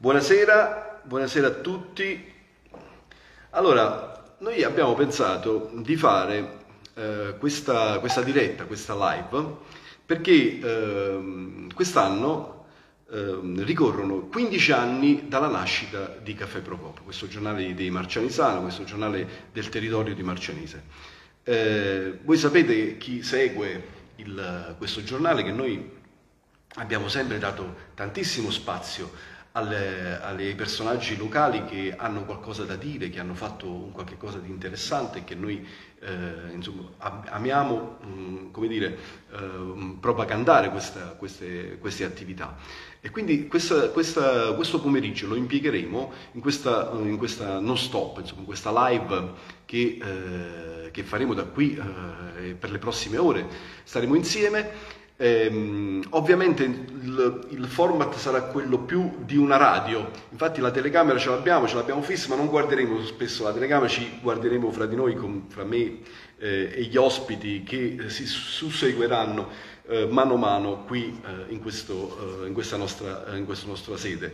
Buonasera, buonasera a tutti. Allora, noi abbiamo pensato di fare questa diretta, questa live, perché quest'anno ricorrono 15 anni dalla nascita di Caffè Procopio, questo giornale di Marcianisano, questo giornale del territorio di Marcianise. Voi sapete, chi segue questo giornale, che noi abbiamo sempre dato tantissimo spazio ai personaggi locali che hanno qualcosa da dire, che hanno fatto qualche cosa di interessante e che noi insomma, amiamo come dire, propagandare queste attività. E quindi questo pomeriggio lo impiegheremo in questa non stop, insomma, in questa live che faremo da qui per le prossime ore. Staremo insieme. Ovviamente il format sarà quello più di una radio, infatti la telecamera ce l'abbiamo fissa, ma non guarderemo spesso la telecamera, ci guarderemo fra di noi, fra me e gli ospiti che si susseguiranno mano a mano qui in questa nostra sede.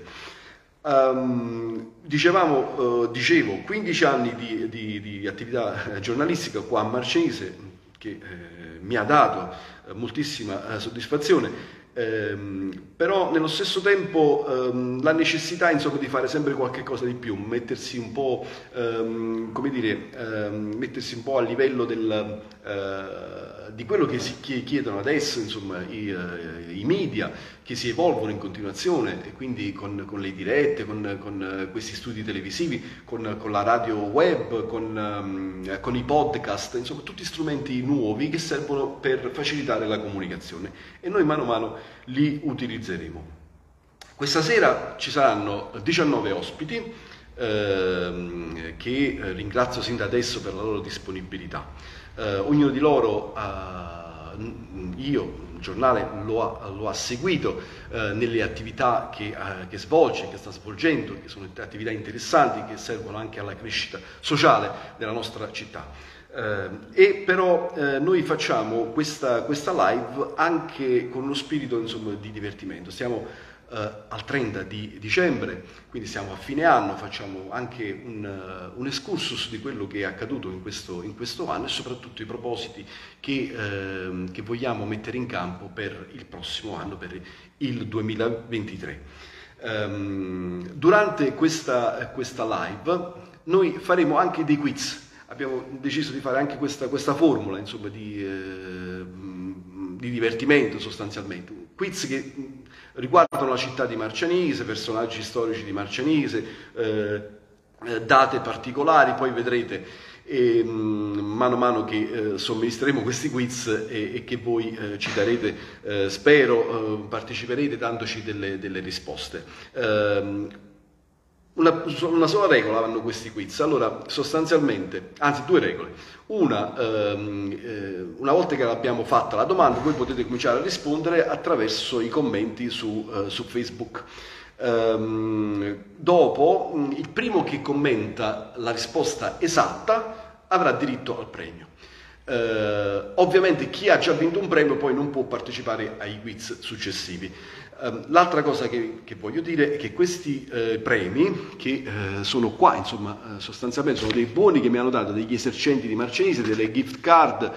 Dicevo, 15 anni di attività giornalistica qua a Marcianise, che mi ha dato moltissima soddisfazione, però nello stesso tempo la necessità, insomma, di fare sempre qualche cosa di più, mettersi un po' come dire, mettersi un po' a livello di quello che si chiedono adesso, insomma, i media che si evolvono in continuazione, e quindi con le dirette, con questi studi televisivi, con la radio web, con i podcast, insomma tutti strumenti nuovi che servono per facilitare la comunicazione, e noi mano a mano li utilizzeremo. Questa sera ci saranno 19 ospiti che ringrazio sin da adesso per la loro disponibilità. Ognuno di loro, il giornale lo ha seguito nelle attività che svolge, che sta svolgendo, che sono attività interessanti, che servono anche alla crescita sociale della nostra città. E però noi facciamo questa live anche con uno spirito, insomma, di divertimento. Siamo al 30 di dicembre, quindi siamo a fine anno, facciamo anche un excursus di quello che è accaduto in questo anno, e soprattutto i propositi che vogliamo mettere in campo per il prossimo anno, per il 2023. Durante questa live noi faremo anche dei quiz. Abbiamo deciso di fare anche questa formula, insomma, di divertimento sostanzialmente. Quiz che riguardano la città di Marcianise, personaggi storici di Marcianise, date particolari, poi vedrete mano a mano che somministreremo questi quiz e che voi ci darete, spero, parteciperete dandoci delle risposte. Una sola regola hanno questi quiz. Allora, sostanzialmente, anzi, due regole. Una volta che abbiamo fatta la domanda, voi potete cominciare a rispondere attraverso i commenti su Facebook. Dopo, il primo che commenta la risposta esatta avrà diritto al premio. Ovviamente chi ha già vinto un premio poi non può partecipare ai quiz successivi. L'altra cosa che voglio dire è che questi premi, che sono qua, insomma, sostanzialmente sono dei buoni che mi hanno dato degli esercenti di Marcianise, delle gift card,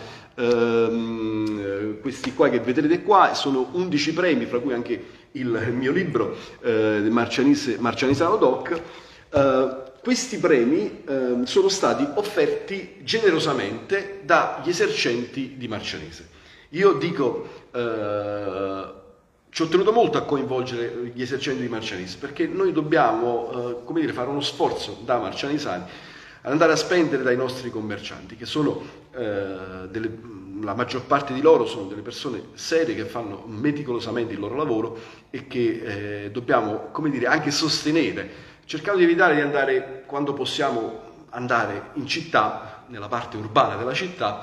questi qua che vedrete qua, sono 11 premi, fra cui anche il mio libro, Marcianisano Doc. Questi premi sono stati offerti generosamente dagli esercenti di Marcianise. Io dico, ci ho tenuto molto a coinvolgere gli esercenti di Marcianise, perché noi dobbiamo, come dire, fare uno sforzo da marcianisani ad andare a spendere dai nostri commercianti, che sono la maggior parte di loro sono delle persone serie che fanno meticolosamente il loro lavoro e che dobbiamo, come dire, anche sostenere, cercando di evitare di andare, quando possiamo andare in città, nella parte urbana della città,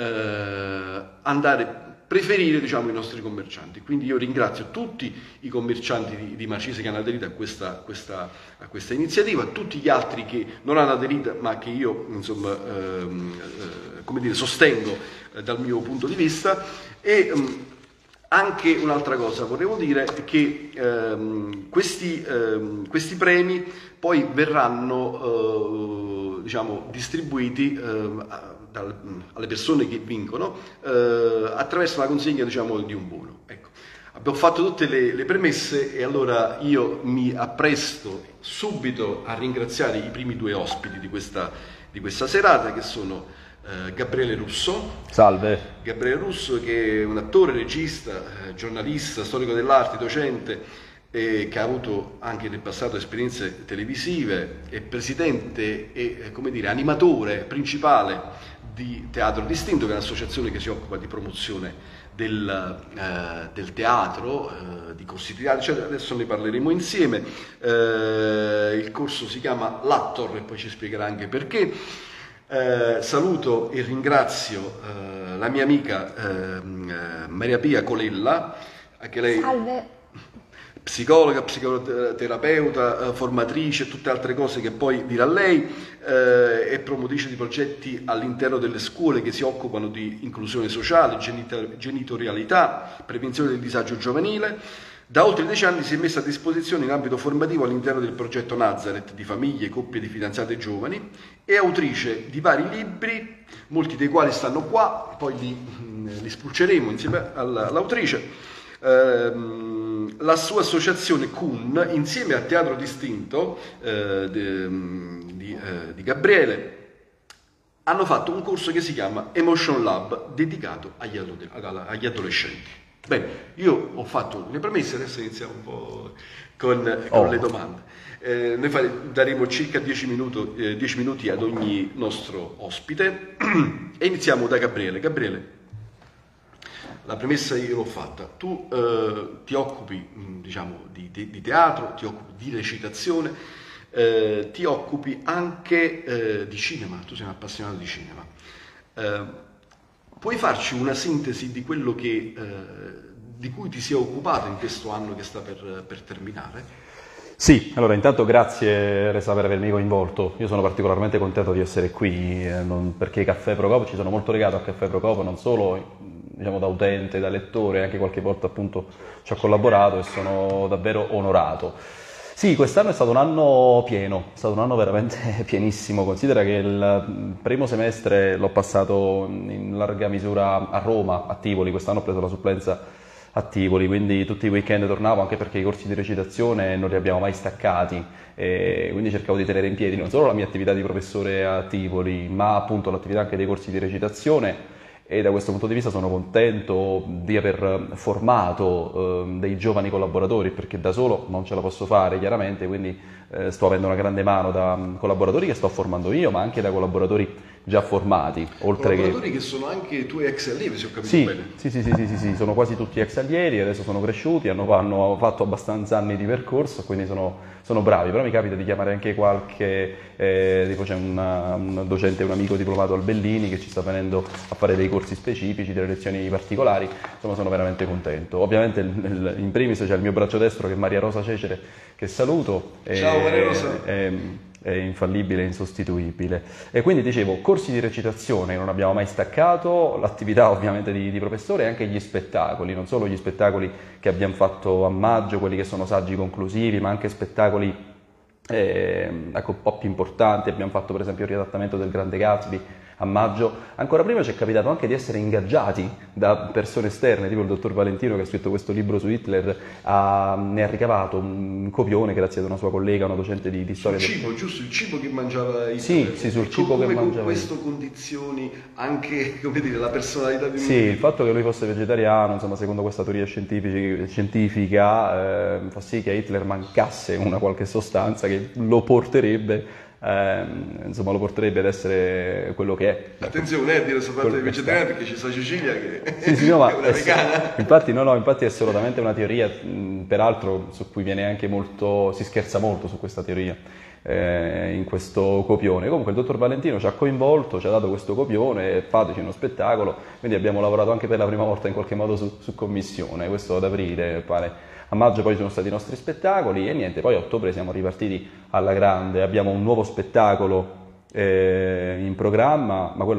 preferire, diciamo, i nostri commercianti. Quindi io ringrazio tutti i commercianti di Marcianise che hanno aderito a questa iniziativa, tutti gli altri che non hanno aderito ma che io, insomma, come dire, sostengo dal mio punto di vista, e Anche un'altra cosa volevo dire è che questi premi poi verranno diciamo, distribuiti alle persone che vincono attraverso la consegna diciamo, di un buono. Ecco. Abbiamo fatto tutte le premesse e allora io mi appresto subito a ringraziare i primi due ospiti di questa serata, che sono Gabriele Russo. Salve. Gabriele Russo, che è un attore, regista, giornalista, storico dell'arte, docente, che ha avuto anche nel passato esperienze televisive, è presidente e come dire, animatore principale di Teatro Distinto, che è un'associazione che si occupa di promozione del teatro, di corsi di teatro, cioè, adesso ne parleremo insieme. Il corso si chiama L'Attor e poi ci spiegherà anche perché. Saluto e ringrazio la mia amica Maria Pia Colella, anche lei Salve. psicologa, psicoterapeuta, formatrice e tutte altre cose che poi dirà lei, è promotrice di progetti all'interno delle scuole che si occupano di inclusione sociale, genitorialità, prevenzione del disagio giovanile. Da oltre 10 anni si è messa a disposizione in ambito formativo all'interno del progetto Nazareth di famiglie, coppie di fidanzate giovani, è autrice di vari libri, molti dei quali stanno qua, poi li spulceremo insieme all'autrice. La sua associazione CUN, insieme a Teatro Distinto di Gabriele, hanno fatto un corso che si chiama Emotion Lab, dedicato agli adolescenti. Bene, io ho fatto le premesse, adesso iniziamo un po' con le domande. Noi daremo circa 10 minuti ad ogni nostro ospite e iniziamo da Gabriele. Gabriele, la premessa io l'ho fatta. Tu ti occupi diciamo, di teatro, ti occupi di recitazione, ti occupi anche di cinema, tu sei un appassionato di cinema. Puoi farci una sintesi di quello di cui ti sei occupato in questo anno che sta per terminare? Sì, allora intanto grazie Resa per avermi coinvolto. Io sono particolarmente contento di essere qui perché Caffè Procopo, ci sono molto legato a Caffè Procopo, non solo diciamo, da utente, da lettore, anche qualche volta appunto ci ho collaborato e sono davvero onorato. Sì, quest'anno è stato un anno pieno, è stato un anno veramente pienissimo. Considera che il primo semestre l'ho passato in larga misura a Roma, a Tivoli, quest'anno ho preso la supplenza a Tivoli, quindi tutti i weekend tornavo, anche perché i corsi di recitazione non li abbiamo mai staccati, e quindi cercavo di tenere in piedi non solo la mia attività di professore a Tivoli, ma appunto l'attività anche dei corsi di recitazione. E da questo punto di vista sono contento di aver formato dei giovani collaboratori, perché da solo non ce la posso fare chiaramente, quindi sto avendo una grande mano da collaboratori che sto formando io, ma anche da collaboratori già formati. Oltre collaboratori che sono anche tuoi ex allievi, se ho capito bene. Sì, sono quasi tutti ex allievi, adesso sono cresciuti, hanno fatto abbastanza anni di percorso, quindi sono bravi, però mi capita di chiamare anche qualche, tipo c'è un docente, un amico diplomato al Bellini che ci sta venendo a fare dei corsi specifici, delle lezioni particolari, insomma sono veramente contento. Ovviamente in primis c'è il mio braccio destro che è Maria Rosa Cecere, che saluto. Ciao Maria Rosa. È infallibile, insostituibile. E quindi dicevo, corsi di recitazione che non abbiamo mai staccato, l'attività ovviamente di professore e anche gli spettacoli, non solo gli spettacoli che abbiamo fatto a maggio, quelli che sono saggi conclusivi, ma anche spettacoli un po' più importanti. Abbiamo fatto per esempio il riadattamento del Grande Gatsby a maggio. Ancora prima ci è capitato anche di essere ingaggiati da persone esterne, tipo il dottor Valentino che ha scritto questo libro su Hitler, ne ha ricavato un copione grazie ad una sua collega, una docente di storia. Sul cibo, giusto? Il cibo che mangiava Hitler. Sì, sul cibo che mangiava. Come questo condizioni anche, come dire, la personalità di un... Sì, il fatto che lui fosse vegetariano, insomma, secondo questa teoria scientifica, fa sì che a Hitler mancasse una qualche sostanza che lo porterebbe insomma lo porterebbe ad essere quello che è. Attenzione a dire questo fatto dei vegetariani, perché ci sta Cecilia che no, ma è una vegana. Infatti è assolutamente una teoria, peraltro su cui viene anche molto, si scherza molto su questa teoria in questo copione. Comunque il dottor Valentino ci ha coinvolto, ci ha dato questo copione, fateci uno spettacolo, quindi abbiamo lavorato anche per la prima volta in qualche modo su commissione, questo ad aprile pare. A maggio poi ci sono stati i nostri spettacoli e niente, poi a ottobre siamo ripartiti alla grande, abbiamo un nuovo spettacolo in programma, ma quello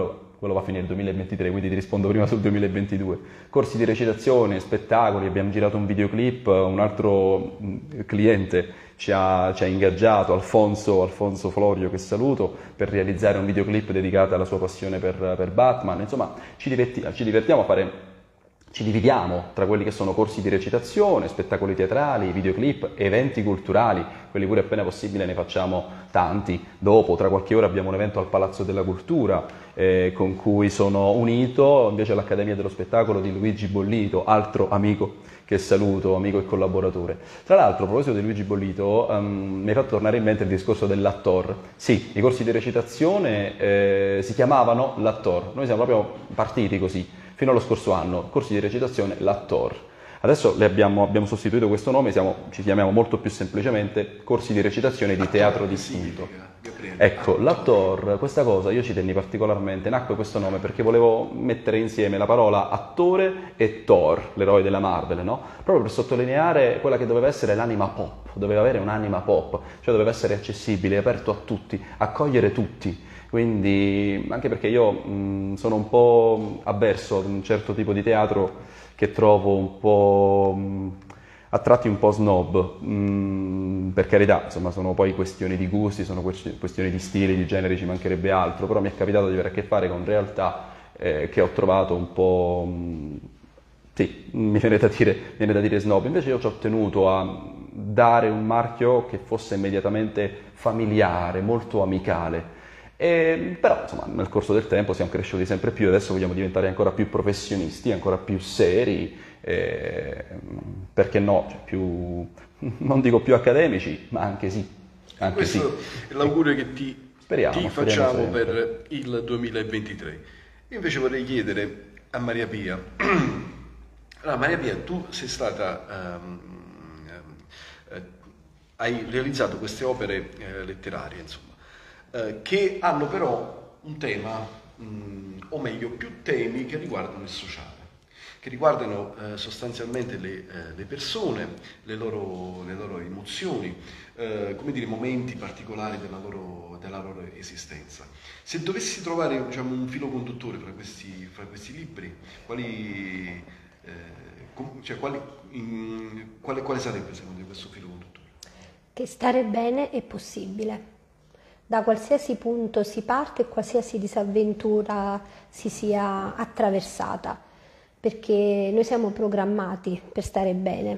quello va a finire il 2023, quindi ti rispondo prima sul 2022. Corsi di recitazione, spettacoli, abbiamo girato un videoclip, un altro cliente ci ha ingaggiato, Alfonso Florio, che saluto, per realizzare un videoclip dedicato alla sua passione per Batman. Insomma, ci divertiamo a fare. Ci dividiamo tra quelli che sono corsi di recitazione, spettacoli teatrali, videoclip, eventi culturali, quelli pure appena possibile ne facciamo tanti. Dopo, tra qualche ora, abbiamo un evento al Palazzo della Cultura con cui sono unito invece all'Accademia dello Spettacolo di Luigi Bollito, altro amico che saluto, amico e collaboratore. Tra l'altro, a proposito di Luigi Bollito, mi hai fatto tornare in mente il discorso dell'attor. Sì, i corsi di recitazione si chiamavano l'attor, noi siamo proprio partiti così. Fino allo scorso anno, corsi di recitazione, l'attor. Adesso abbiamo sostituito questo nome, ci chiamiamo molto più semplicemente corsi di recitazione di teatro distinto. Ecco, l'attor, questa cosa io ci tenni particolarmente, nacque questo nome perché volevo mettere insieme la parola attore e Thor, l'eroe della Marvel, no? Proprio per sottolineare quella che doveva essere l'anima pop, doveva avere un'anima pop, cioè doveva essere accessibile, aperto a tutti, accogliere tutti. Quindi, anche perché io sono un po' avverso ad un certo tipo di teatro che trovo un po' a tratti un po' snob, per carità, insomma sono poi questioni di gusti, sono questioni di stili, di generi, ci mancherebbe altro, però mi è capitato di avere a che fare con realtà che ho trovato un po', sì, mi viene da dire snob, invece io ci ho tenuto a dare un marchio che fosse immediatamente familiare, molto amicale. Però insomma nel corso del tempo siamo cresciuti sempre più e adesso vogliamo diventare ancora più professionisti, ancora più seri, perché no, cioè non dico più accademici, ma anche sì. Anche questo sì. È l'augurio che ti facciamo sempre per il 2023. Io invece vorrei chiedere a Maria Pia, allora, Maria Pia, tu sei stata, hai realizzato queste opere letterarie, insomma, che hanno però un tema, o meglio più temi che riguardano il sociale, che riguardano sostanzialmente le persone, le loro emozioni, come dire, momenti particolari della loro esistenza. Se dovessi trovare, diciamo, un filo conduttore fra questi libri, quale sarebbe secondo te questo filo conduttore? Che stare bene è possibile. Da qualsiasi punto si parte e qualsiasi disavventura si sia attraversata, perché noi siamo programmati per stare bene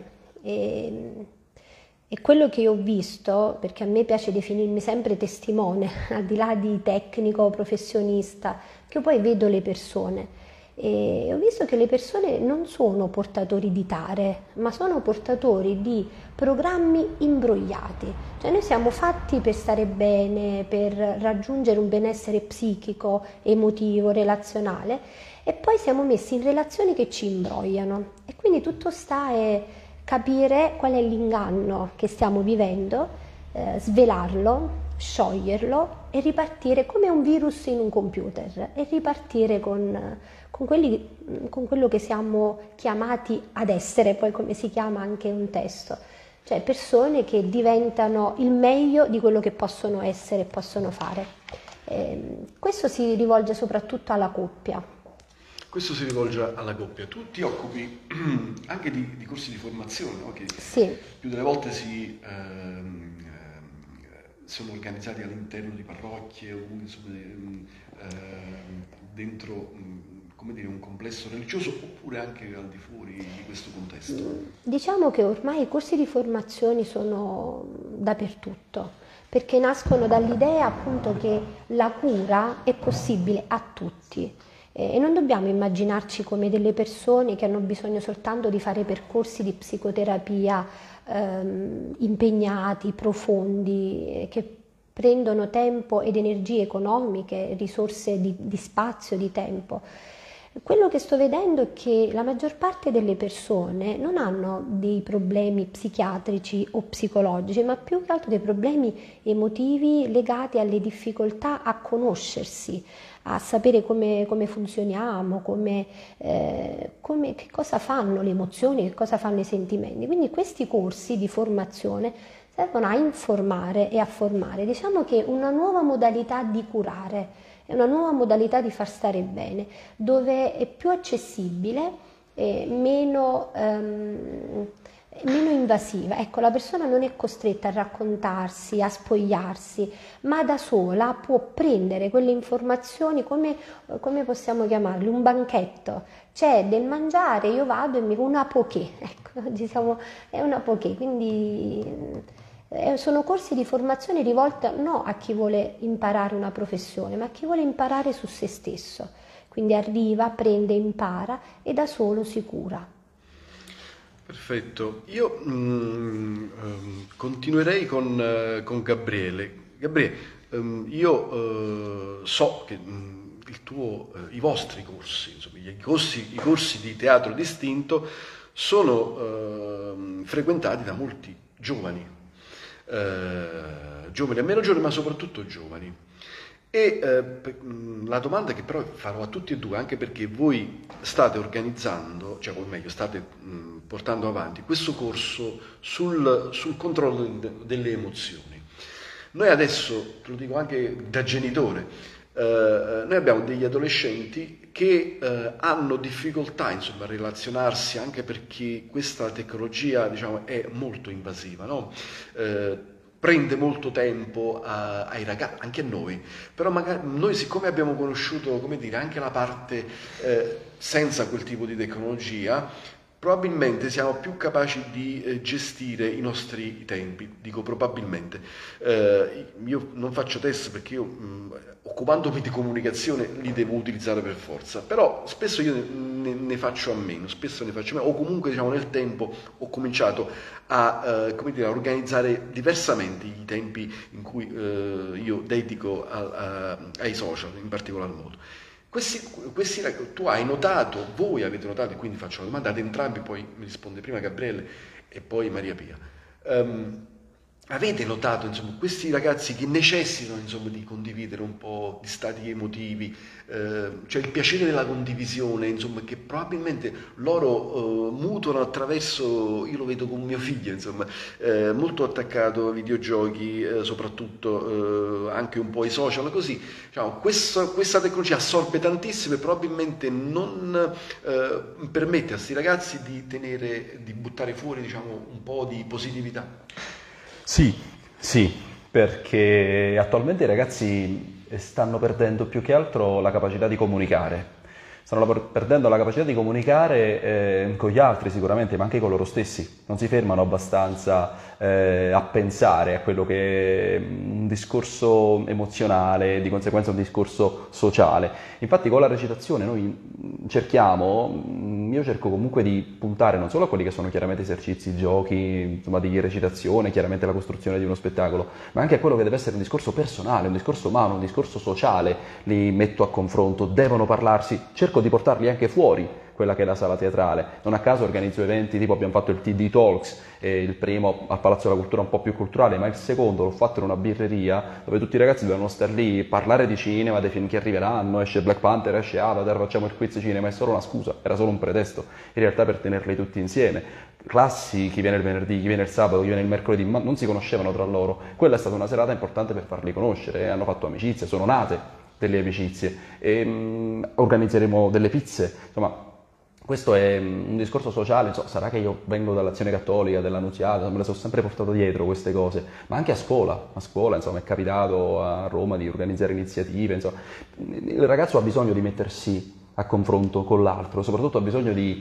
e quello che io ho visto, perché a me piace definirmi sempre testimone, al di là di tecnico, professionista, che io poi vedo le persone. E ho visto che le persone non sono portatori di tare, ma sono portatori di programmi imbrogliati. Cioè noi siamo fatti per stare bene, per raggiungere un benessere psichico, emotivo, relazionale e poi siamo messi in relazioni che ci imbrogliano. E quindi tutto sta a capire qual è l'inganno che stiamo vivendo, svelarlo, scioglierlo e ripartire come un virus in un computer e ripartire con quello che siamo chiamati ad essere, poi come si chiama anche un testo, cioè persone che diventano il meglio di quello che possono essere e possono fare. Questo si rivolge soprattutto alla coppia. Questo si rivolge alla coppia. Tu ti occupi anche di corsi di formazione, no? Che sì. Più delle volte sono organizzati all'interno di parrocchie o insomma, dentro come dire, un complesso religioso oppure anche al di fuori di questo contesto? Diciamo che ormai i corsi di formazione sono dappertutto, perché nascono dall'idea appunto che la cura è possibile a tutti. E non dobbiamo immaginarci come delle persone che hanno bisogno soltanto di fare percorsi di psicoterapia impegnati, profondi, che prendono tempo ed energie economiche, risorse di spazio, di tempo. Quello che sto vedendo è che la maggior parte delle persone non hanno dei problemi psichiatrici o psicologici, ma più che altro dei problemi emotivi legati alle difficoltà a conoscersi, a sapere come funzioniamo, che cosa fanno le emozioni, che cosa fanno i sentimenti. Quindi questi corsi di formazione servono a informare e a formare. Diciamo che una nuova modalità di curare, è una nuova modalità di far stare bene, dove è più accessibile e meno invasiva. Ecco, la persona non è costretta a raccontarsi, a spogliarsi, ma da sola può prendere quelle informazioni come possiamo chiamarli, un banchetto. C'è del mangiare, io vado e mi una poké, ecco, diciamo, è una poké, quindi sono corsi di formazione rivolti no a chi vuole imparare una professione, ma a chi vuole imparare su se stesso. Quindi arriva, prende, impara e da solo si cura. Perfetto, io continuerei con Gabriele. Gabriele, io so che i vostri corsi, insomma, i corsi di teatro distinto sono frequentati da molti giovani, giovani e meno giovani, ma soprattutto giovani. E la domanda che però farò a tutti e due, anche perché voi state organizzando, cioè o meglio state portando avanti questo corso sul controllo delle emozioni. Noi adesso, te lo dico anche da genitore, noi abbiamo degli adolescenti che hanno difficoltà, insomma, a relazionarsi, anche perché questa tecnologia, diciamo, è molto invasiva, no? Prende molto tempo ai ragazzi, anche a noi, però magari noi, siccome abbiamo conosciuto, come dire, anche la parte senza quel tipo di tecnologia, probabilmente siamo più capaci di gestire i nostri tempi, dico probabilmente. Io non faccio test perché io, occupandomi di comunicazione, li devo utilizzare per forza, però spesso io ne faccio a meno, o comunque, diciamo, nel tempo ho cominciato come dire, a organizzare diversamente i tempi in cui io dedico ai social, in particolar modo. Tu hai notato, voi avete notato, e quindi faccio una domanda ad entrambi, poi mi risponde prima Gabriele e poi Maria Pia. Avete notato, insomma, questi ragazzi che necessitano, insomma, di condividere un po' di stati emotivi, cioè il piacere della condivisione, insomma, che probabilmente loro mutuano attraverso, io lo vedo con mio figlio, insomma, molto attaccato ai videogiochi, soprattutto anche un po' ai social, così, diciamo, questa tecnologia assorbe tantissimo e probabilmente non permette a questi ragazzi di buttare fuori, diciamo, un po' di positività. Sì, perché attualmente i ragazzi stanno perdendo più che altro la capacità di comunicare. Stanno perdendo la capacità di comunicare con gli altri sicuramente, ma anche con loro stessi. Non si fermano abbastanza a pensare a quello che è un discorso emozionale, di conseguenza un discorso sociale. Infatti con la recitazione noi io cerco comunque di puntare non solo a quelli che sono chiaramente esercizi, giochi, insomma, di recitazione, chiaramente la costruzione di uno spettacolo, ma anche a quello che deve essere un discorso personale, un discorso umano, un discorso sociale. Li metto a confronto, devono parlarsi, cerco di portarli anche fuori quella che è la sala teatrale. Non a caso organizzo eventi tipo abbiamo fatto il TD Talks, il primo al Palazzo della Cultura un po' più culturale, ma il secondo l'ho fatto in una birreria dove tutti i ragazzi dovevano star lì, parlare di cinema, dei film che arriveranno, esce Black Panther, esce Avatar, facciamo il quiz cinema, è solo una scusa, era solo un pretesto in realtà per tenerli tutti insieme. Classi, chi viene il venerdì, chi viene il sabato, chi viene il mercoledì, ma non si conoscevano tra loro. Quella è stata una serata importante per farli conoscere, hanno fatto amicizie, sono nate delle amicizie e organizzeremo delle pizze, insomma. Questo è un discorso sociale, sarà che io vengo dall'Azione Cattolica, dell'Annunziata, me le sono sempre portato dietro queste cose, ma anche a scuola, insomma, è capitato a Roma di organizzare iniziative, insomma. Il ragazzo ha bisogno di mettersi a confronto con l'altro, soprattutto ha bisogno di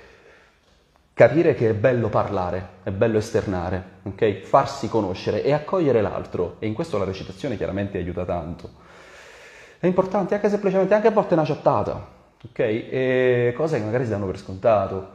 capire che è bello parlare, è bello esternare, ok? Farsi conoscere e accogliere l'altro, e in questo la recitazione chiaramente aiuta tanto. È importante anche semplicemente, anche a volte una chattata. Ok? E cose che magari si danno per scontato.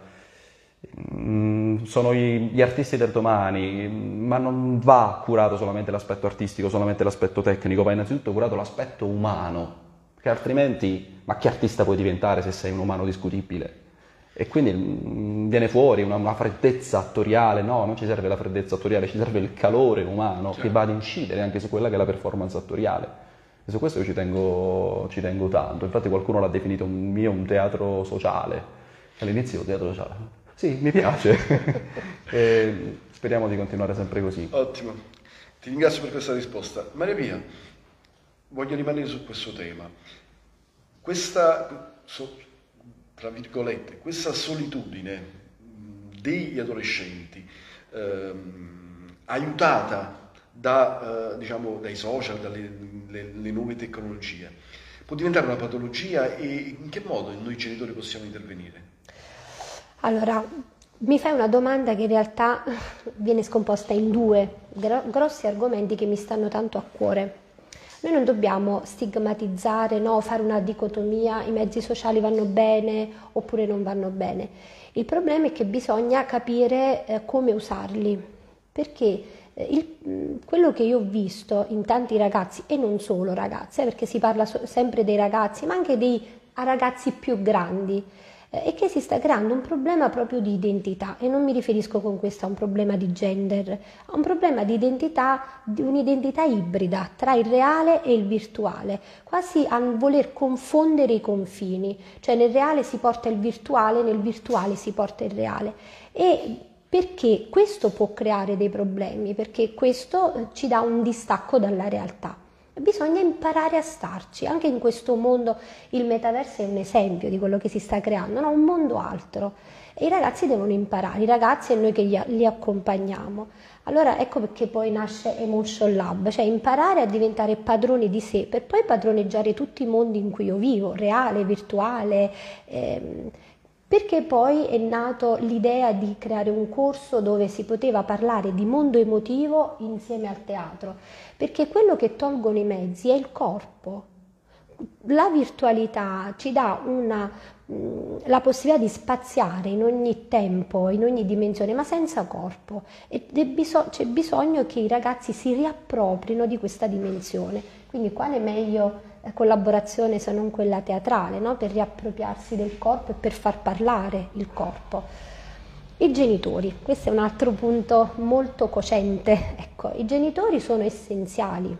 Sono gli artisti del domani, ma non va curato solamente l'aspetto artistico, solamente l'aspetto tecnico, va innanzitutto curato l'aspetto umano, perché altrimenti, ma che artista puoi diventare se sei un umano discutibile? E quindi viene fuori una freddezza attoriale. No, non ci serve la freddezza attoriale, ci serve il calore umano, certo, che va ad incidere anche su quella che è la performance attoriale. E su questo io ci tengo tanto. Infatti qualcuno l'ha definito un teatro sociale. All'inizio teatro sociale. Sì, mi piace. E speriamo di continuare sempre così. Ottimo. Ti ringrazio per questa risposta. Maria Pia. voglio rimanere su questo tema. Questa, tra virgolette, questa solitudine degli adolescenti, aiutata diciamo, dai social, dalle nuove tecnologie, può diventare una patologia, e in che modo noi genitori possiamo intervenire? Allora, mi fai una domanda che in realtà viene scomposta in due grossi argomenti che mi stanno tanto a cuore. Noi non dobbiamo stigmatizzare, no, fare una dicotomia, i mezzi sociali vanno bene oppure non vanno bene. Il problema è che bisogna capire come usarli, perché quello che io ho visto in tanti ragazzi, e non solo ragazze, perché si parla sempre dei ragazzi, ma anche dei ragazzi più grandi, è che si sta creando un problema proprio di identità, e non mi riferisco con questo a un problema di gender, a un problema di identità, di un'identità ibrida tra il reale e il virtuale, quasi a voler confondere i confini, cioè nel reale si porta il virtuale, nel virtuale si porta il reale. E perché questo può creare dei problemi? Perché questo ci dà un distacco dalla realtà. Bisogna imparare a starci, anche in questo mondo. Il metaverso è un esempio di quello che si sta creando, no? Un mondo altro, e i ragazzi devono imparare, i ragazzi e noi che li accompagniamo. Allora ecco perché poi nasce Emotion Lab, cioè imparare a diventare padroni di sé per poi padroneggiare tutti i mondi in cui io vivo, reale, virtuale, perché poi è nato l'idea di creare un corso dove si poteva parlare di mondo emotivo insieme al teatro, perché quello che tolgono i mezzi è il corpo. La virtualità ci dà la possibilità di spaziare in ogni tempo, in ogni dimensione, ma senza corpo, e c'è bisogno che i ragazzi si riapproprino di questa dimensione. Quindi quale meglio collaborazione se non quella teatrale, no? Per riappropriarsi del corpo e per far parlare il corpo. I genitori, questo è un altro punto molto cocente. Ecco, i genitori sono essenziali.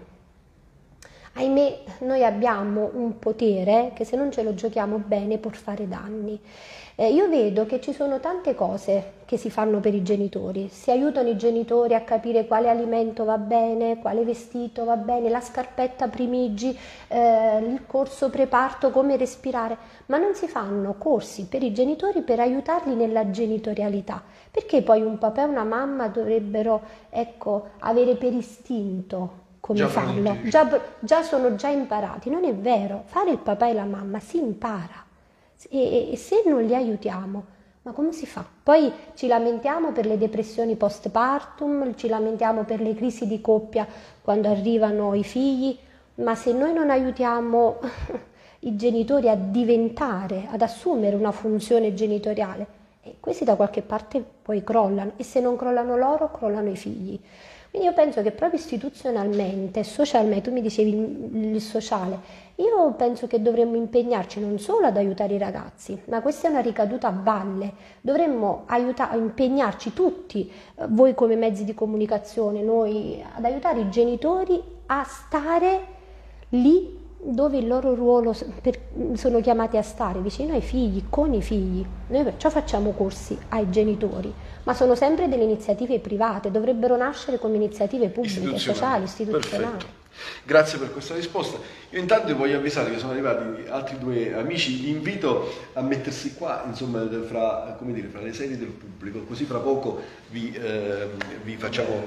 Ahimè, noi abbiamo un potere che se non ce lo giochiamo bene può fare danni. Io vedo che ci sono tante cose che si fanno per i genitori, si aiutano i genitori a capire quale alimento va bene, quale vestito va bene, la scarpetta primigi, il corso preparto, come respirare, ma non si fanno corsi per i genitori per aiutarli nella genitorialità, perché poi un papà e una mamma dovrebbero, ecco, avere per istinto come farlo, già sono già imparati. Non è vero, fare il papà e la mamma si impara, e se non li aiutiamo, ma come si fa? Poi ci lamentiamo per le depressioni postpartum, ci lamentiamo per le crisi di coppia quando arrivano i figli, ma se noi non aiutiamo i genitori a diventare, ad assumere una funzione genitoriale, questi da qualche parte poi crollano, e se non crollano loro, crollano i figli. Quindi io penso che proprio istituzionalmente, socialmente, tu mi dicevi il sociale, io penso che dovremmo impegnarci non solo ad aiutare i ragazzi, ma questa è una ricaduta a valle, dovremmo impegnarci tutti, voi come mezzi di comunicazione, noi, ad aiutare i genitori a stare lì dove il loro ruolo sono chiamati a stare, vicino ai figli, con i figli. Noi perciò facciamo corsi ai genitori, ma sono sempre delle iniziative private, dovrebbero nascere come iniziative pubbliche, sociali, istituzionali. Perfetto. Grazie per questa risposta. Io intanto voglio avvisare che sono arrivati altri due amici, vi invito a mettersi qua, insomma, fra le sedie del pubblico, così fra poco vi facciamo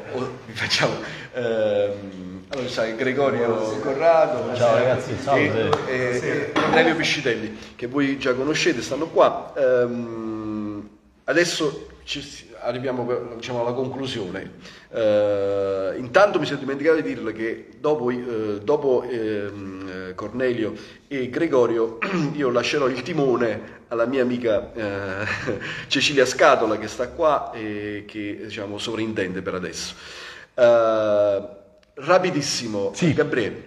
allora sai, Gregorio Corrado, ciao ragazzi, e Cornelio Piscitelli, che voi già conoscete, stanno qua. Adesso arriviamo, diciamo, alla conclusione. Intanto mi sono dimenticato di dirle che dopo Cornelio e Gregorio io lascerò il timone alla mia amica Cecilia Scatola, che sta qua e che, diciamo, sovrintende per adesso. Rapidissimo, sì. Gabriele,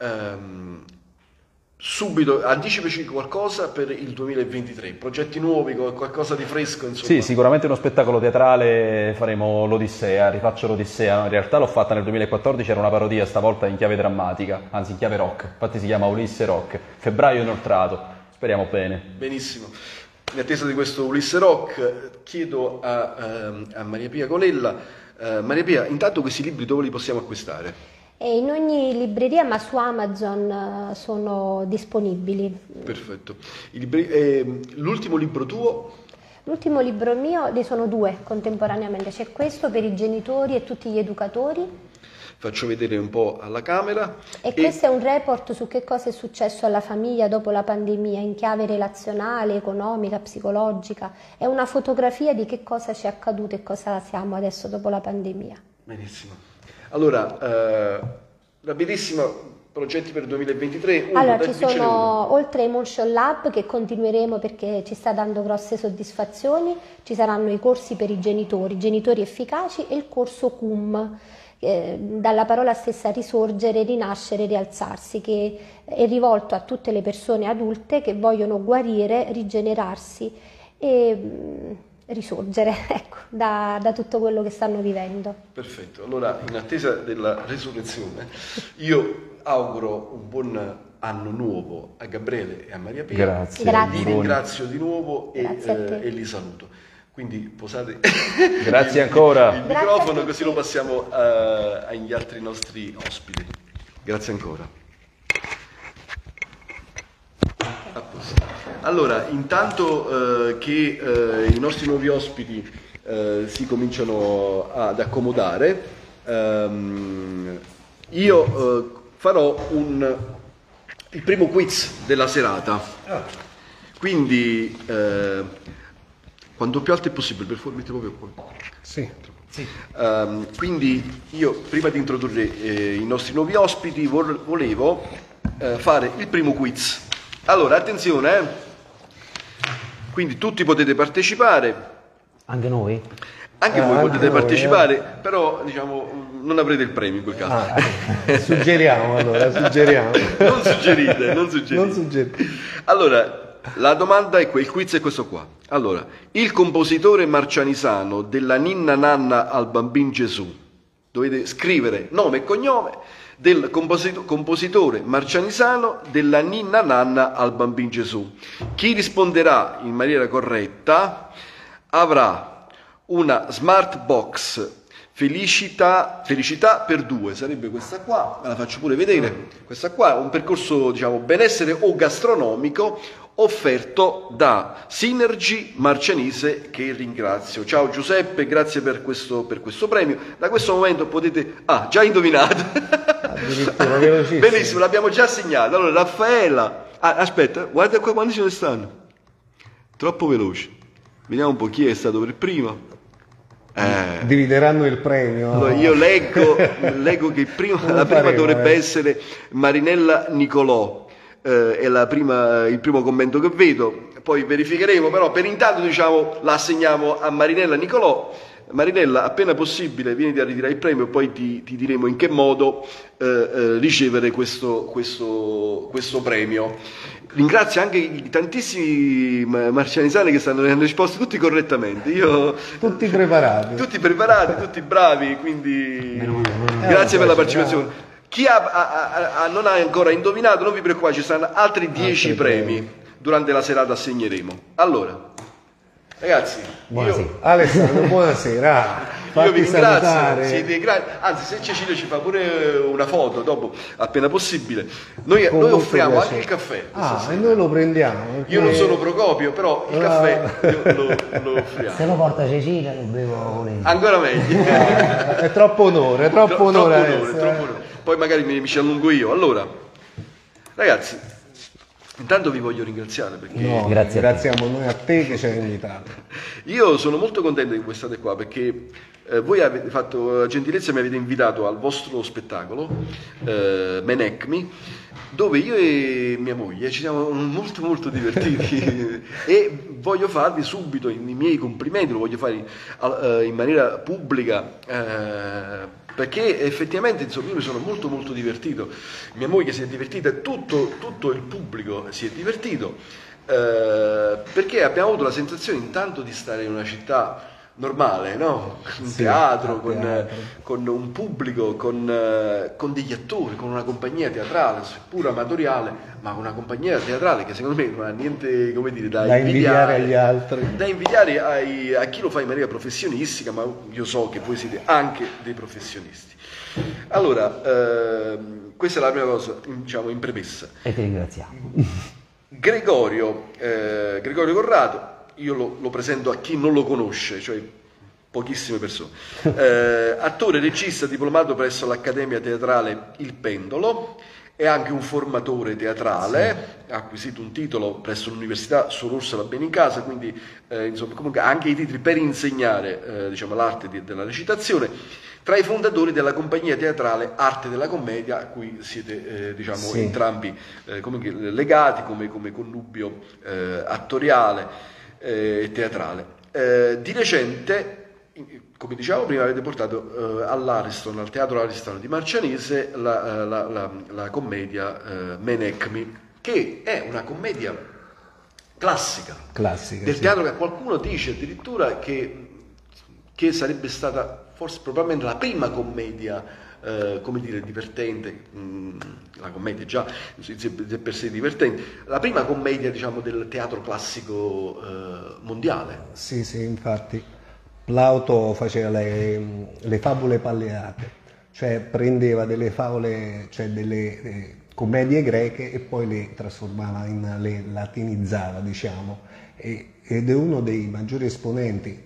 subito anticipaci qualcosa per il 2023, progetti nuovi, qualcosa di fresco, insomma. Sì, sicuramente uno spettacolo teatrale, faremo l'Odissea, rifaccio l'Odissea, no? In realtà l'ho fatta nel 2014, era una parodia, stavolta in chiave drammatica, anzi in chiave rock, infatti si chiama Ulisse Rock, febbraio inoltrato, speriamo bene. Benissimo, in attesa di questo Ulisse Rock chiedo a Maria Pia Colella, Maria Pia, intanto questi libri dove li possiamo acquistare? e in ogni libreria, ma su Amazon sono disponibili. Perfetto. L'ultimo libro tuo? L'ultimo libro mio, ne sono 2 contemporaneamente, c'è questo per i genitori e tutti gli educatori. Faccio vedere un po' alla camera. E questo è un report su che cosa è successo alla famiglia dopo la pandemia, in chiave relazionale, economica, psicologica. È una fotografia di che cosa ci è accaduto e cosa siamo adesso dopo la pandemia. Benissimo. Allora, rapidissimo, progetti per 2023. Allora, ci sono, oltre ai Motion Lab che continueremo perché ci sta dando grosse soddisfazioni, ci saranno i corsi per i genitori efficaci e il corso CUM, dalla parola stessa risorgere, rinascere, rialzarsi, che è rivolto a tutte le persone adulte che vogliono guarire, rigenerarsi e risorgere, ecco, da tutto quello che stanno vivendo. Perfetto, allora in attesa della risurrezione io auguro un buon anno nuovo a Gabriele e a Maria Pia. Grazie. Li ringrazio di nuovo e li saluto. Quindi posate Grazie ancora. il microfono così lo passiamo agli altri nostri ospiti. Grazie ancora. A posto. Allora, intanto che i nostri nuovi ospiti si cominciano ad accomodare, io farò il primo quiz della serata. Quindi quanto più alto è possibile, per favore, metti proprio qua. Sì. Quindi io, prima di introdurre i nostri nuovi ospiti, volevo fare il primo quiz. Allora, attenzione, quindi tutti potete partecipare. Anche noi? Anche voi anche potete noi, partecipare, però diciamo non avrete il premio in quel caso. Suggeriamo allora, suggeriamo. Non suggerite, non suggerite. Non suggerite. Allora, la domanda è il quiz è questo qua. Allora, il compositore marcianisano della Ninna Nanna al Bambin Gesù, dovete scrivere nome e cognome del compositore marcianisano della Ninna Nanna al Bambin Gesù. Chi risponderà in maniera corretta avrà una smart box felicità per 2, sarebbe questa qua, ve la faccio pure vedere. Questa qua è un percorso, diciamo, benessere o gastronomico offerto da Synergy Marcianise, che ringrazio. Ciao Giuseppe, grazie per questo premio. Da questo momento potete... Ah, già indovinato. Addirittura, velocissimo. Benissimo, l'abbiamo già segnato. Allora, Raffaella... Ah, aspetta, guarda qua quanti ce ne stanno. Troppo veloci. Vediamo un po' chi è stato per primo. Divideranno il premio. Allora, io leggo che la prima dovrebbe essere Marinella Nicolò. È il primo commento che vedo, poi verificheremo, però per intanto diciamo la assegniamo a Marinella Nicolò. Marinella, appena possibile vieni a ritirare il premio e poi ti diremo in che modo ricevere questo premio. Ringrazio anche i tantissimi marcianisani che hanno risposto tutti correttamente. Tutti preparati, tutti bravi, quindi grazie per la partecipazione. Chi non ha ancora indovinato, non vi preoccupate, ci saranno altri 10 premi durante la serata, assegneremo. Allora, ragazzi, Alessandro, buonasera. Io vi ringrazio, Salutare. Anzi, se Cecilio ci fa pure una foto dopo, appena possibile, noi offriamo anche il caffè. E noi lo prendiamo. Perché... Io non sono Procopio, però il caffè lo offriamo. Se lo porta Cecilia lo bevo volentieri. Ancora meglio. È troppo onore, troppo onore. Poi magari mi ci allungo io. Allora, ragazzi, intanto vi voglio ringraziare perché ringraziamo noi a te che ci hai invitato. Io sono molto contento che voi state qua perché voi avete fatto la gentilezza e mi avete invitato al vostro spettacolo Menecmi, dove io e mia moglie ci siamo molto molto divertiti e voglio farvi subito i miei complimenti, lo voglio fare in maniera pubblica perché effettivamente insomma, io mi sono molto molto divertito, mia moglie si è divertita, tutto il pubblico si è divertito perché abbiamo avuto la sensazione intanto di stare in una città normale, no? Un Sì, teatro, teatro. con un pubblico, con degli attori, con una compagnia teatrale, seppur amatoriale, ma una compagnia teatrale che secondo me non ha niente, come dire, Da invidiare agli altri. da invidiare a chi lo fa in maniera professionistica, ma io so che voi siete anche dei professionisti. Allora, questa è la prima cosa, diciamo, in premessa. E ti ringraziamo. Gregorio Corrado, io lo presento a chi non lo conosce, cioè pochissime persone. Attore, regista, diplomato presso l'Accademia Teatrale Il Pendolo, è anche un formatore teatrale, ha acquisito un titolo presso l'Università Suor Ursula Benincasa, quindi insomma, comunque ha anche i titoli per insegnare diciamo, l'arte della recitazione. Tra i fondatori della compagnia teatrale Arte della Commedia, a cui siete diciamo, entrambi legati come connubio attoriale e teatrale. Di recente, come diciamo prima, avete portato all'Ariston, al Teatro Ariston di Marcianise, la commedia Menecmi, che è una commedia classica del teatro, che qualcuno dice addirittura che sarebbe stata forse probabilmente la prima commedia come dire, divertente, la commedia già per sé divertente, la prima commedia diciamo del teatro classico mondiale. Sì, infatti Plauto faceva le favole palleate, cioè prendeva delle favole, cioè delle commedie greche e poi le trasformava le latinizzava, diciamo, ed è uno dei maggiori esponenti.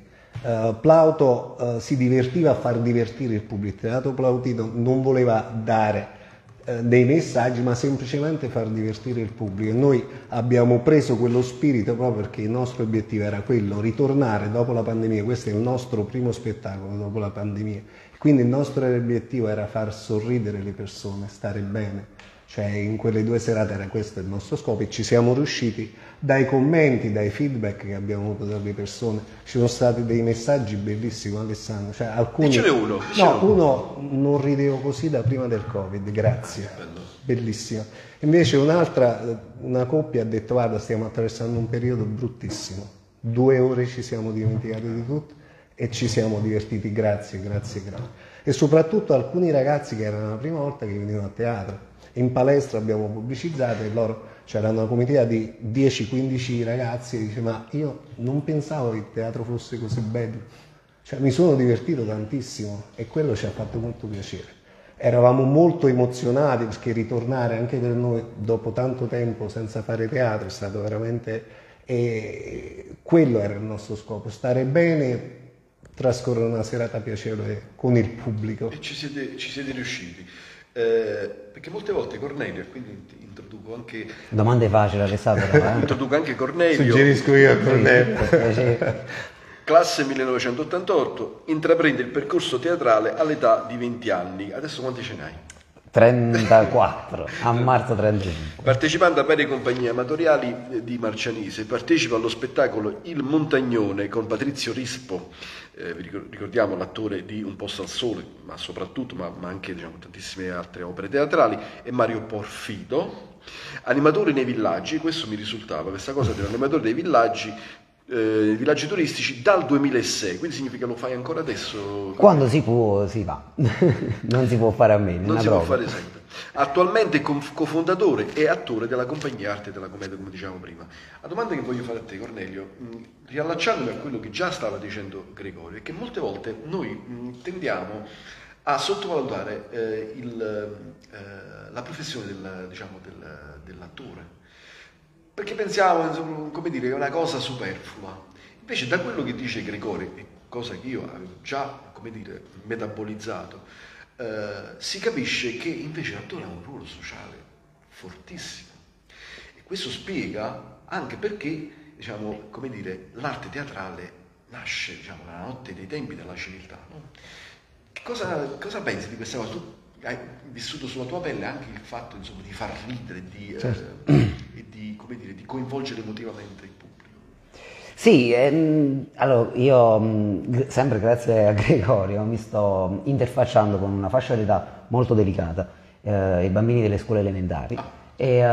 Plauto si divertiva a far divertire il pubblico. Il teatro plautino non voleva dare dei messaggi, ma semplicemente far divertire il pubblico. E noi abbiamo preso quello spirito proprio perché il nostro obiettivo era quello, ritornare dopo la pandemia. Questo è il nostro primo spettacolo dopo la pandemia, quindi il nostro obiettivo era far sorridere le persone, stare bene. Cioè in quelle 2 serate era questo il nostro scopo e ci siamo riusciti. Dai commenti, dai feedback che abbiamo avuto dalle persone, ci sono stati dei messaggi bellissimi, Alessandro. Cioè, alcuni... Dicene uno. Uno non ridevo così da prima del Covid, grazie. Bellissimo. Invece una coppia ha detto: guarda, stiamo attraversando un periodo bruttissimo. 2 ore ci siamo dimenticati di tutto e ci siamo divertiti, grazie. E soprattutto alcuni ragazzi che erano la prima volta che venivano a teatro. In palestra abbiamo pubblicizzato e loro, c'era una comitiva di 10-15 ragazzi e dice: ma io non pensavo che il teatro fosse così bello, cioè mi sono divertito tantissimo e quello ci ha fatto molto piacere. Eravamo molto emozionati perché ritornare anche per noi dopo tanto tempo senza fare teatro è stato veramente, quello era il nostro scopo, stare bene, trascorrere una serata piacevole con il pubblico. E ci siete riusciti. Perché molte volte Cornelio, e quindi introduco anche domande facili, Alessandro. Introduco anche Cornelio. Suggerisco io a Cornelio. Classe 1988, intraprende il percorso teatrale all'età di 20 anni. Adesso quanti ce n'hai? 34, a marzo 35. Partecipando a varie compagnie amatoriali di Marcianise, partecipa allo spettacolo Il Montagnone con Patrizio Rispo, ricordiamo l'attore di Un posto al sole, ma soprattutto, ma anche diciamo, tantissime altre opere teatrali, e Mario Porfido, animatore nei villaggi. Questo mi risultava, questa cosa dell'animatore dei villaggi turistici dal 2006, quindi significa lo fai ancora adesso? Quando si può si va, non si può fare a meno, non si può fare sempre. Attualmente cofondatore e attore della compagnia Arte della Commedia, come dicevamo prima. La domanda che voglio fare a te, Cornelio, riallacciandomi a quello che già stava dicendo Gregorio, è che molte volte noi tendiamo a sottovalutare la professione dell'attore. Perché pensiamo, come dire, che è una cosa superflua. Invece da quello che dice Gregorio, cosa che io avevo già, come dire, metabolizzato, si capisce che invece l'attore ha un ruolo sociale fortissimo. E questo spiega anche perché, diciamo, come dire, l'arte teatrale nasce, diciamo, nella notte dei tempi della civiltà, no? Cosa pensi di questa cosa? Tu hai vissuto sulla tua pelle anche il fatto, insomma, di far ridere, come dire, di coinvolgere emotivamente il pubblico. Sì, allora io sempre grazie a Gregorio mi sto interfacciando con una fascia d'età molto delicata, i bambini delle scuole elementari,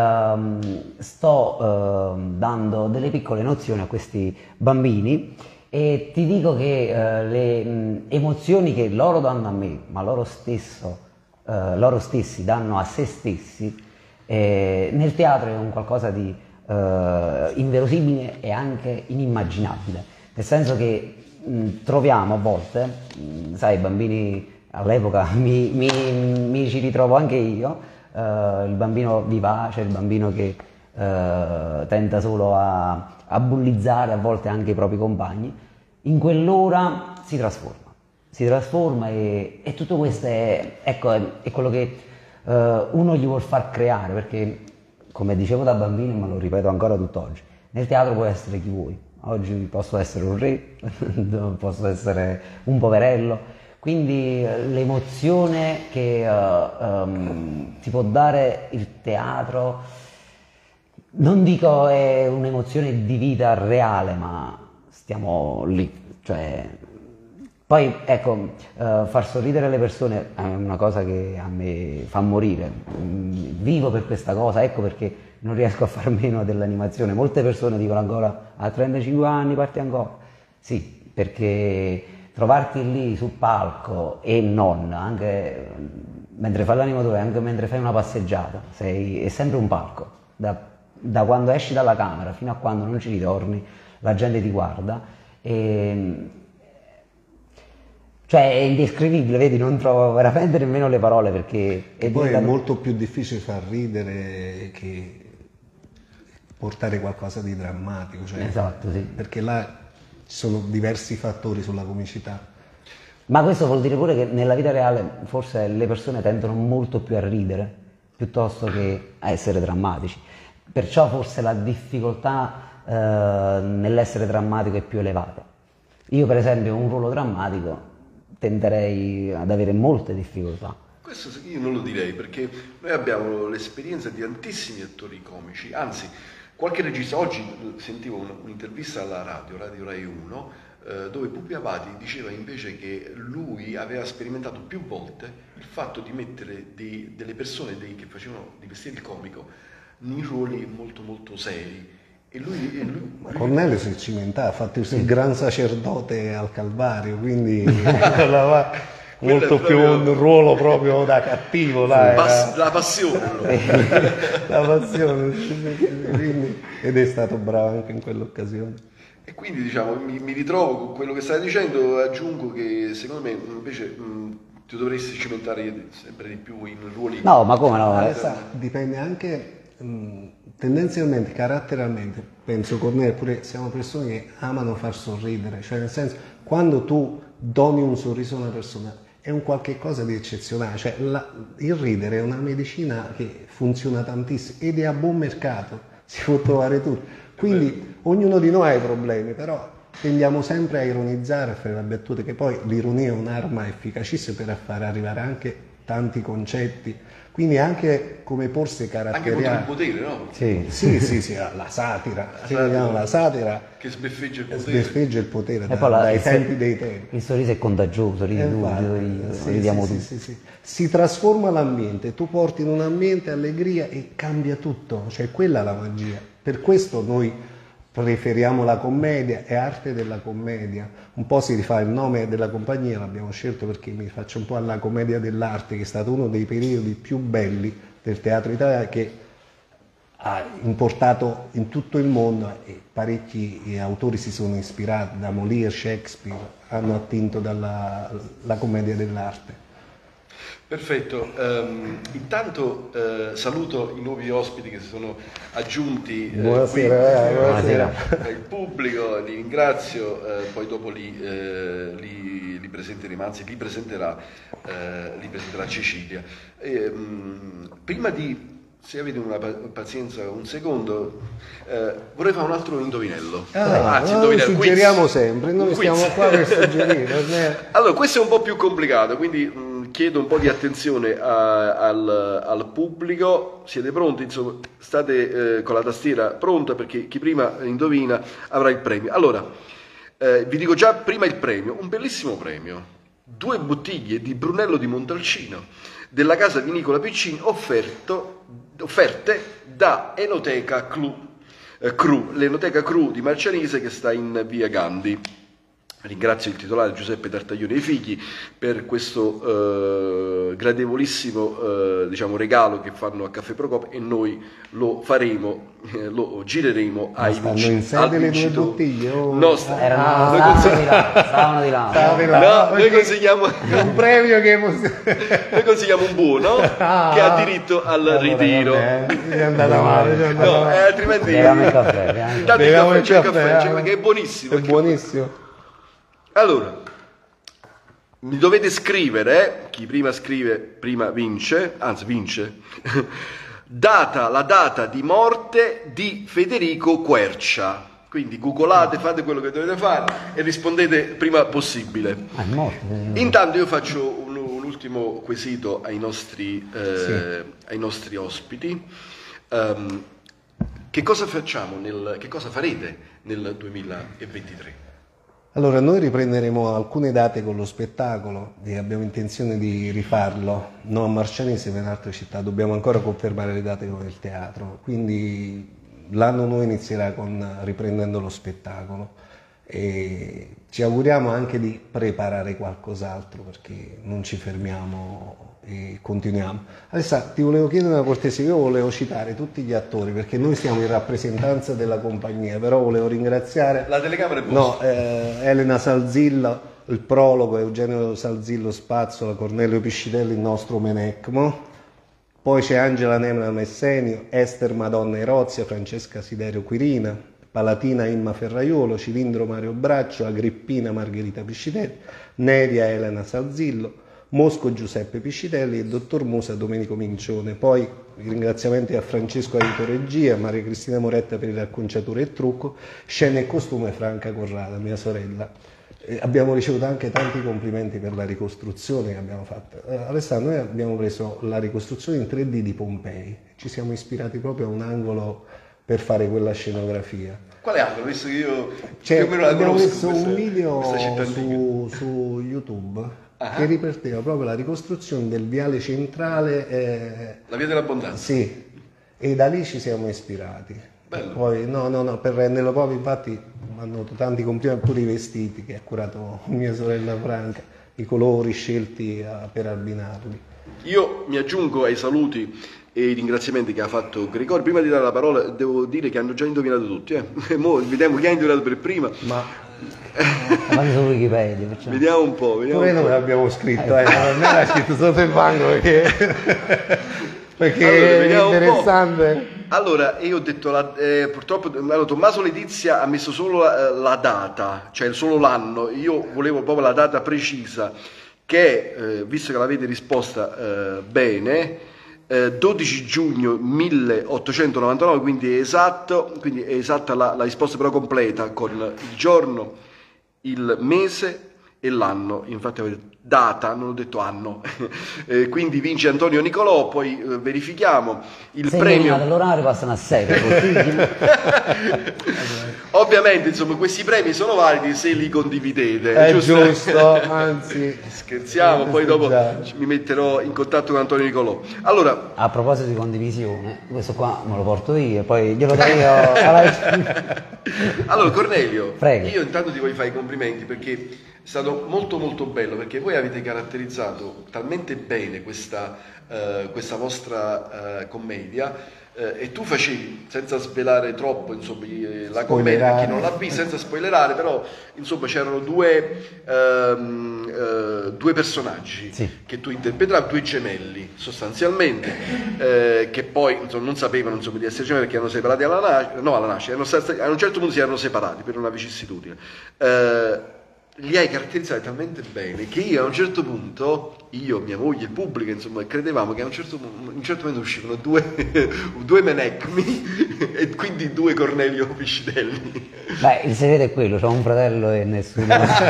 e sto dando delle piccole nozioni a questi bambini E ti dico che le emozioni che loro danno a me, ma loro stessi danno a se stessi, nel teatro è un qualcosa di inverosimile e anche inimmaginabile, nel senso che troviamo a volte, sai, i bambini all'epoca mi ci ritrovo anche io, il bambino vivace, il bambino che tenta solo a bullizzare a volte anche i propri compagni, in quell'ora si trasforma e tutto questo è quello che uno gli vuol far creare, perché come dicevo da bambino, ma lo ripeto ancora tutt'oggi, nel teatro puoi essere chi vuoi. Oggi posso essere un re, posso essere un poverello, quindi l'emozione che ti può dare il teatro, non dico è un'emozione di vita reale, ma stiamo lì, cioè, poi ecco, far sorridere le persone è una cosa che a me fa morire, vivo per questa cosa, ecco perché non riesco a far meno dell'animazione. Molte persone dicono ancora a 35 anni parti ancora, sì, perché trovarti lì sul palco e non, anche mentre fai l'animatore, anche mentre fai una passeggiata, è sempre un palco, da quando esci dalla camera fino a quando non ci ritorni, la gente ti guarda, cioè è indescrivibile, vedi, non trovo veramente nemmeno le parole, perché poi è molto più difficile far ridere che portare qualcosa di drammatico, cioè, esatto, sì. Perché là ci sono diversi fattori sulla comicità. Ma questo vuol dire pure che nella vita reale forse le persone tendono molto più a ridere piuttosto che a essere drammatici, perciò forse la difficoltà nell'essere drammatico è più elevata. Io per esempio un ruolo drammatico tenderei ad avere molte difficoltà. Questo io non lo direi, perché noi abbiamo l'esperienza di tantissimi attori comici, anzi qualche regista, oggi sentivo un'intervista alla Radio Rai 1, dove Pupi Avati diceva invece che lui aveva sperimentato più volte il fatto di mettere delle persone che facevano di vestire il comico in ruoli molto molto seri. E lui Cornelio si è cimentato, ha fatto il gran sacerdote al Calvario, quindi molto più un ruolo proprio da cattivo, là, la passione. La passione, quindi, ed è stato bravo anche in quell'occasione. E quindi diciamo mi ritrovo con quello che stai dicendo, aggiungo che secondo me invece tu dovresti cimentare sempre di più in ruoli. No, ma come no? Dipende anche tendenzialmente, caratterialmente, penso Cornelio pure siamo persone che amano far sorridere, cioè nel senso, quando tu doni un sorriso a una persona è un qualche cosa di eccezionale, cioè il ridere è una medicina che funziona tantissimo ed è a buon mercato, si può trovare tutto, quindi ognuno di noi ha i problemi, però tendiamo sempre a ironizzare, a fare le battute, che poi l'ironia è un'arma efficacissima per far arrivare anche tanti concetti, quindi anche come porsi caratteriali. Anche contro il potere, no? Sì, la satira, la satira che sbeffeggia il potere. Sbeffeggia il potere e poi dai tempi dei tempi. Il sorriso è contagioso, ridiamo tutti. Sì. Si trasforma l'ambiente, tu porti in un ambiente allegria e cambia tutto, cioè quella è la magia. Per questo noi preferiamo la commedia, è arte della commedia. Un po' si rifà il nome della compagnia, l'abbiamo scelto perché mi faccio un po' alla commedia dell'arte, che è stato uno dei periodi più belli del teatro italiano, che ha importato in tutto il mondo e parecchi autori si sono ispirati, da Molière, Shakespeare, hanno attinto dalla commedia dell'arte. Perfetto, intanto saluto i nuovi ospiti che si sono aggiunti. Buonasera. Il pubblico, li ringrazio, poi dopo li presenteremo, anzi li presenterà Cecilia. Prima di, se avete una pazienza un secondo, vorrei fare un altro indovinello. Suggeriamo sempre, noi stiamo qua per suggerire. Allora, questo è un po' più complicato, quindi chiedo un po' di attenzione al pubblico. Siete pronti? Insomma, state con la tastiera pronta, perché chi prima indovina avrà il premio. Allora, vi dico già prima il premio, un bellissimo premio. 2 bottiglie di Brunello di Montalcino della casa di Nicola Piccini, offerte da Enoteca Cru, l'Enoteca Cru di Marcianise, che sta in via Gandhi. ringrazio il titolare Giuseppe Tartaglioni e i figli per questo gradevolissimo diciamo, regalo che fanno a Caffè Procopio, e noi lo faremo, lo gireremo ai vincitori. Le due bottiglie? No, stavano di là. Noi consigliamo un premio che noi consigliamo un buono che ha diritto al ritiro. È andata male. No, altrimenti beviamo il caffè. Intanto c'è il caffè, che è buonissimo. È buonissimo. Allora, mi dovete scrivere, chi prima scrive prima vince, anzi vince, la data di morte di Federico Quercia. Quindi googolate, fate quello che dovete fare e rispondete prima possibile. Intanto io faccio un ultimo quesito ai nostri ospiti. Che cosa facciamo, che cosa farete nel 2023? Allora, noi riprenderemo alcune date con lo spettacolo e abbiamo intenzione di rifarlo, non a Marcianise ma in altre città, dobbiamo ancora confermare le date con il teatro, quindi l'anno nuovo inizierà riprendendo lo spettacolo e ci auguriamo anche di preparare qualcos'altro perché non ci fermiamo e continuiamo. Adesso ti volevo chiedere una cortesia, io volevo citare tutti gli attori perché noi siamo in rappresentanza della compagnia, però volevo ringraziare la telecamera è vostra. Elena Salzillo, il prologo, Eugenio Salzillo Spazzola, Cornelio Piscitelli, il nostro Menecmo, poi c'è Angela Nemna Messenio, Ester Madonna Erozia, Francesca Siderio Quirina, Palatina Imma Ferraiolo, Cilindro Mario Braccio, Agrippina Margherita Piscitelli, Neria Elena Salzillo, Mosco Giuseppe Piscitelli e Dottor Musa Domenico Mincione. Poi i ringraziamenti a Francesco Aiuto Regia, Maria Cristina Moretta per il acconciatura e trucco, scena e costume Franca Corrada, mia sorella. Abbiamo ricevuto anche tanti complimenti per la ricostruzione che abbiamo fatto. Alessandro, noi abbiamo preso la ricostruzione in 3D di Pompei, ci siamo ispirati proprio a un angolo per fare quella scenografia. Quale angolo? Visto che io abbiamo messo un video su YouTube che riprendeva proprio la ricostruzione del viale centrale. La via dell'abbondanza? Sì, e da lì ci siamo ispirati. Bello. Poi, no, per renderlo proprio, infatti mi hanno avuto tanti complimenti, pure i vestiti che ha curato mia sorella Franca, i colori scelti per abbinarli. Io mi aggiungo ai saluti e i ringraziamenti che ha fatto Gregorio. Prima di dare la parola devo dire che hanno già indovinato tutti. Mo vediamo chi ha indovinato per prima. Avanti su Wikipedia. Vediamo un po'. Pure noi l'abbiamo scritto, non era scritto sotto il banco perché allora, è interessante. Allora, io ho detto, purtroppo Tommaso Letizia ha messo solo la data, cioè solo l'anno. Io volevo proprio la data precisa, che è, visto che l'avete risposta bene, 12 giugno 1899, quindi è esatto, quindi è esatta la risposta però completa, con il giorno, il mese e l'anno. Infatti avete data, non ho detto anno. Quindi vince Antonio Nicolò. Poi verifichiamo il premio. L'orario passano a 6 Ovviamente, insomma, questi premi sono validi se li condividete. È giusto, anzi. Scherziamo, poi dopo mi metterò in contatto con Antonio Nicolò. Allora, a proposito di condivisione, questo qua me lo porto io e poi glielo do io. Allora, Cornelio, prego. Io intanto ti voglio fare i complimenti perché è stato molto molto bello, perché voi avete caratterizzato talmente bene questa vostra commedia, e tu facevi, senza svelare troppo, insomma, la commedia, chi non l'ha vista, senza spoilerare, però insomma c'erano due personaggi che tu interpretavi, due gemelli sostanzialmente, che poi insomma, non sapevano insomma, di essere gemelli perché erano separati alla nascita, a un certo punto si erano separati per una vicissitudine. Li hai caratterizzati talmente bene che io a un certo punto, io, mia moglie, il pubblico, insomma, credevamo che a un certo momento uscivano due Menecmi e quindi due Cornelio Piscitelli. Beh, il segreto è quello, c'ho un fratello e nessuno.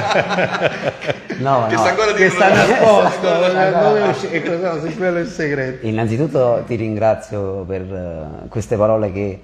Che sta ancora che sta nascosto, e cosa quello è il segreto. Innanzitutto ti ringrazio per queste parole che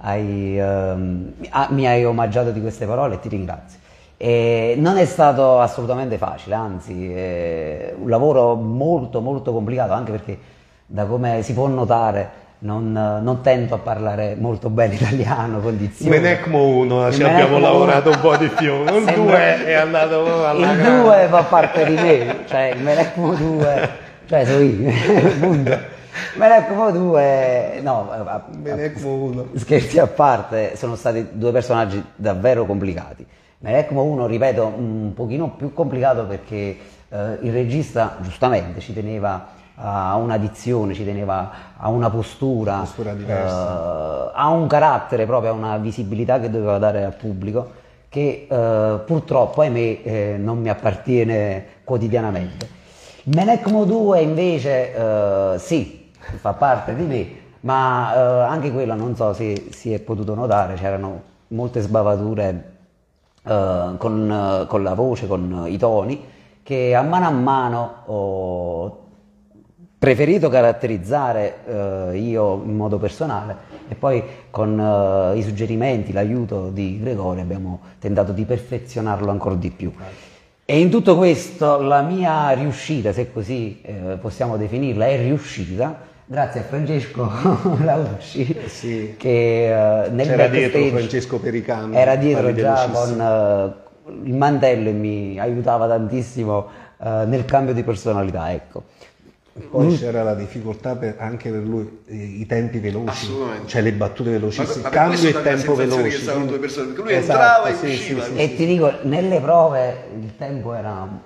mi hai omaggiato di queste parole e ti ringrazio. Non è stato assolutamente facile, anzi è un lavoro molto molto complicato, anche perché da come si può notare non tento a parlare molto bene italiano, condizioni. Menecmo 1 ci Il abbiamo Menecmo lavorato 1 un po' di più, il sembra- 2 è andato alla il grande. 2 fa parte di me, cioè il Menecmo 2, cioè sono io, appunto. Menecmo 2, no, Menecmo 1. scherzi a parte, sono stati due personaggi davvero complicati. Menecmo 1, ripeto, un pochino più complicato perché il regista giustamente ci teneva a una dizione, ci teneva a una postura diversa. a un carattere proprio, a una visibilità che doveva dare al pubblico che purtroppo, ahimè, non mi appartiene quotidianamente. Menecmo 2 invece sì, fa parte di me, ma anche quello non so se si è potuto notare, c'erano molte sbavature con la voce, con i toni, che a mano ho preferito caratterizzare io in modo personale, e poi con i suggerimenti, l'aiuto di Gregorio abbiamo tentato di perfezionarlo ancora di più. E in tutto questo la mia riuscita, se così possiamo definirla, è riuscita grazie a Francesco Lausci, Sì. che nel C'era dietro backstage Francesco Pericano, era dietro Palli già velocissimi. con il mantello e mi aiutava tantissimo nel cambio di personalità, ecco. Poi c'era la difficoltà anche per lui, i tempi veloci, Assolutamente. cioè le battute veloci, Ma cambio questo e dà la tempo sensazione veloci. che stavano due persone, perché lui Esatto, entrava e sì, usciva. sì, sì, E ti dico, nelle prove il tempo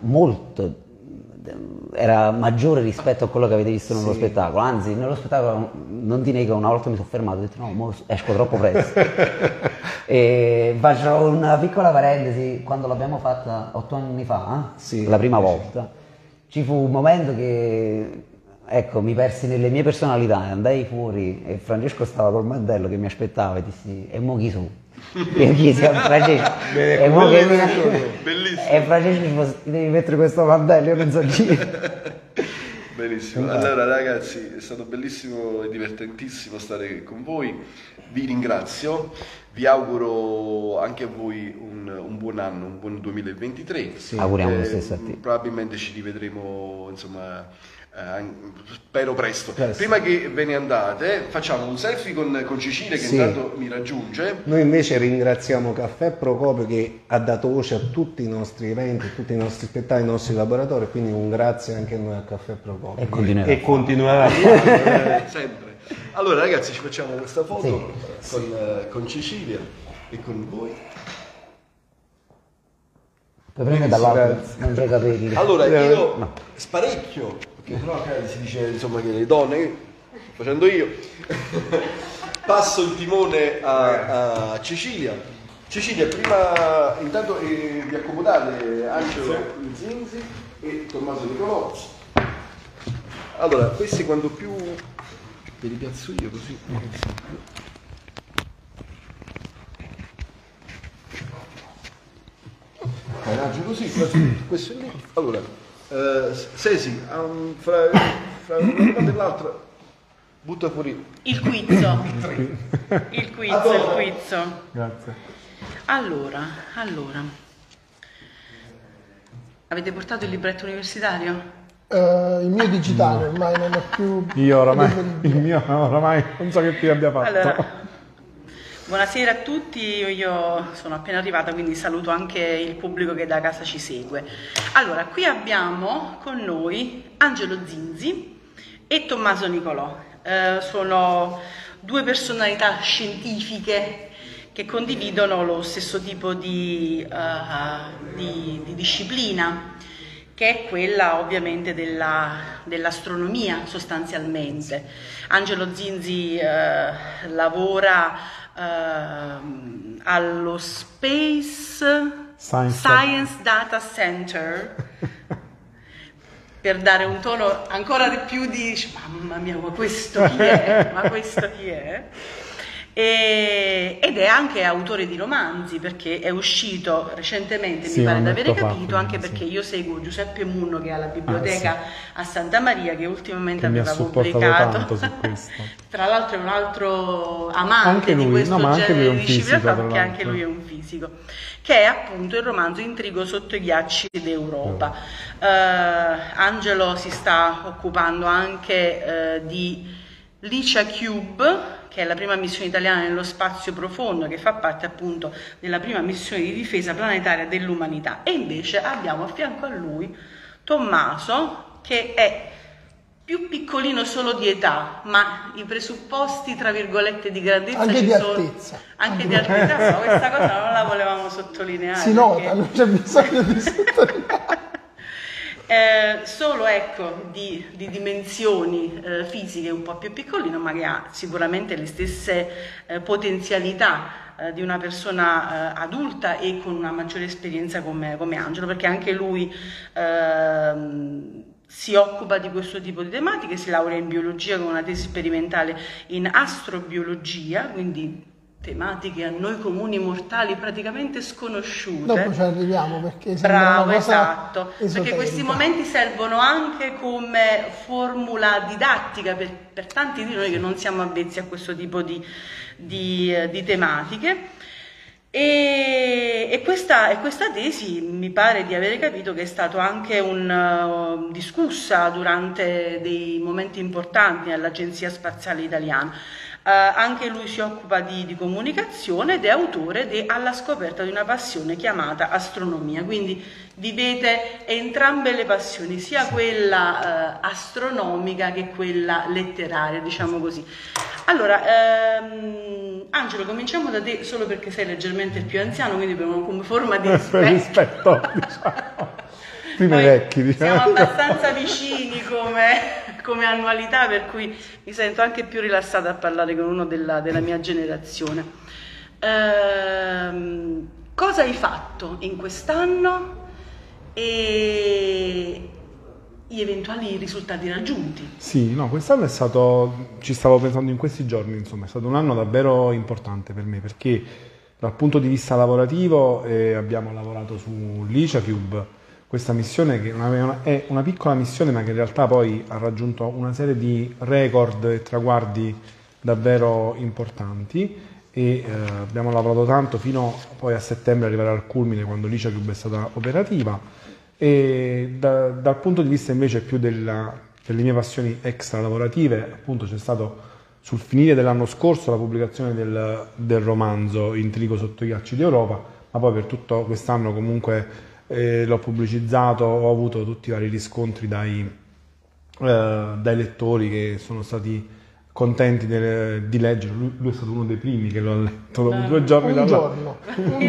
era maggiore rispetto a quello che avete visto nello spettacolo, anzi nello spettacolo non ti nego, una volta mi sono fermato e ho detto no, mo esco troppo presto. E faccio una piccola parentesi, quando l'abbiamo fatta 8 anni fa, Sì. la prima volta, ci fu un momento che ecco, mi persi nelle mie personalità, andai fuori e Francesco stava col mantello che mi aspettava e dissi e mo chi su? Io chiesi a Francesco e mo che Bellissimo. e Francesco mi disse, devi mettere questo mantello, io non so chi. Benissimo, allora ragazzi è stato bellissimo e divertentissimo stare con voi, vi ringrazio, vi auguro anche a voi un buon anno, un buon 2023. Auguriamo lo stesso a te. Probabilmente ci rivedremo, insomma, spero presto. Prima che ve ne andate facciamo un selfie con Cecilia che Sì. intanto mi raggiunge. Noi invece ringraziamo Caffè Procopio che ha dato voce a tutti i nostri eventi, a tutti i nostri spettacoli, ai nostri laboratori, quindi un grazie anche a noi a Caffè Procopio. E continuerà. E continuerà a fare. Sempre. Allora ragazzi ci facciamo questa foto con Cecilia e con voi. Puoi prendere dall'alto, non c'hai capelli. Allora io sparecchio, perché sennò si dice insomma che le donne, facendo io, passo il timone a Cecilia. Cecilia, prima intanto vi accomodate Angelo Zinzi e Tommaso Nicolò. Allora, questi quando più ve li piazzo io così. Managgio così, questo è lì. Allora, Sesi, fra una cosa e l'altra, butta fuori. Il quizzo. Il quizzo. Grazie. Allora. Avete portato il libretto universitario? Il mio digitale ormai non è più. Io oramai, il mio oramai non so che più abbia fatto. Allora, buonasera a tutti, io sono appena arrivata, quindi saluto anche il pubblico che da casa ci segue. Allora, qui abbiamo con noi Angelo Zinzi e Tommaso Nicolò. Sono due personalità scientifiche che condividono lo stesso tipo di disciplina, che è quella ovviamente dell'astronomia sostanzialmente. Angelo Zinzi lavora allo Science Data Center per dare un tono ancora di più di mamma mia, ma questo chi è? Ma questo chi è? Ed è anche autore di romanzi, perché è uscito recentemente, mi pare di avere capito, anche perché io seguo Giuseppe Munno che ha la biblioteca a Santa Maria, che ultimamente aveva pubblicato tanto su questo. tra l'altro è un altro amante Anche lui, di questo ma anche genere lui è un di disciplina, fisico, tra perché anche l'altro. lui è un fisico, che è appunto il romanzo Intrigo sotto i ghiacci d'Europa. Angelo si sta occupando anche di Licia Cube, che è la prima missione italiana nello spazio profondo, che fa parte appunto della prima missione di difesa planetaria dell'umanità. E invece abbiamo a fianco a lui Tommaso, che è più piccolino solo di età, ma i presupposti, tra virgolette, di grandezza anche ci di sono. altezza. Anche di altezza, no, questa cosa non la volevamo sottolineare. Si nota, non c'è bisogno di sottolineare. Solo ecco di dimensioni fisiche un po' più piccolino, ma che ha sicuramente le stesse potenzialità di una persona adulta e con una maggiore esperienza come Angelo, perché anche lui si occupa di questo tipo di tematiche, si laurea in biologia con una tesi sperimentale in astrobiologia, quindi tematiche a noi comuni mortali praticamente sconosciute. Dopo ci arriviamo, perché sembra bravo, una cosa esatto, esoterica. perché questi momenti servono anche come formula didattica per tanti di noi che non siamo avvezzi a questo tipo di tematiche. E questa tesi mi pare di avere capito che è stato anche discussa durante dei momenti importanti nell'Agenzia Spaziale Italiana. Anche lui si occupa di comunicazione ed è autore di Alla scoperta di una passione chiamata astronomia, quindi vivete entrambe le passioni, sia quella astronomica che quella letteraria, diciamo così. Allora, Angelo, cominciamo da te solo perché sei leggermente il più anziano, quindi come forma di rispetto, diciamo. Prima i vecchi, diciamo. Siamo abbastanza vicini come annualità, per cui mi sento anche più rilassata a parlare con uno della mia generazione. Cosa hai fatto in quest'anno e gli eventuali risultati raggiunti? Sì, no, quest'anno è stato, ci stavo pensando in questi giorni, insomma, è stato un anno davvero importante per me, perché dal punto di vista lavorativo abbiamo lavorato su Licia Cube, questa missione che è una piccola missione, ma che in realtà poi ha raggiunto una serie di record e traguardi davvero importanti, e abbiamo lavorato tanto fino poi a settembre arrivare al culmine, quando Licia Cube è stata operativa. E dal punto di vista invece più delle mie passioni extra lavorative, appunto c'è stato sul finire dell'anno scorso la pubblicazione del romanzo Intrigo sotto i ghiacci d'Europa, ma poi per tutto quest'anno comunque l'ho pubblicizzato, ho avuto tutti i vari riscontri dai lettori che sono stati contenti di leggere. Lui è stato uno dei primi che l'ho letto dopo 2 giorni. In un giorno.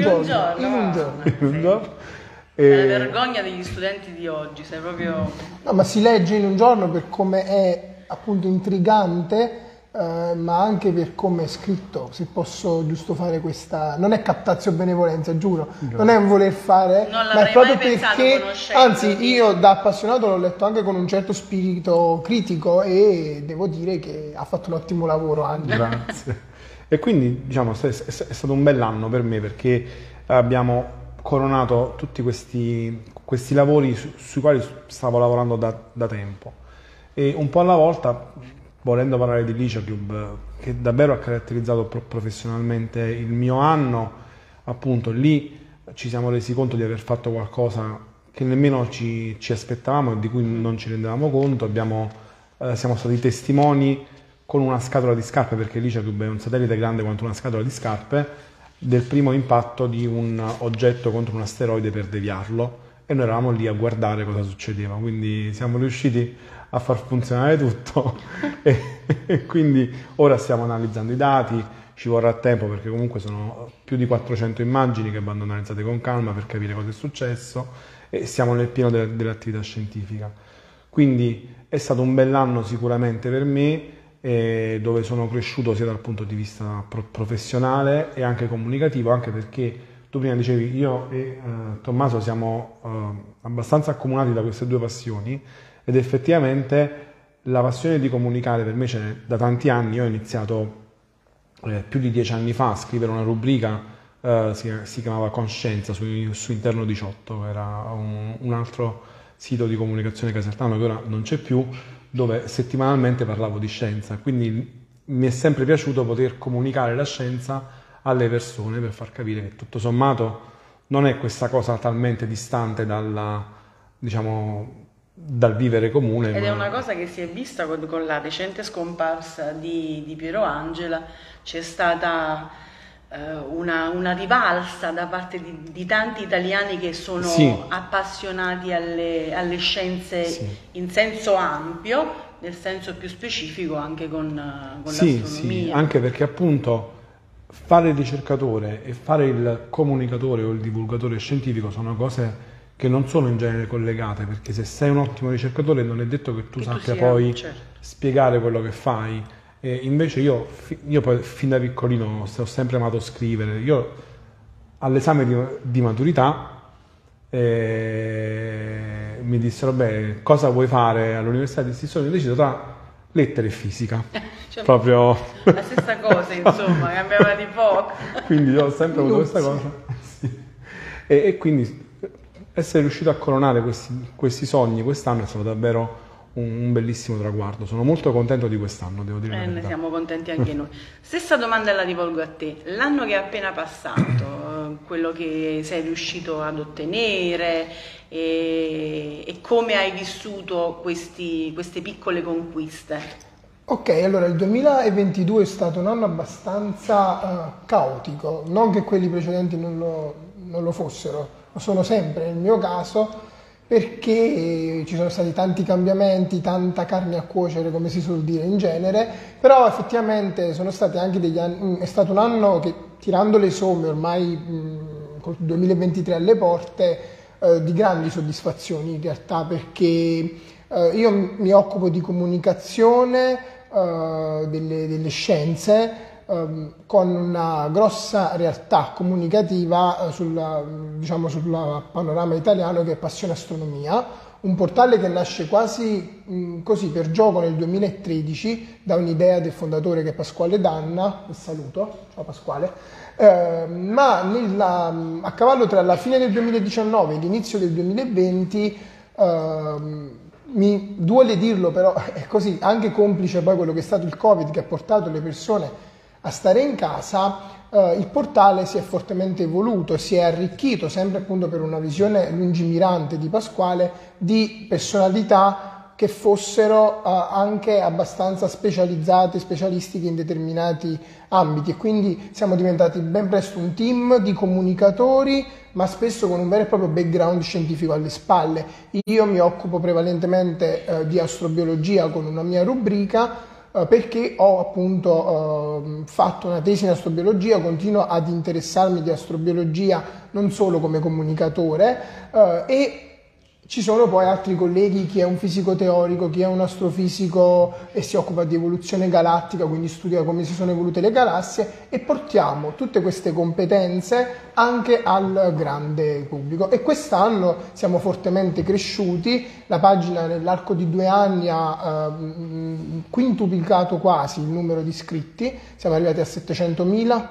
È la vergogna degli studenti di oggi, sei proprio... No, ma si legge in un giorno per come è appunto intrigante, ma anche per come è scritto, se posso giusto fare questa... Non è captazio benevolenza, giuro, non è un voler fare, ma è proprio perché, anzi io da appassionato l'ho letto anche con un certo spirito critico e devo dire che ha fatto un ottimo lavoro anche. Grazie. E quindi diciamo è stato un bell'anno per me, perché abbiamo coronato tutti questi lavori sui quali stavo lavorando da tempo, e un po' alla volta, volendo parlare di Licia Cube, che davvero ha caratterizzato professionalmente il mio anno, appunto lì ci siamo resi conto di aver fatto qualcosa che nemmeno ci aspettavamo e di cui non ci rendevamo conto. Siamo stati testimoni con una scatola di scarpe, perché Licia Cube è un satellite grande quanto una scatola di scarpe, del primo impatto di un oggetto contro un asteroide per deviarlo, e noi eravamo lì a guardare cosa succedeva, quindi siamo riusciti a far funzionare tutto e quindi ora stiamo analizzando i dati, ci vorrà tempo perché comunque sono più di 400 immagini che vanno analizzate con calma per capire cosa è successo, e siamo nel pieno dell'attività scientifica. Quindi è stato un bell'anno sicuramente per me, dove sono cresciuto sia dal punto di vista professionale e anche comunicativo, anche perché tu prima dicevi io e Tommaso siamo abbastanza accomunati da queste 2 passioni, ed effettivamente la passione di comunicare per me c'è da tanti anni. Io ho iniziato più di 10 anni fa a scrivere una rubrica, si chiamava Conscienza su Interno 18, era un altro sito di comunicazione casertano che ora non c'è più, dove settimanalmente parlavo di scienza, quindi mi è sempre piaciuto poter comunicare la scienza alle persone per far capire che tutto sommato non è questa cosa talmente distante dal vivere comune. Ed è una cosa che si è vista con la recente scomparsa di Piero Angela. C'è stata una rivalsa da parte di tanti italiani che sono appassionati alle scienze in senso ampio, nel senso più specifico anche con l'astronomia. Sì, anche perché appunto fare il ricercatore e fare il comunicatore o il divulgatore scientifico sono cose che non sono in genere collegate, perché se sei un ottimo ricercatore non è detto che tu sappia poi spiegare quello che fai. E invece io poi fin da piccolino ho sempre amato scrivere. Io all'esame di maturità mi dissero: beh, cosa vuoi fare all'università di istruzione? Ho deciso tra lettere e fisica. Cioè, proprio la stessa cosa, insomma, cambiava di poco. Quindi io ho sempre avuto questa cosa. E quindi essere riuscito a coronare questi sogni quest'anno è stato davvero un bellissimo traguardo. Sono molto contento di quest'anno, devo dire la verità. Ne siamo contenti anche noi. Stessa domanda la rivolgo a te. L'anno che è appena passato, quello che sei riuscito ad ottenere e come hai vissuto queste piccole conquiste? Ok, allora il 2022 è stato un anno abbastanza caotico, non che quelli precedenti non lo fossero, lo sono sempre nel mio caso, perché ci sono stati tanti cambiamenti, tanta carne a cuocere, come si suol dire in genere, però effettivamente sono stati anche degli anni, è stato un anno che, tirando le somme ormai col 2023 alle porte, di grandi soddisfazioni in realtà, perché io mi occupo di comunicazione delle scienze, con una grossa realtà comunicativa sul panorama italiano, che è Passione Astronomia, un portale che nasce quasi così per gioco nel 2013 da un'idea del fondatore, che è Pasquale Danna, che saluto, ciao Pasquale, ma a cavallo tra la fine del 2019 e l'inizio del 2020, mi duole dirlo, però è così, anche complice poi quello che è stato il Covid, che ha portato le persone a stare in casa, il portale si è fortemente evoluto, si è arricchito, sempre appunto per una visione lungimirante di Pasquale, di personalità che fossero anche abbastanza specialistiche in determinati ambiti, e quindi siamo diventati ben presto un team di comunicatori, ma spesso con un vero e proprio background scientifico alle spalle. Io mi occupo prevalentemente di astrobiologia con una mia rubrica, perché ho appunto fatto una tesi in astrobiologia, continuo ad interessarmi di astrobiologia non solo come comunicatore, e ci sono poi altri colleghi, chi è un fisico teorico, chi è un astrofisico e si occupa di evoluzione galattica, quindi studia come si sono evolute le galassie, e portiamo tutte queste competenze anche al grande pubblico. E quest'anno siamo fortemente cresciuti, la pagina nell'arco di 2 anni ha quintuplicato quasi il numero di iscritti, siamo arrivati a 700.000.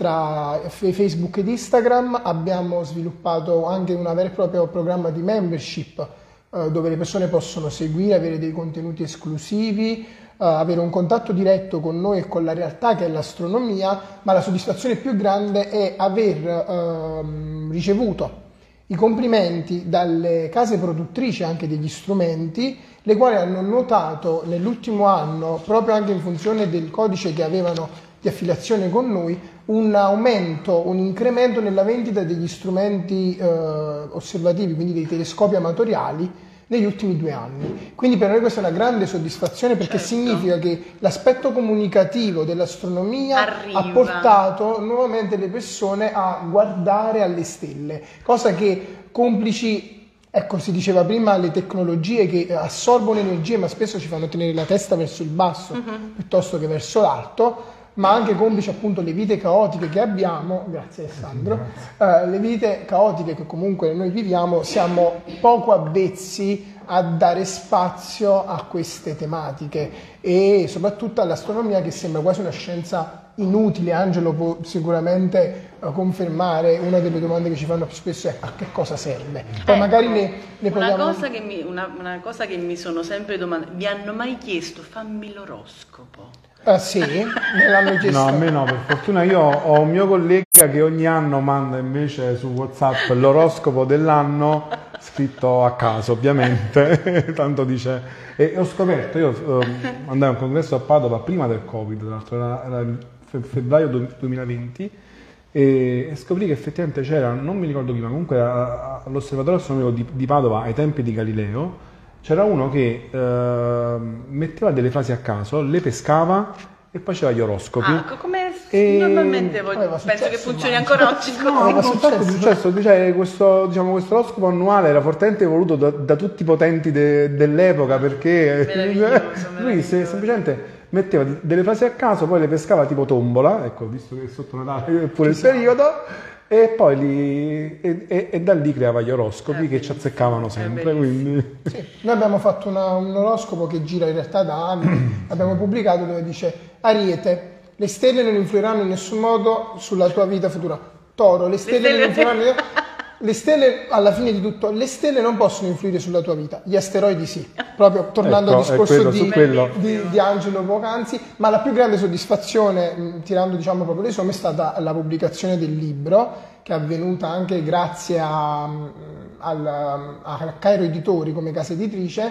Tra Facebook ed Instagram abbiamo sviluppato anche un vero e proprio programma di membership, dove le persone possono seguire, avere dei contenuti esclusivi, avere un contatto diretto con noi e con la realtà che è l'astronomia, ma la soddisfazione più grande è aver ricevuto i complimenti dalle case produttrici anche degli strumenti, le quali hanno notato nell'ultimo anno, proprio anche in funzione del codice che avevano di affiliazione con noi, un aumento, un incremento nella vendita degli strumenti osservativi, quindi dei telescopi amatoriali, negli ultimi 2 anni. Quindi per noi questa è una grande soddisfazione, perché significa che l'aspetto comunicativo dell'astronomia ha portato nuovamente le persone a guardare alle stelle, cosa che, complici, ecco, si diceva prima, le tecnologie che assorbono energie ma spesso ci fanno tenere la testa verso il basso piuttosto che verso l'alto, ma anche complice appunto le vite caotiche che abbiamo, grazie Alessandro, le vite caotiche che comunque noi viviamo, siamo poco avvezzi a dare spazio a queste tematiche, e soprattutto all'astronomia, che sembra quasi una scienza inutile. Angelo può sicuramente confermare, una delle domande che ci fanno più spesso è: a che cosa serve? Poi magari ne parliamo. Una cosa che mi sono sempre domandata: vi hanno mai chiesto fammi l'oroscopo? Sì, me l'hanno chiesto. No, a me no, per fortuna io ho un mio collega che ogni anno manda invece su WhatsApp l'oroscopo dell'anno scritto a caso, ovviamente, tanto dice. E ho scoperto, io andai a un congresso a Padova prima del Covid, tra l'altro era febbraio 2020, e scoprì che effettivamente c'era, non mi ricordo chi, ma comunque all'osservatorio astronomico di Padova ai tempi di Galileo, c'era uno che metteva delle frasi a caso, le pescava e faceva gli oroscopi. Come normalmente penso che funzioni ancora oggi. No, è successo, cioè, questo oroscopo annuale era fortemente voluto da tutti i potenti dell'epoca, perché lui semplicemente metteva delle frasi a caso, poi le pescava tipo tombola, ecco, visto che sotto Natale è pure il periodo, e poi e da lì creava gli oroscopi che ci azzeccavano sempre. Quindi. Sì, noi abbiamo fatto un oroscopo che gira in realtà da anni, l'abbiamo pubblicato, dove dice: Ariete, le stelle non influiranno in nessun modo sulla tua vita futura. Toro, le stelle non influiranno. Le stelle, alla fine di tutto, le stelle non possono influire sulla tua vita, gli asteroidi sì. Proprio tornando al discorso di Angelo poc'anzi, ma la più grande soddisfazione, tirando diciamo proprio le somme, è stata la pubblicazione del libro, che è avvenuta anche grazie a Cairo Editori come casa editrice.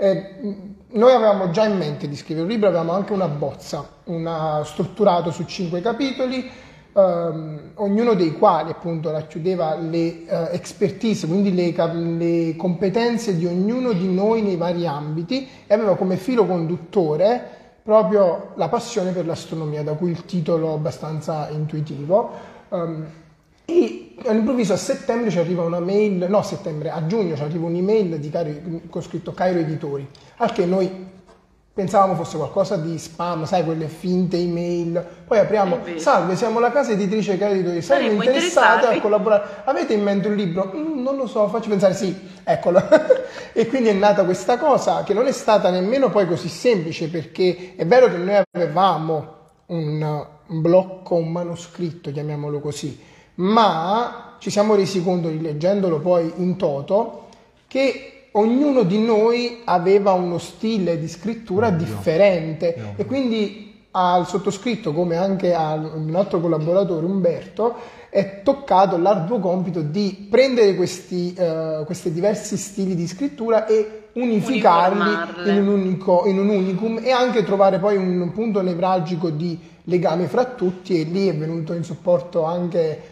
Noi avevamo già in mente di scrivere un libro, avevamo anche una bozza, strutturato su 5 capitoli, ognuno dei quali appunto racchiudeva le expertise, quindi le competenze di ognuno di noi nei vari ambiti, e aveva come filo conduttore proprio la passione per l'astronomia, da cui il titolo abbastanza intuitivo. E all'improvviso a settembre ci arriva una mail, no, a giugno ci arriva un'email con scritto Cairo Editori, al che noi pensavamo fosse qualcosa di spam, sai, quelle finte email. Poi apriamo: salve, siamo la casa editrice Cairo Editori, saremmo interessati a collaborare, avete in mente un libro? Non lo so, faccio pensare, sì, eccolo. E quindi è nata questa cosa, che non è stata nemmeno poi così semplice, perché è vero che noi avevamo un blocco, un manoscritto, chiamiamolo così, ma ci siamo resi conto, rileggendolo poi in toto, che ognuno di noi aveva uno stile di scrittura differente, e quindi al sottoscritto, come anche al un altro collaboratore, Umberto, è toccato l'arduo compito di prendere questi diversi stili di scrittura e unificarli in un unicum, e anche trovare poi un punto nevralgico di legame fra tutti. E lì è venuto in supporto anche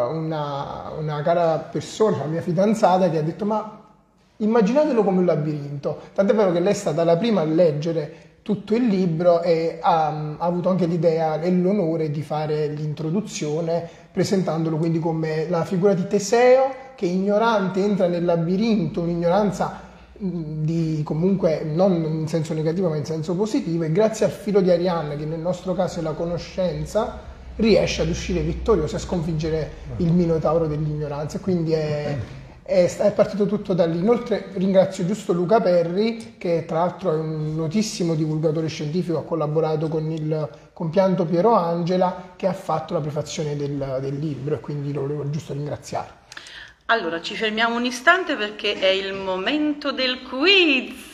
una cara persona, la mia fidanzata, che ha detto: ma immaginatelo come un labirinto. Tant'è vero che lei è stata la prima a leggere tutto il libro e ha avuto anche l'idea e l'onore di fare l'introduzione, presentandolo quindi come la figura di Teseo, che ignorante entra nel labirinto, un'ignoranza comunque non in senso negativo ma in senso positivo, e grazie al filo di Arianna, che nel nostro caso è la conoscenza, riesce ad uscire vittorioso e a sconfiggere il minotauro dell'ignoranza. Quindi è partito tutto da lì. Inoltre ringrazio giusto Luca Perri, che tra l'altro è un notissimo divulgatore scientifico, ha collaborato con il compianto Piero Angela, che ha fatto la prefazione del libro, e quindi lo volevo giusto ringraziare. Allora ci fermiamo un istante perché è il momento del quiz.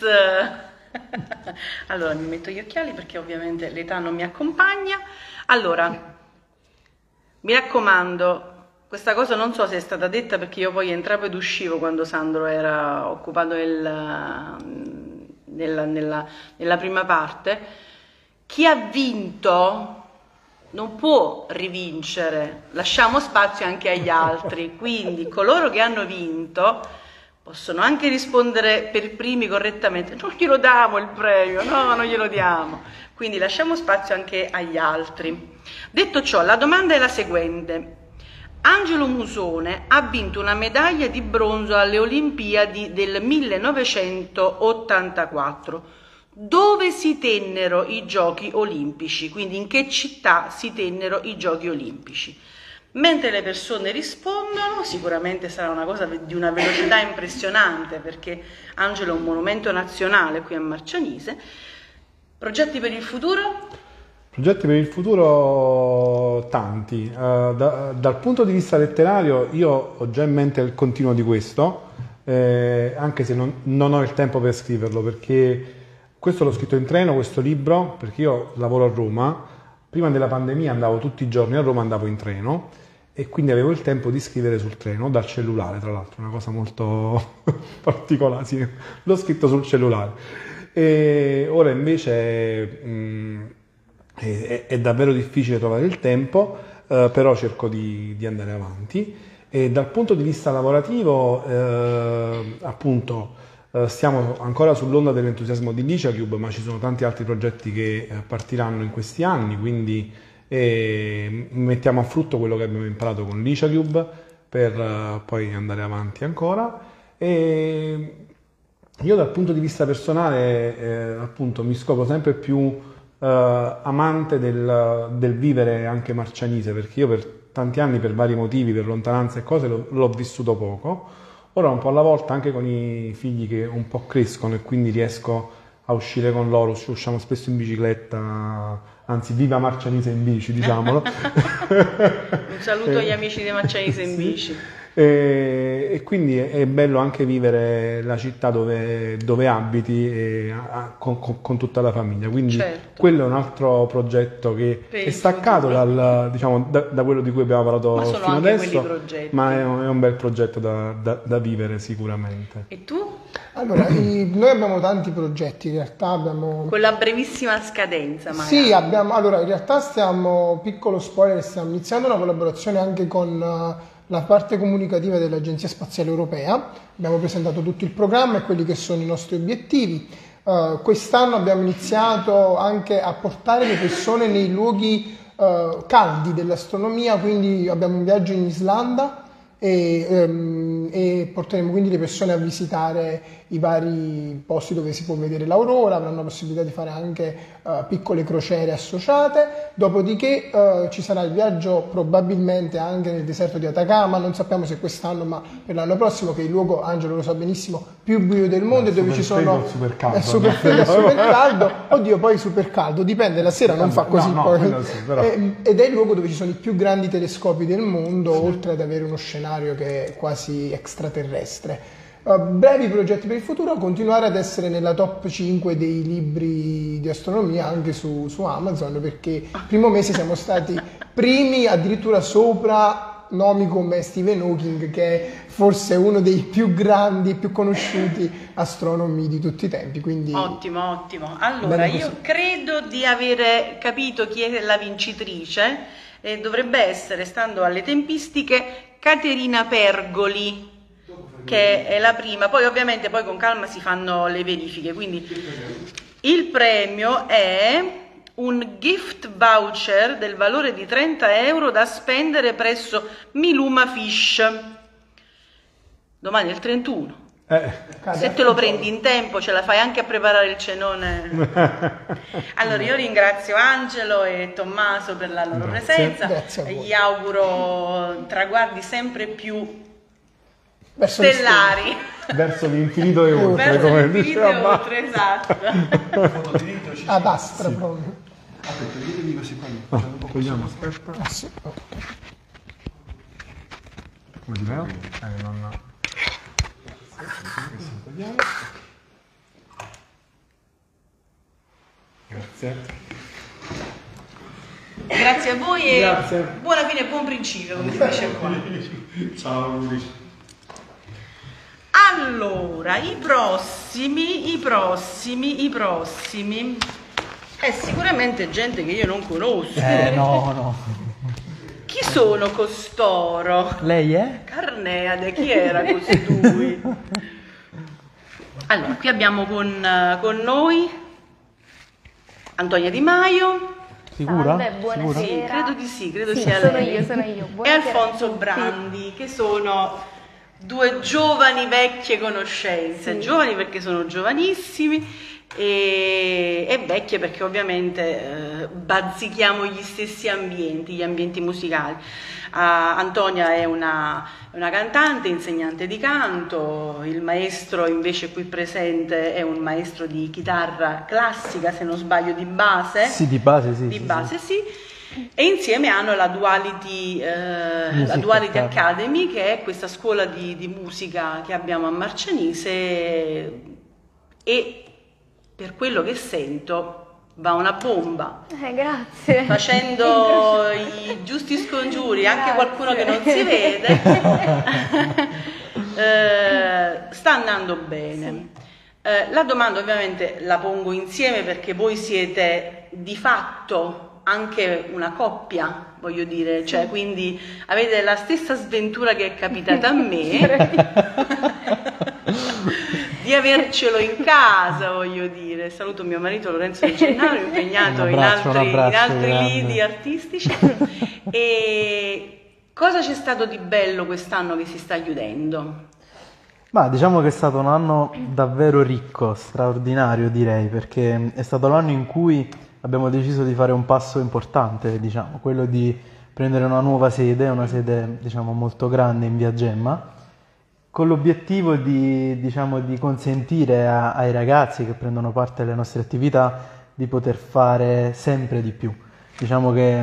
Allora mi metto gli occhiali perché ovviamente l'età non mi accompagna. Allora, mi raccomando, questa cosa non so se è stata detta, perché io poi entravo ed uscivo quando Sandro era occupato nella prima parte. Chi ha vinto non può rivincere, lasciamo spazio anche agli altri, quindi coloro che hanno vinto possono anche rispondere per primi correttamente. Non glielo diamo il premio, no, non glielo diamo, quindi lasciamo spazio anche agli altri. Detto ciò, la domanda è la seguente: Angelo Musone ha vinto una medaglia di bronzo alle Olimpiadi del 1984. Dove si tennero i Giochi Olimpici? Quindi in che città si tennero i Giochi Olimpici? Mentre le persone rispondono, sicuramente sarà una cosa di una velocità impressionante, perché Angelo è un monumento nazionale qui a Marcianise. Progetti per il futuro? Progetti per il futuro tanti. Dal punto di vista letterario io ho già in mente il continuo di questo, anche se non ho il tempo per scriverlo, perché questo l'ho scritto in treno, questo libro, perché io lavoro a Roma, prima della pandemia andavo tutti i giorni a Roma, andavo in treno e quindi avevo il tempo di scrivere sul treno, dal cellulare tra l'altro, una cosa molto particolare, sì, l'ho scritto sul cellulare. E ora invece è davvero difficile trovare il tempo, però cerco di andare avanti. E dal punto di vista lavorativo, appunto, stiamo ancora sull'onda dell'entusiasmo di LiceaCube, ma ci sono tanti altri progetti che partiranno in questi anni, quindi mettiamo a frutto quello che abbiamo imparato con LiceaCube per poi andare avanti ancora. E io dal punto di vista personale, appunto, mi scopro sempre più amante del vivere anche marcianise, perché io per tanti anni, per vari motivi, per lontananza e cose, l'ho vissuto poco. Ora un po' alla volta, anche con i figli che un po' crescono e quindi riesco a uscire con loro, usciamo spesso in bicicletta, anzi viva Marcianise in bici, diciamolo. Un saluto agli amici di Marcianise in bici. E quindi è bello anche vivere la città dove abiti con tutta la famiglia, quindi certo. Quello è un altro progetto che è staccato da quello di cui abbiamo parlato fino adesso, ma è un bel progetto da vivere sicuramente. E tu? Allora, noi abbiamo tanti progetti, in realtà abbiamo... Con la brevissima scadenza magari. Sì, allora in realtà piccolo spoiler, stiamo iniziando una collaborazione anche con la parte comunicativa dell'Agenzia Spaziale Europea. Abbiamo presentato tutto il programma e quelli che sono i nostri obiettivi. Quest'anno abbiamo iniziato anche a portare le persone nei luoghi caldi dell'astronomia, quindi abbiamo un viaggio in Islanda e porteremo quindi le persone a visitare i vari posti dove si può vedere l'aurora, avranno la possibilità di fare anche piccole crociere associate, dopodiché ci sarà il viaggio probabilmente anche nel deserto di Atacama, non sappiamo se quest'anno ma per l'anno prossimo, che è il luogo, Angelo lo sa benissimo, più buio del mondo, dove ci sono... Super caldo, è super freddo, è super caldo, oddio poi super caldo, dipende, la sera non fa così sì, però. Ed è il luogo dove ci sono i più grandi telescopi del mondo, oltre ad avere uno scenario che è quasi extraterrestre. Brevi progetti per il futuro: continuare ad essere nella top 5 dei libri di astronomia anche su Amazon, perché il primo mese siamo stati primi, addirittura sopra nomi come Stephen Hawking, che è forse uno dei più grandi e più conosciuti astronomi di tutti i tempi. Quindi ottimo. Allora, io credo di aver capito chi è la vincitrice, e dovrebbe essere, stando alle tempistiche, Caterina Pergoli, che è la prima. Poi ovviamente poi con calma si fanno le verifiche, quindi il premio è un gift voucher del valore di 30 euro da spendere presso Miluma Fish. Domani è il 31. Se te lo prendi in tempo ce la fai anche a preparare il cenone. Allora io ringrazio Angelo e Tommaso per la loro presenza. Gli auguro traguardi sempre più stellari verso l'infinito e oltre, verso come l'infinito e oltre, esatto. ad Astra proprio. Aspetta, vedi questi qua. Togliamo, aspetta. Sì. Come ti veo? Non... Grazie. Grazie a voi e Grazie. buona fine e buon principio, come si dice qua. Ciao. Allora, i prossimi è sicuramente gente che io non conosco. No. Chi sono costoro? Lei è? Carneade, chi era costui? Allora, qui abbiamo con noi Antonia Di Maio. Sicura? Salve, buonasera. Sì, credo di sì, credo Sì, sia sono lei. io. E Buonasera Alfonso a tutti. Brandi, che sono due giovani vecchie conoscenze, Sì. giovani perché sono giovanissimi e vecchie perché ovviamente bazzichiamo gli stessi ambienti, gli ambienti musicali. Antonia è una cantante, insegnante di canto, il maestro invece qui presente è un maestro di chitarra classica, se non sbaglio, di base. Sì, di base sì. Di base sì. E insieme hanno la Duality Academy, che è questa scuola di musica che abbiamo a Marcianise, e per quello che sento va una bomba. Grazie. Facendo i giusti scongiuri, anche qualcuno che non si vede, sta andando bene. La domanda ovviamente la pongo insieme perché voi siete di fatto anche una coppia, voglio dire, cioè quindi avete la stessa sventura che è capitata a me di avercelo in casa, voglio dire. Saluto mio marito Lorenzo Di Gennaro, impegnato in altri lidi artistici. E cosa c'è stato di bello quest'anno che si sta chiudendo? Ma diciamo che è stato un anno davvero ricco, straordinario direi, perché è stato l'anno in cui abbiamo deciso di fare un passo importante, diciamo, quello di prendere una nuova sede, una sede diciamo molto grande in via Gemma, con l'obiettivo di, diciamo, di consentire ai ragazzi che prendono parte alle nostre attività di poter fare sempre di più. Diciamo che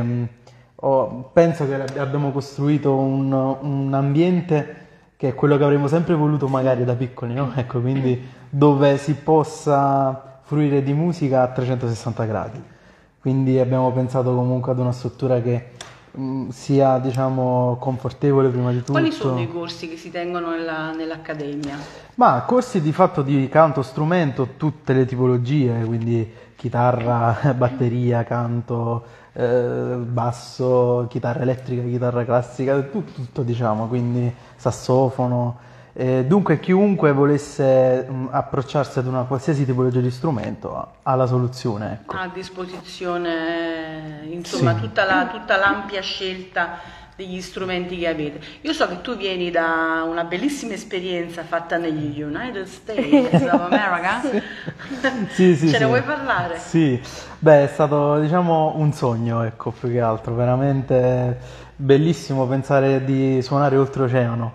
penso che abbiamo costruito un ambiente che è quello che avremmo sempre voluto magari da piccoli, no? Ecco, quindi dove si possa fruire di musica a 360 gradi. Quindi abbiamo pensato comunque ad una struttura che sia, diciamo, confortevole prima di tutto. Quali sono i corsi che si tengono nell'accademia? Ma corsi di fatto di canto strumento, tutte le tipologie, quindi chitarra, batteria, canto, basso, chitarra elettrica, chitarra classica, tutto diciamo, quindi sassofono. Dunque chiunque volesse approcciarsi ad una qualsiasi tipologia di strumento ha la soluzione, ecco. A disposizione, insomma, Sì. tutta l'ampia scelta degli strumenti che avete. Io so che tu vieni da una bellissima esperienza fatta negli United States of America. Sì, Ce ne sì. vuoi parlare? Sì, beh, è stato, diciamo, un sogno, ecco, più che altro, veramente bellissimo pensare di suonare oltreoceano.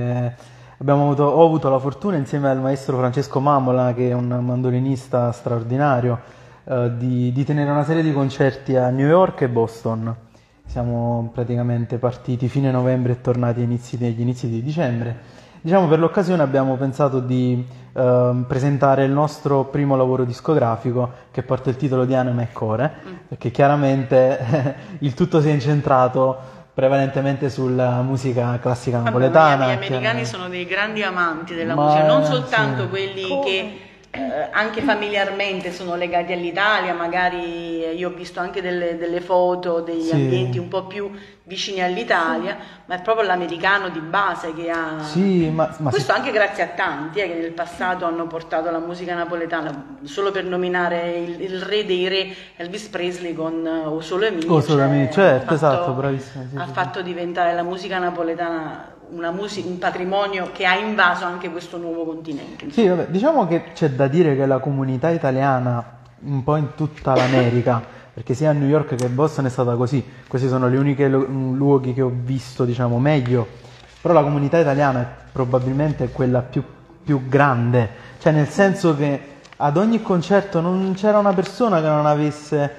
Ho avuto la fortuna insieme al maestro Francesco Mamola, che è un mandolinista straordinario, di tenere una serie di concerti a New York e Boston. Siamo praticamente partiti fine novembre e tornati agli inizi di dicembre. Diciamo, per l'occasione abbiamo pensato di presentare il nostro primo lavoro discografico che porta il titolo di Anima e Core, perché chiaramente il tutto si è incentrato prevalentemente sulla musica classica napoletana. Gli americani sono dei grandi amanti della Ma musica, non soltanto sì. quelli che anche familiarmente sono legati all'Italia, magari io ho visto anche delle foto degli Sì. ambienti un po' più vicini all'Italia, ma è proprio l'americano di base che ha... Sì, ma Questo anche grazie a tanti che nel passato hanno portato la musica napoletana, solo per nominare il re dei re, Elvis Presley con O Solo Amici. O Solo Amici, certo, ha fatto- esatto, bravissimo, sì, ha sì, fatto diventare la musica napoletana un patrimonio che ha invaso anche questo nuovo continente. Sì, vabbè, diciamo che c'è da dire che la comunità italiana un po' in tutta l'America, perché sia a New York che a Boston è stata così, questi sono gli unici luoghi che ho visto, diciamo, meglio, però la comunità italiana è probabilmente quella più grande, cioè nel senso che ad ogni concerto non c'era una persona che non avesse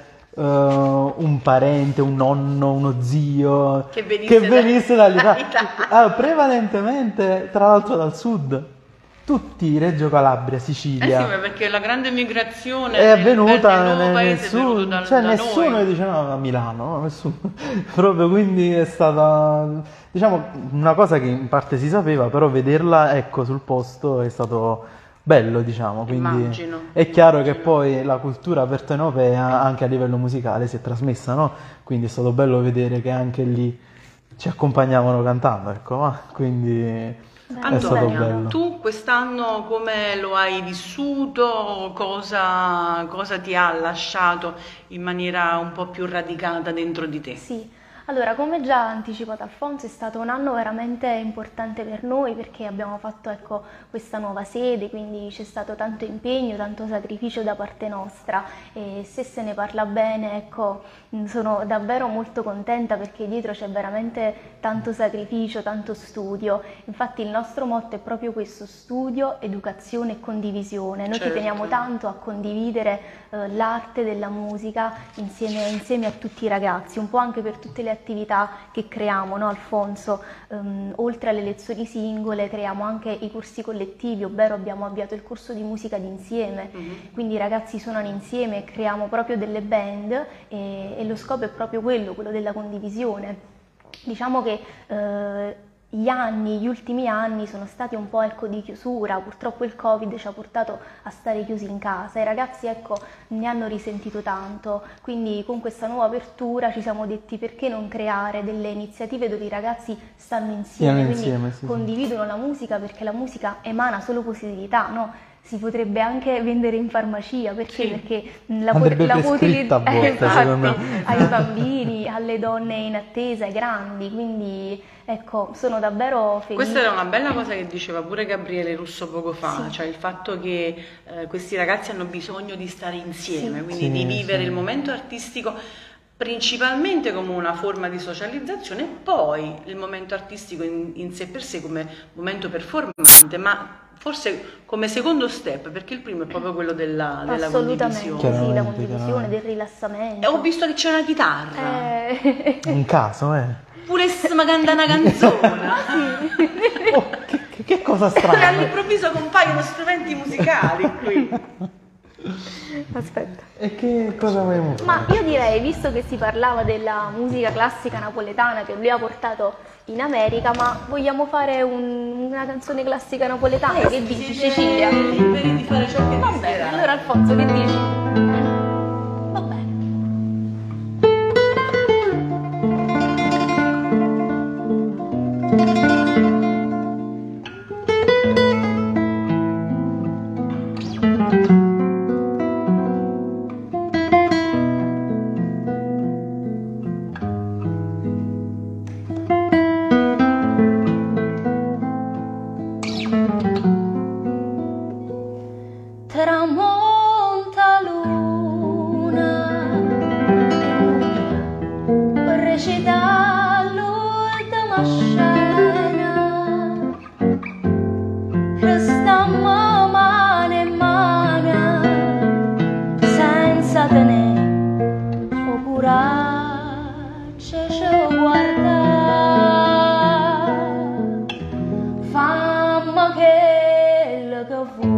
un parente, un nonno, uno zio Che venisse dall'Italia. dall'Italia. Prevalentemente, tra l'altro, dal sud. Tutti, Reggio Calabria, Sì, Sicilia. ma perché la grande migrazione È avvenuta nel nuovo paese è nessuno, venuto cioè da nessuno noi. dice no, a Milano, no, nessuno. Proprio, quindi è stata, diciamo, una cosa che in parte si sapeva, però vederla, ecco, sul posto è stato bello, diciamo. Quindi Immagino. è chiaro che poi la cultura partenopea anche a livello musicale si è trasmessa, no? Quindi è stato bello vedere che anche lì ci accompagnavano cantando, ecco, quindi è stato Antonia, bello. tu quest'anno come lo hai vissuto? Cosa ti ha lasciato in maniera un po' più radicata dentro di te? Sì, allora come già anticipato Alfonso è stato un anno veramente importante per noi perché abbiamo fatto ecco, questa nuova sede, quindi c'è stato tanto impegno, tanto sacrificio da parte nostra e se se ne parla bene ecco, sono davvero molto contenta perché dietro c'è veramente tanto sacrificio, tanto studio. Infatti il nostro motto è proprio questo: studio, educazione e condivisione. Noi ci Certo. teniamo tanto a condividere l'arte della musica insieme a tutti i ragazzi, un po' anche per tutte le attività che creiamo, no Alfonso? Oltre alle lezioni singole creiamo anche i corsi collettivi, ovvero abbiamo avviato il corso di musica d'insieme, quindi i ragazzi suonano insieme e creiamo proprio delle band e lo scopo è proprio quello della condivisione. Diciamo che gli ultimi anni sono stati un po' di chiusura, purtroppo il Covid ci ha portato a stare chiusi in casa, i ragazzi ne hanno risentito tanto, quindi con questa nuova apertura ci siamo detti perché non creare delle iniziative dove i ragazzi stanno insieme, quindi condividono la musica, perché la musica emana solo positività, no? Si potrebbe anche vendere in farmacia, perché? Perché la può utilizzare ai bambini, alle donne in attesa, ai grandi, quindi ecco, sono davvero felice. Questa era una bella cosa che diceva pure Gabriele Russo poco fa, cioè il fatto che questi ragazzi hanno bisogno di stare insieme, quindi di vivere il momento artistico principalmente come una forma di socializzazione e poi il momento artistico in sé per sé come momento performante, ma forse come secondo step, perché il primo è proprio quello della condivisione. Sì, la condivisione, del rilassamento. E ho visto che c'è una chitarra. Un caso, Purissima canta una canzone. Oh, che cosa strana. All'improvviso compaiono strumenti musicali qui. Aspetta. E che cosa vogliamo fare? Ma io direi, visto che si parlava della musica classica napoletana che lui ha portato in America, ma vogliamo fare una canzone classica napoletana? Che dici, Cecilia? Liberi di fare ciò che va bene, allora Alfonso, che dici? Va bene. Tramonta luna per recitare l'ultima scena, restammo mano in mano senza tenere o coraggio ci guardare, fammi quello che vuoi.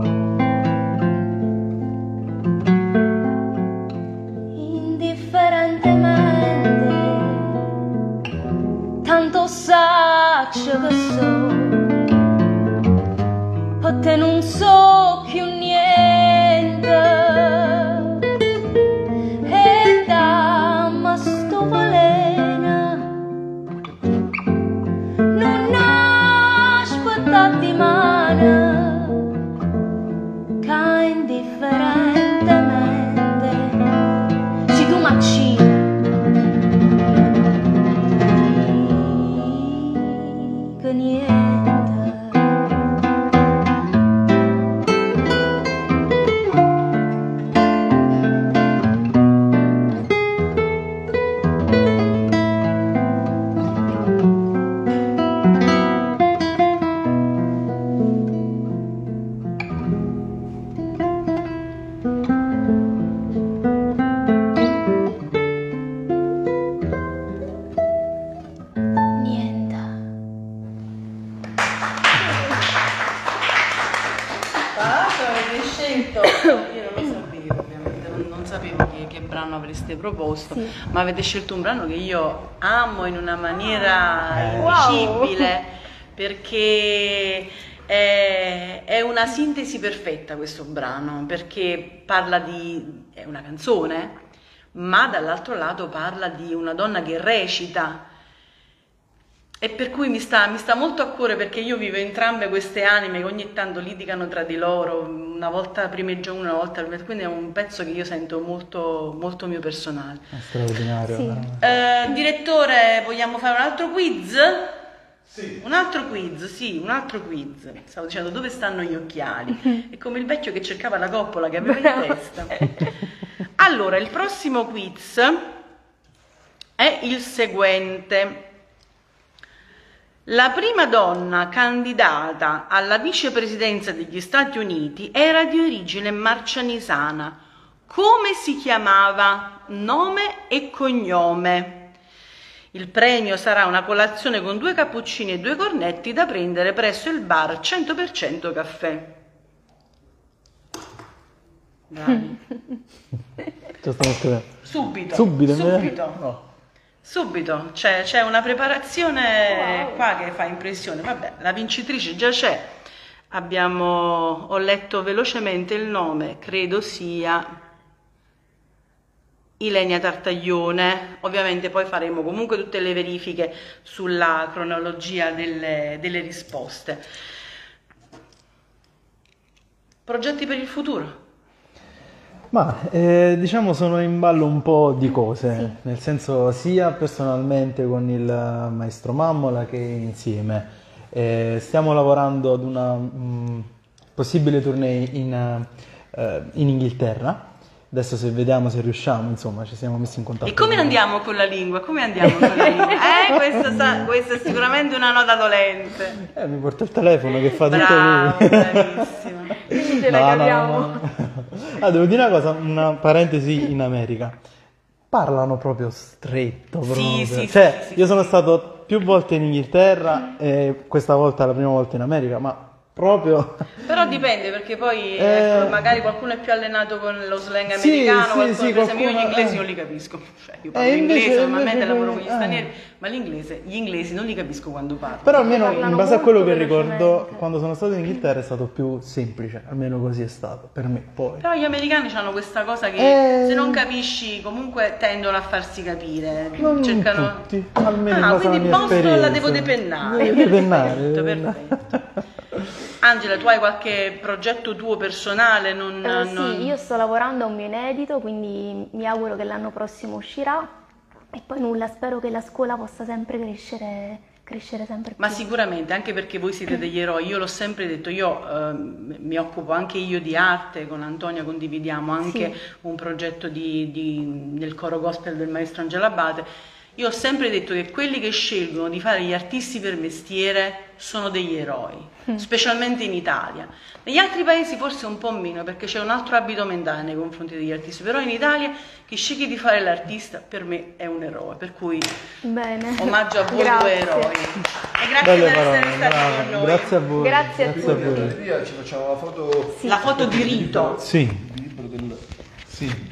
Tanto saccio che so, per te non so più niente, e dammi sto veleno, non aspettare di mano, che indifferentemente si tu m'accidi. Proposto, ma avete scelto un brano che io amo in una maniera indicibile, perché è una sintesi perfetta questo brano, perché è una canzone, ma dall'altro lato parla di una donna che recita, e per cui mi sta molto a cuore, perché io vivo entrambe queste anime che ogni tanto litigano tra di loro, una volta primeggia una volta, quindi è un pezzo che io sento molto, molto mio personale. È straordinario. Sì. Direttore, vogliamo fare un altro quiz? Sì. Un altro quiz. Stavo dicendo, dove stanno gli occhiali? È come il vecchio che cercava la coppola che aveva in testa. Allora, il prossimo quiz è il seguente. La prima donna candidata alla vicepresidenza degli Stati Uniti era di origine marcianisana. Come si chiamava? Nome e cognome. Il premio sarà una colazione con 2 cappuccini e 2 cornetti da prendere presso il bar 100% caffè. Bravi. Ci stiamo scrivendo. Subito. No. Subito, c'è una preparazione qua che fa impressione. Vabbè, la vincitrice già c'è. Ho letto velocemente il nome, credo sia Ilenia Tartaglione. Ovviamente poi faremo comunque tutte le verifiche sulla cronologia delle risposte. Progetti per il futuro? Ma diciamo sono in ballo un po' di cose, nel senso sia personalmente con il maestro Mammola che insieme. Stiamo lavorando ad una possibile tournée in Inghilterra. Adesso vediamo se riusciamo, insomma, ci siamo messi in contatto. E come andiamo con la lingua? Questa è sicuramente una nota dolente. Mi porta il telefono che fa Bravo, tutto lui. Bravissimo. Quindi ce la capiamo. No. Devo dire una cosa, una parentesi in America. Parlano proprio stretto, proprio. Sì, Io sono stato più volte in Inghilterra e questa volta è la prima volta in America, ma proprio... Però dipende, perché poi ecco, magari qualcuno è più allenato con lo slang americano, qualcuno, io gli inglesi non li capisco. Cioè, io parlo inglese, normalmente lavoro con gli stranieri, ma gli inglesi non li capisco quando parlo. Però almeno in base a quello che ricordo, quando sono stato in Inghilterra è stato più semplice, almeno così è stato, per me poi. Però gli americani hanno questa cosa che se non capisci comunque tendono a farsi capire. Non cercano... tutti, almeno in base alla quindi mia Boston esperienza. la devo depennare. Perfetto. Angela, tu hai qualche progetto tuo personale? Sì, io sto lavorando a un mio inedito, quindi mi auguro che l'anno prossimo uscirà e poi nulla, spero che la scuola possa sempre crescere sempre più. Ma sicuramente, anche perché voi siete degli eroi, io l'ho sempre detto, io mi occupo anche io di arte, con Antonia condividiamo anche un progetto nel coro gospel del maestro Angelo Abate. Io ho sempre detto che quelli che scelgono di fare gli artisti per mestiere sono degli eroi, specialmente in Italia. Negli altri paesi forse un po' meno, perché c'è un altro abito mentale nei confronti degli artisti, però in Italia chi sceglie di fare l'artista per me è un eroe, per cui omaggio a voi due eroi. E grazie per essere stati con noi. Grazie a voi. Grazie a tutti. Ci facciamo la foto. La foto di rito. Sì. Sì.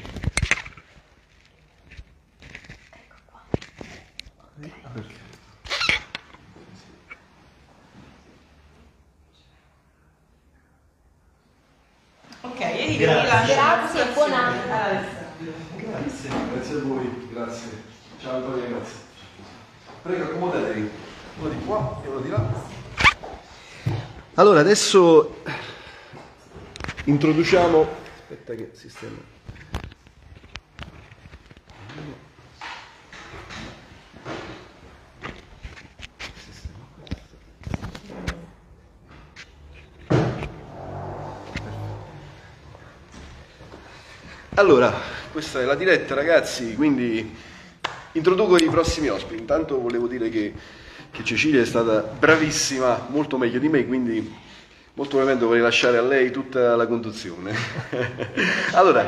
Ok, e io vi lascio. Grazie e buon anno. Grazie a voi, grazie. Ciao Antonio, grazie. Prego, accomodatevi. Uno di qua e uno di là. Allora, adesso introduciamo... Aspetta che sistema. Allora, questa è la diretta, ragazzi, quindi introduco i prossimi ospiti. Intanto volevo dire che Cecilia è stata bravissima, molto meglio di me, quindi molto probabilmente vorrei lasciare a lei tutta la conduzione. Allora,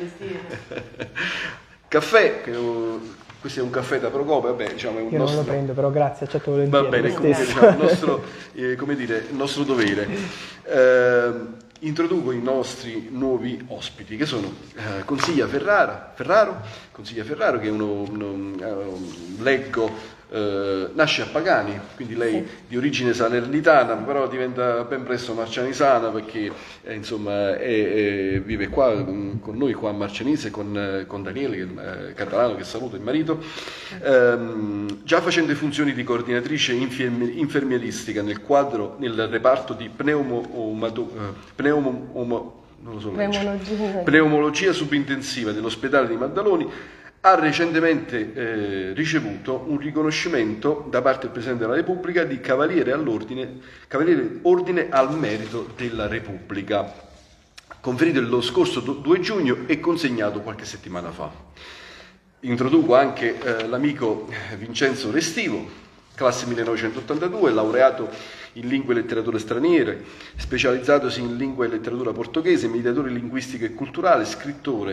caffè, questo è un caffè da Procopio, vabbè, diciamo è un Io nostro... non lo prendo, però grazie, accetto volentieri. Va bene, comunque diciamo, il nostro dovere. Introduco i nostri nuovi ospiti, che sono Consiglia Ferraro, che è leggo, nasce a Pagani, quindi lei di origine salernitana, però diventa ben presto marcianisana perché insomma vive qua con noi qua a Marcianise con Daniele, che è catalano, che saluto, il marito, già facendo funzioni di coordinatrice infermieristica nel reparto di pneumologia subintensiva dell'ospedale di Maddaloni. Ha recentemente ricevuto un riconoscimento da parte del Presidente della Repubblica di Cavaliere Ordine al Merito della Repubblica, conferito lo scorso 2 giugno e consegnato qualche settimana fa. Introduco anche l'amico Vincenzo Restivo, classe 1982, laureato in lingue e letterature straniere, specializzatosi in lingua e letteratura portoghese, mediatore linguistico e culturale, scrittore,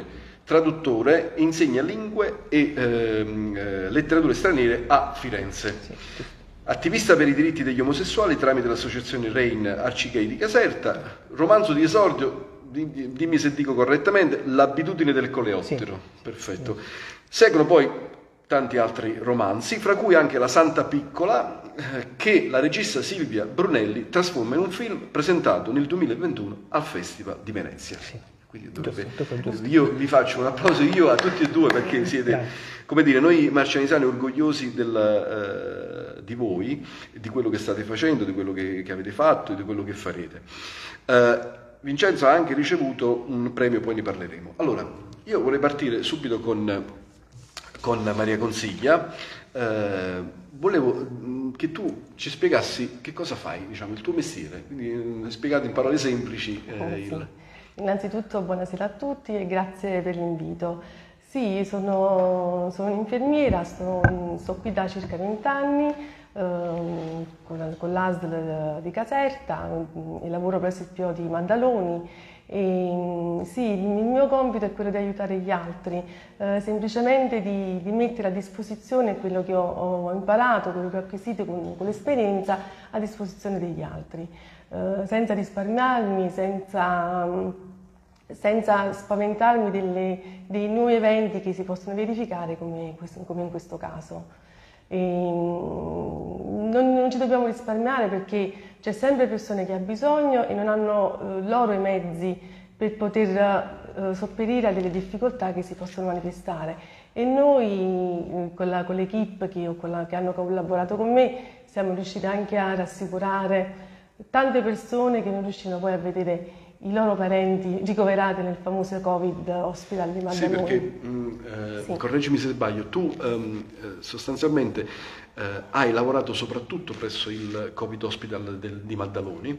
traduttore, insegna lingue e letterature straniere a Firenze. Attivista per i diritti degli omosessuali tramite l'associazione Rein Arcigay di Caserta, romanzo di esordio, dimmi se dico correttamente, L'abitudine del coleottero. Perfetto. Seguono poi tanti altri romanzi, fra cui anche La Santa Piccola, che la regista Silvia Brunelli trasforma in un film presentato nel 2021 al Festival di Venezia. Quindi giusto. Io vi faccio un applauso io a tutti e due, perché siete, come dire, noi marcianisani orgogliosi di voi, di quello che state facendo, di quello che avete fatto e di quello che farete. Vincenzo ha anche ricevuto un premio, poi ne parleremo. Allora, io vorrei partire subito con Maria Consiglia. Volevo che tu ci spiegassi che cosa fai, diciamo, il tuo mestiere, quindi spiegato in parole semplici. Innanzitutto buonasera a tutti e grazie per l'invito. Sì, sono un'infermiera, sto qui da circa 20 anni con l'ASL di Caserta e lavoro presso il PO di Maddaloni. E, sì, il mio compito è quello di aiutare gli altri, semplicemente di mettere a disposizione quello che ho imparato, quello che ho acquisito con l'esperienza a disposizione degli altri, senza risparmiarmi, senza spaventarmi dei nuovi eventi che si possono verificare come in questo caso. Non ci dobbiamo risparmiare, perché c'è sempre persone che hanno bisogno e non hanno loro i mezzi per poter sopperire a delle difficoltà che si possono manifestare, e noi con l'equipe che hanno collaborato con me siamo riusciti anche a rassicurare tante persone che non riuscivano poi a vedere i loro parenti ricoverati nel famoso Covid Hospital di Maddaloni. Sì, perché, correggimi se sbaglio, tu sostanzialmente hai lavorato soprattutto presso il Covid Hospital di Maddaloni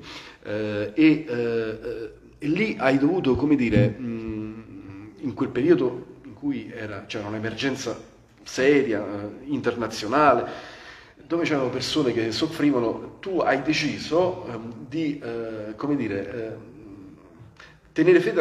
e lì hai dovuto, come dire, in quel periodo in cui c'era un'emergenza seria, internazionale, dove c'erano persone che soffrivano, tu hai deciso di, come dire, tenere fede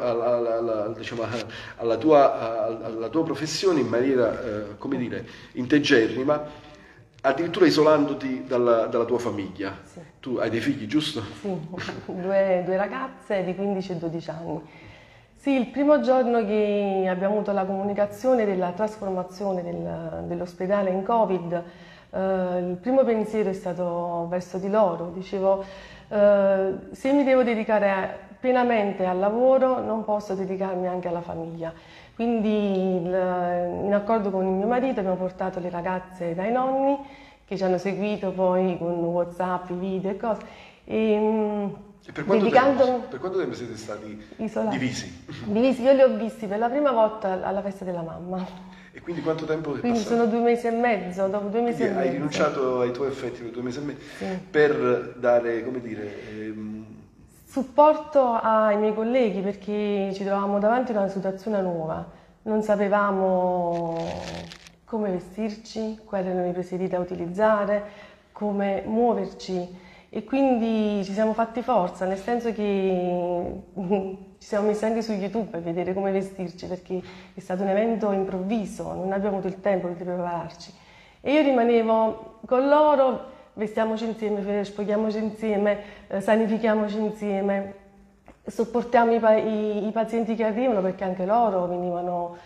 alla tua professione in maniera, come dire, integerrima, addirittura isolandoti dalla tua famiglia. Sì. Tu hai dei figli, giusto? Sì, due ragazze di 15 e 12 anni. Sì, il primo giorno che abbiamo avuto la comunicazione della trasformazione dell'ospedale in Covid, il primo pensiero è stato verso di loro. Dicevo, se mi devo dedicare pienamente al lavoro, non posso dedicarmi anche alla famiglia. Quindi in accordo con il mio marito abbiamo portato le ragazze dai nonni, che ci hanno seguito poi con WhatsApp, video e cose. E per quanto tempo siete stati divisi? Io li ho visti per la prima volta alla festa della mamma. E quindi quanto tempo è Quindi passato? sono 2 mesi e mezzo, dopo 2 mesi e mezzo. Hai rinunciato ai tuoi affetti per 2 mesi e mezzo, sì, per dare, come dire... supporto ai miei colleghi, perché ci trovavamo davanti a una situazione nuova, non sapevamo come vestirci, quali erano i presidi da utilizzare, come muoverci, e quindi ci siamo fatti forza, nel senso che ci siamo messi anche su YouTube per vedere come vestirci, perché è stato un evento improvviso, non abbiamo avuto il tempo di prepararci, e io rimanevo con loro. Vestiamoci insieme, spogliamoci insieme, sanifichiamoci insieme, sopportiamo i pazienti che arrivano, perché anche loro venivano,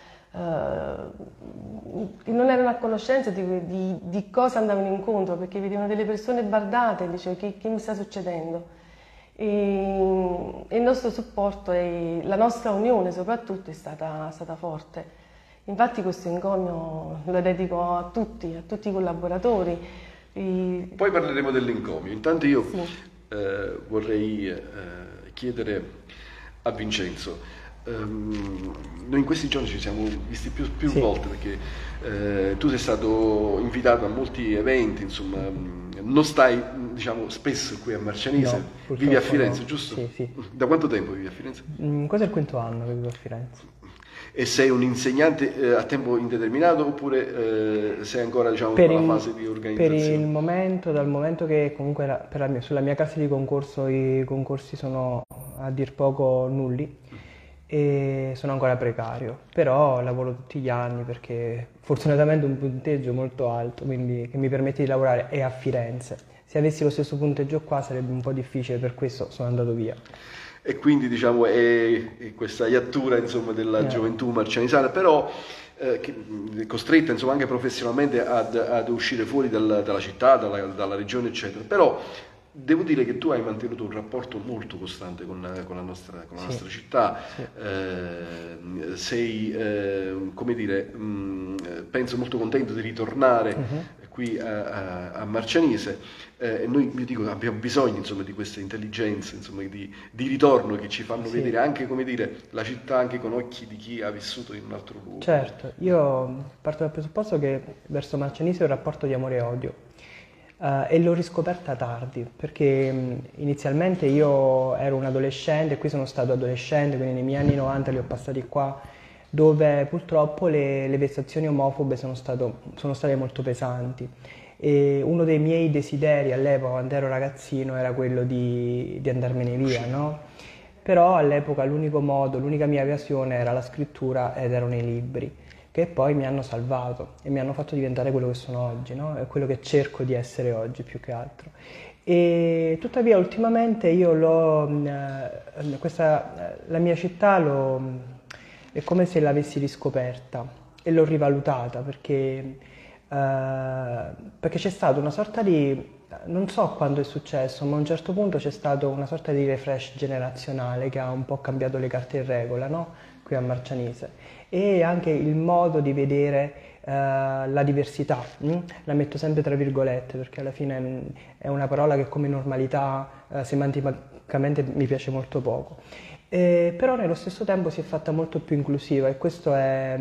non erano a conoscenza di cosa andavano incontro, perché vedevano delle persone bardate e dicevano che mi sta succedendo. E il nostro supporto e la nostra unione soprattutto è stata forte. Infatti questo encomio lo dedico a tutti i collaboratori. Poi parleremo dell'encomio. Intanto io vorrei chiedere a Vincenzo, noi in questi giorni ci siamo visti più volte, perché tu sei stato invitato a molti eventi, insomma, non stai, diciamo, spesso qui a Marcianise, no, vivi a Firenze, giusto? Sì. Da quanto tempo vivi a Firenze? Questo è il 5º anno che vivo a Firenze. E sei un insegnante a tempo indeterminato, oppure sei ancora, diciamo, in quella fase di organizzazione? Per il momento, dal momento che comunque sulla mia classe di concorso i concorsi sono a dir poco nulli, e sono ancora precario, però lavoro tutti gli anni perché fortunatamente ho un punteggio molto alto, quindi che mi permette di lavorare, è a Firenze. Se avessi lo stesso punteggio qua sarebbe un po' difficile, per questo sono andato via. E quindi diciamo è questa iattura insomma, della gioventù marcianisana, però che è costretta insomma, anche professionalmente ad uscire fuori dalla città, dalla regione eccetera, però devo dire che tu hai mantenuto un rapporto molto costante con la nostra città, sei, come dire, penso molto contento di ritornare qui a Marcianise. Noi, io dico, abbiamo bisogno insomma, di queste intelligenze insomma, di ritorno che ci fanno vedere anche come dire, la città anche con occhi di chi ha vissuto in un altro luogo. Certo, io parto dal presupposto che verso Marcianise ho un rapporto di amore e odio. E l'ho riscoperta tardi, perché inizialmente io ero un adolescente, qui sono stato adolescente, quindi nei miei anni 90 li ho passati qua, dove purtroppo le vessazioni omofobe sono state molto pesanti. E uno dei miei desideri all'epoca, quando ero ragazzino, era quello di andarmene via, no? Però all'epoca l'unica mia evasione era la scrittura ed erano i libri, che poi mi hanno salvato e mi hanno fatto diventare quello che sono oggi, no? È quello che cerco di essere oggi più che altro. E tuttavia ultimamente io la mia città è come se l'avessi riscoperta e l'ho rivalutata perché c'è stata una sorta di, non so quando è successo, ma a un certo punto c'è stata una sorta di refresh generazionale che ha un po' cambiato le carte in regola, no? Qui a Marcianise, e anche il modo di vedere la diversità, la metto sempre tra virgolette perché alla fine è una parola che come normalità semanticamente mi piace molto poco, però nello stesso tempo si è fatta molto più inclusiva e questo è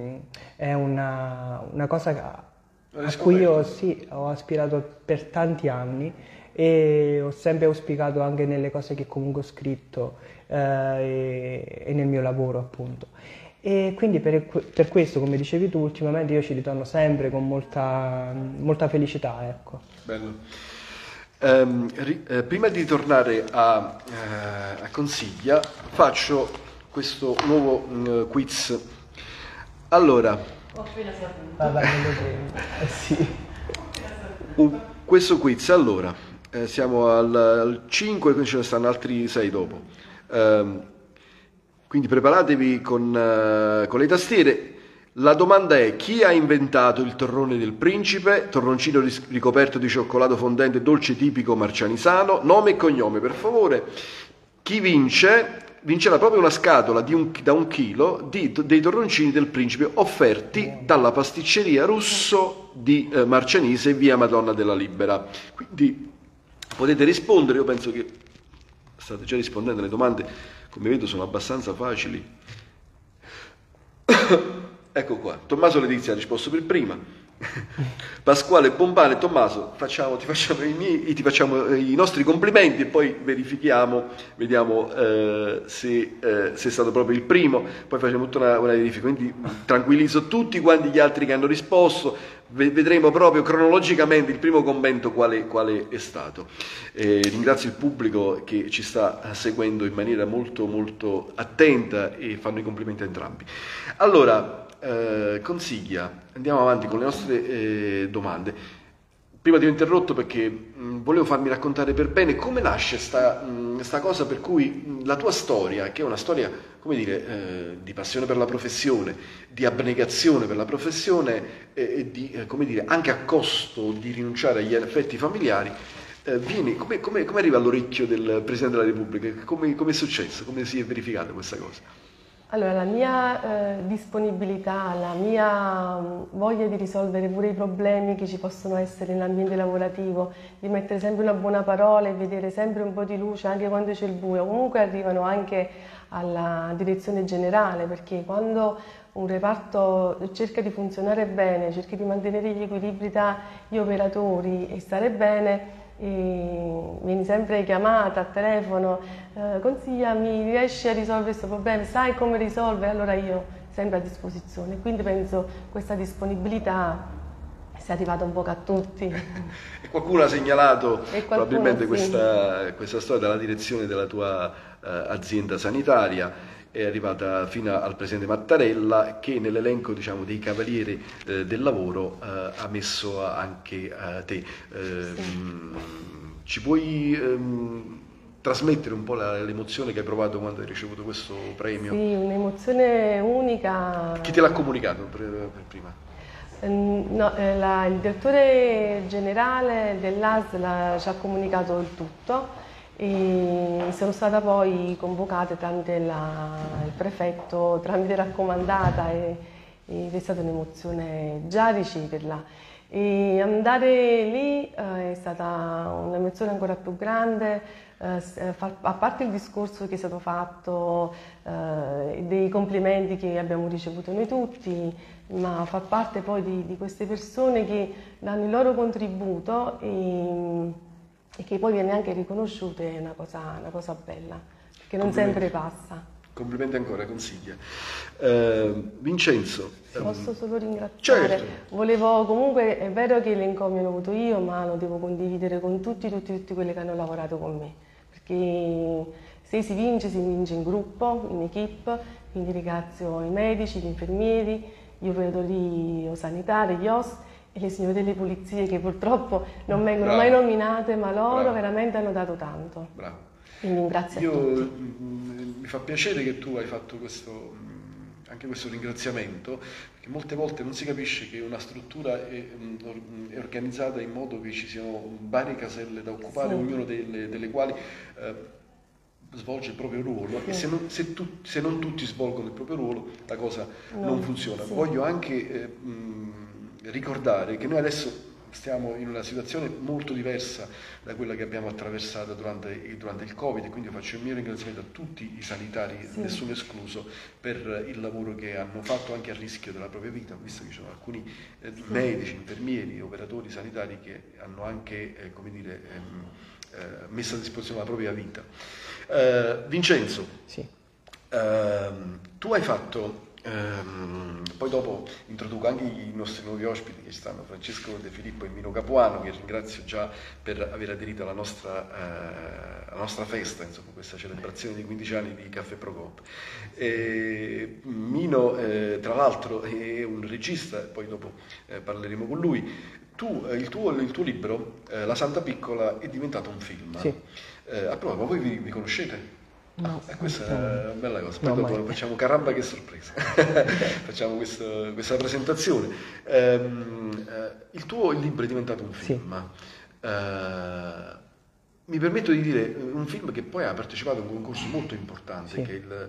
una cosa a cui io ho aspirato per tanti anni e ho sempre auspicato anche nelle cose che comunque ho scritto e nel mio lavoro appunto. E quindi per questo, come dicevi tu, ultimamente io ci ritorno sempre con molta felicità, ecco. Bello. Prima di tornare a Consiglia faccio questo nuovo quiz. Allora, questo quiz, allora, siamo al 5, quindi ce ne stanno altri 6 dopo. Quindi preparatevi con le tastiere. La domanda è: chi ha inventato il torrone del principe, torroncino ricoperto di cioccolato fondente dolce tipico marcianisano? Nome e cognome, per favore. Chi vincerà proprio una scatola da 1 chilo dei torroncini del principe offerti dalla pasticceria Russo di Marcianise, via Madonna della Libera. Quindi potete rispondere, io penso che state già rispondendo, le domande come vedo sono abbastanza facili. Ecco qua, Tommaso Letizia ha risposto per prima. Pasquale Bombane, Tommaso, ti facciamo i nostri complimenti e poi vediamo se è stato proprio il primo, poi facciamo tutta una verifica, quindi tranquillizzo tutti quanti gli altri che hanno risposto, vedremo proprio cronologicamente il primo commento quale è stato. Ringrazio il pubblico che ci sta seguendo in maniera molto molto attenta e fanno i complimenti a entrambi. Allora, Consiglia, andiamo avanti con le nostre domande. Prima ti ho interrotto perché volevo farmi raccontare per bene come nasce sta cosa per cui la tua storia, che è una storia, come dire, di passione per la professione, di abnegazione per la professione e di, come dire, anche a costo di rinunciare agli affetti familiari, come arriva all'orecchio del Presidente della Repubblica? Come è successo? Come si è verificata questa cosa? Allora, la mia disponibilità, la mia voglia di risolvere pure i problemi che ci possono essere nell'ambiente lavorativo, di mettere sempre una buona parola e vedere sempre un po' di luce anche quando c'è il buio, comunque arrivano anche alla direzione generale, perché quando un reparto cerca di funzionare bene, cerca di mantenere gli equilibri tra gli operatori e stare bene, e vieni sempre chiamata a telefono, Consiglia, mi riesci a risolvere questo problema, sai come risolvere? Allora io sempre a disposizione, quindi penso questa disponibilità sia arrivata un po' a tutti. E qualcuno ha segnalato probabilmente questa storia dalla direzione della tua azienda sanitaria è arrivata fino al presidente Mattarella, che nell'elenco, diciamo, dei cavalieri del lavoro ha messo anche te. Ci puoi trasmettere un po' l'emozione che hai provato quando hai ricevuto questo premio? Sì, un'emozione unica. Chi te l'ha comunicato per prima? No, il direttore generale dell'ASL ci ha comunicato il tutto e sono stata poi convocata tramite il prefetto, tramite raccomandata ed è stata un'emozione già riceverla. E andare lì è stata un'emozione ancora più grande. A parte il discorso che è stato fatto, dei complimenti che abbiamo ricevuto noi tutti, ma fa parte poi di queste persone che danno il loro contributo e che poi viene anche riconosciuto, è una cosa bella, che non sempre passa. Complimenti ancora, consiglia. Vincenzo. Posso solo ringraziare? Certo. Volevo comunque, è vero che l'encomio l'ho avuto io, ma lo devo condividere con tutti quelli che hanno lavorato con me, perché se si vince in gruppo, in equipe, quindi ringrazio i medici, gli infermieri, gli operatori sanitari, gli OS e le signore delle pulizie che purtroppo non vengono mai nominate, ma loro veramente hanno dato tanto. Bravo. Quindi grazie a tutti. Mi fa piacere che tu hai fatto anche questo ringraziamento, perché molte volte non si capisce che una struttura è organizzata in modo che ci siano varie caselle da occupare, ognuna delle quali svolge il proprio ruolo, e se non tutti svolgono il proprio ruolo la cosa non funziona. Voglio anche ricordare che noi adesso stiamo in una situazione molto diversa da quella che abbiamo attraversato durante il Covid, e quindi io faccio il mio ringraziamento a tutti i sanitari, nessuno escluso, per il lavoro che hanno fatto anche a rischio della propria vita, visto che ci sono alcuni medici, infermieri, operatori sanitari che hanno anche messo a disposizione la propria vita. Vincenzo, tu hai fatto poi dopo introduco anche i nostri nuovi ospiti che stanno, Francesco De Filippo e Mino Capuano, che ringrazio già per aver aderito alla nostra festa, insomma, questa celebrazione di 15 anni di Caffè Procop. Mino tra l'altro è un regista, poi dopo parleremo con lui. Il tuo libro, La Santa Piccola, è diventato un film. A prova, ma voi vi conoscete? No, questa è una bella cosa. Poi dopo facciamo caramba che sorpresa. Facciamo questa presentazione. Il libro è diventato un film. Mi permetto di dire un film che poi ha partecipato a un concorso molto importante,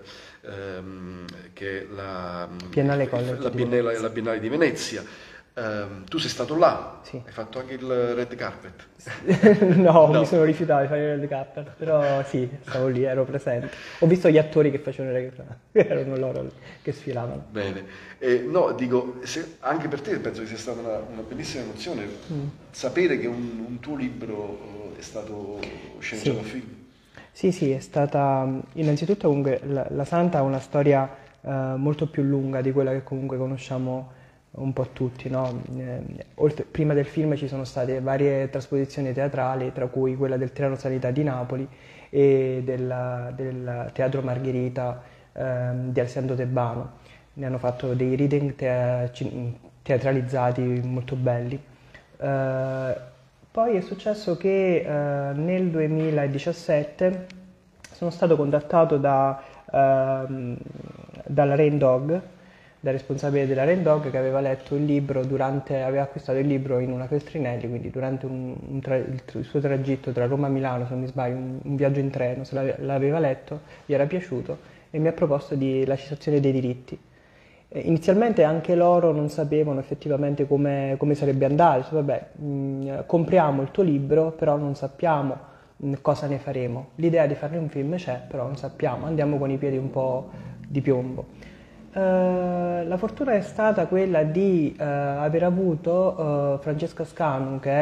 che è la Biennale di Venezia. Tu sei stato là, hai fatto anche il red carpet? No, mi sono rifiutato di fare il red carpet, però sì, stavo lì, ero presente. Ho visto gli attori che facevano il red carpet, erano loro che sfilavano. Bene, no, dico, anche per te penso che sia stata una bellissima emozione sapere che un tuo libro è stato sceneggiato a film. Sì, è stata, innanzitutto comunque la Santa ha una storia molto più lunga di quella che comunque conosciamo un po' tutti, no? Prima del film ci sono state varie trasposizioni teatrali, tra cui quella del Triennio Sanità di Napoli e del Teatro Margherita di Alessandro Tebbano. Ne hanno fatto dei reading teatralizzati molto belli. Poi è successo che nel 2017 sono stato contattato dalla Rain Dog, dal responsabile della Rain Dog, che aveva letto il libro aveva acquistato il libro in una Feltrinelli, quindi durante il suo tragitto tra Roma e Milano, se non mi sbaglio, un viaggio in treno, se l'aveva letto, gli era piaciuto e mi ha proposto la cessazione dei diritti. Inizialmente anche loro non sapevano effettivamente come sarebbe andato. Vabbè, compriamo il tuo libro, però non sappiamo cosa ne faremo. L'idea di farne un film c'è, però non sappiamo, andiamo con i piedi un po' di piombo. La fortuna è stata quella di aver avuto Francesca Scanu, che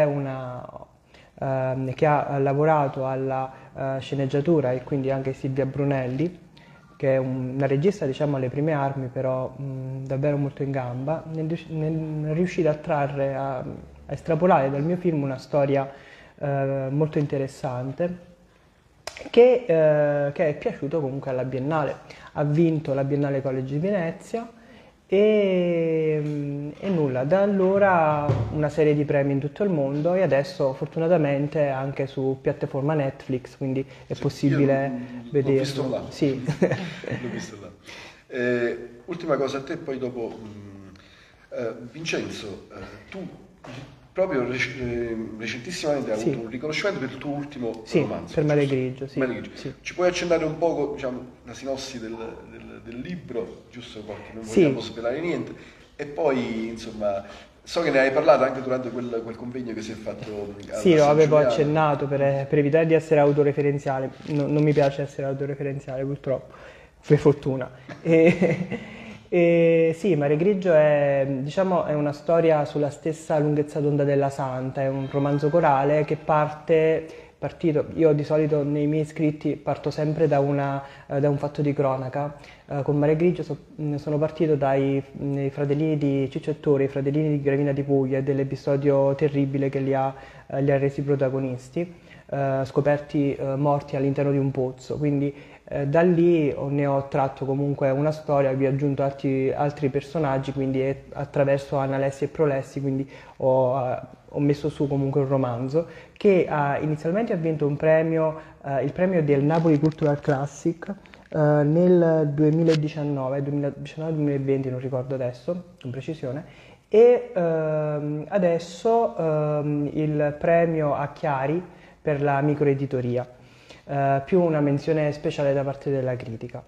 ha lavorato alla sceneggiatura, e quindi anche Silvia Brunelli, che è una regista, diciamo, alle prime armi, però davvero molto in gamba, nel riuscire a trarre, a estrapolare dal mio film una storia molto interessante, che è piaciuto comunque alla Biennale. Ha vinto la Biennale College di Venezia e nulla, da allora una serie di premi in tutto il mondo e adesso fortunatamente anche su piattaforma Netflix, quindi è possibile vederlo. L'ho visto là. Sì. L'ho visto là. Ultima cosa a te, poi dopo Vincenzo, tu proprio recentissimamente hai avuto un riconoscimento per il tuo ultimo romanzo. Per Mare Grigio, sì. Mare Grigio. Sì. Ci puoi accennare un poco, diciamo, la sinossi del libro, giusto qualche, non vogliamo svelare niente, e poi insomma so che ne hai parlato anche durante quel convegno che si è fatto sì, lo avevo accennato per evitare di essere autoreferenziale. Non mi piace essere autoreferenziale purtroppo, per fortuna. Sì, Mare Grigio è una storia sulla stessa lunghezza d'onda della Santa, è un romanzo corale che partito, io di solito nei miei scritti parto sempre da un fatto di cronaca. Con Mare Grigio sono partito dai fratellini di Ciccio Ettore, i fratellini di Gravina di Puglia, e dell'episodio terribile che li ha resi protagonisti, scoperti morti all'interno di un pozzo. Quindi da lì ne ho tratto comunque una storia, vi ho aggiunto altri personaggi, quindi attraverso Analessi e Prolessi, quindi ho messo su comunque un romanzo che inizialmente ha vinto un premio, il premio del Napoli Cultural Classic nel 2019-2020, non ricordo adesso con precisione, e adesso il premio a Chiari per la microeditoria, più una menzione speciale da parte della critica.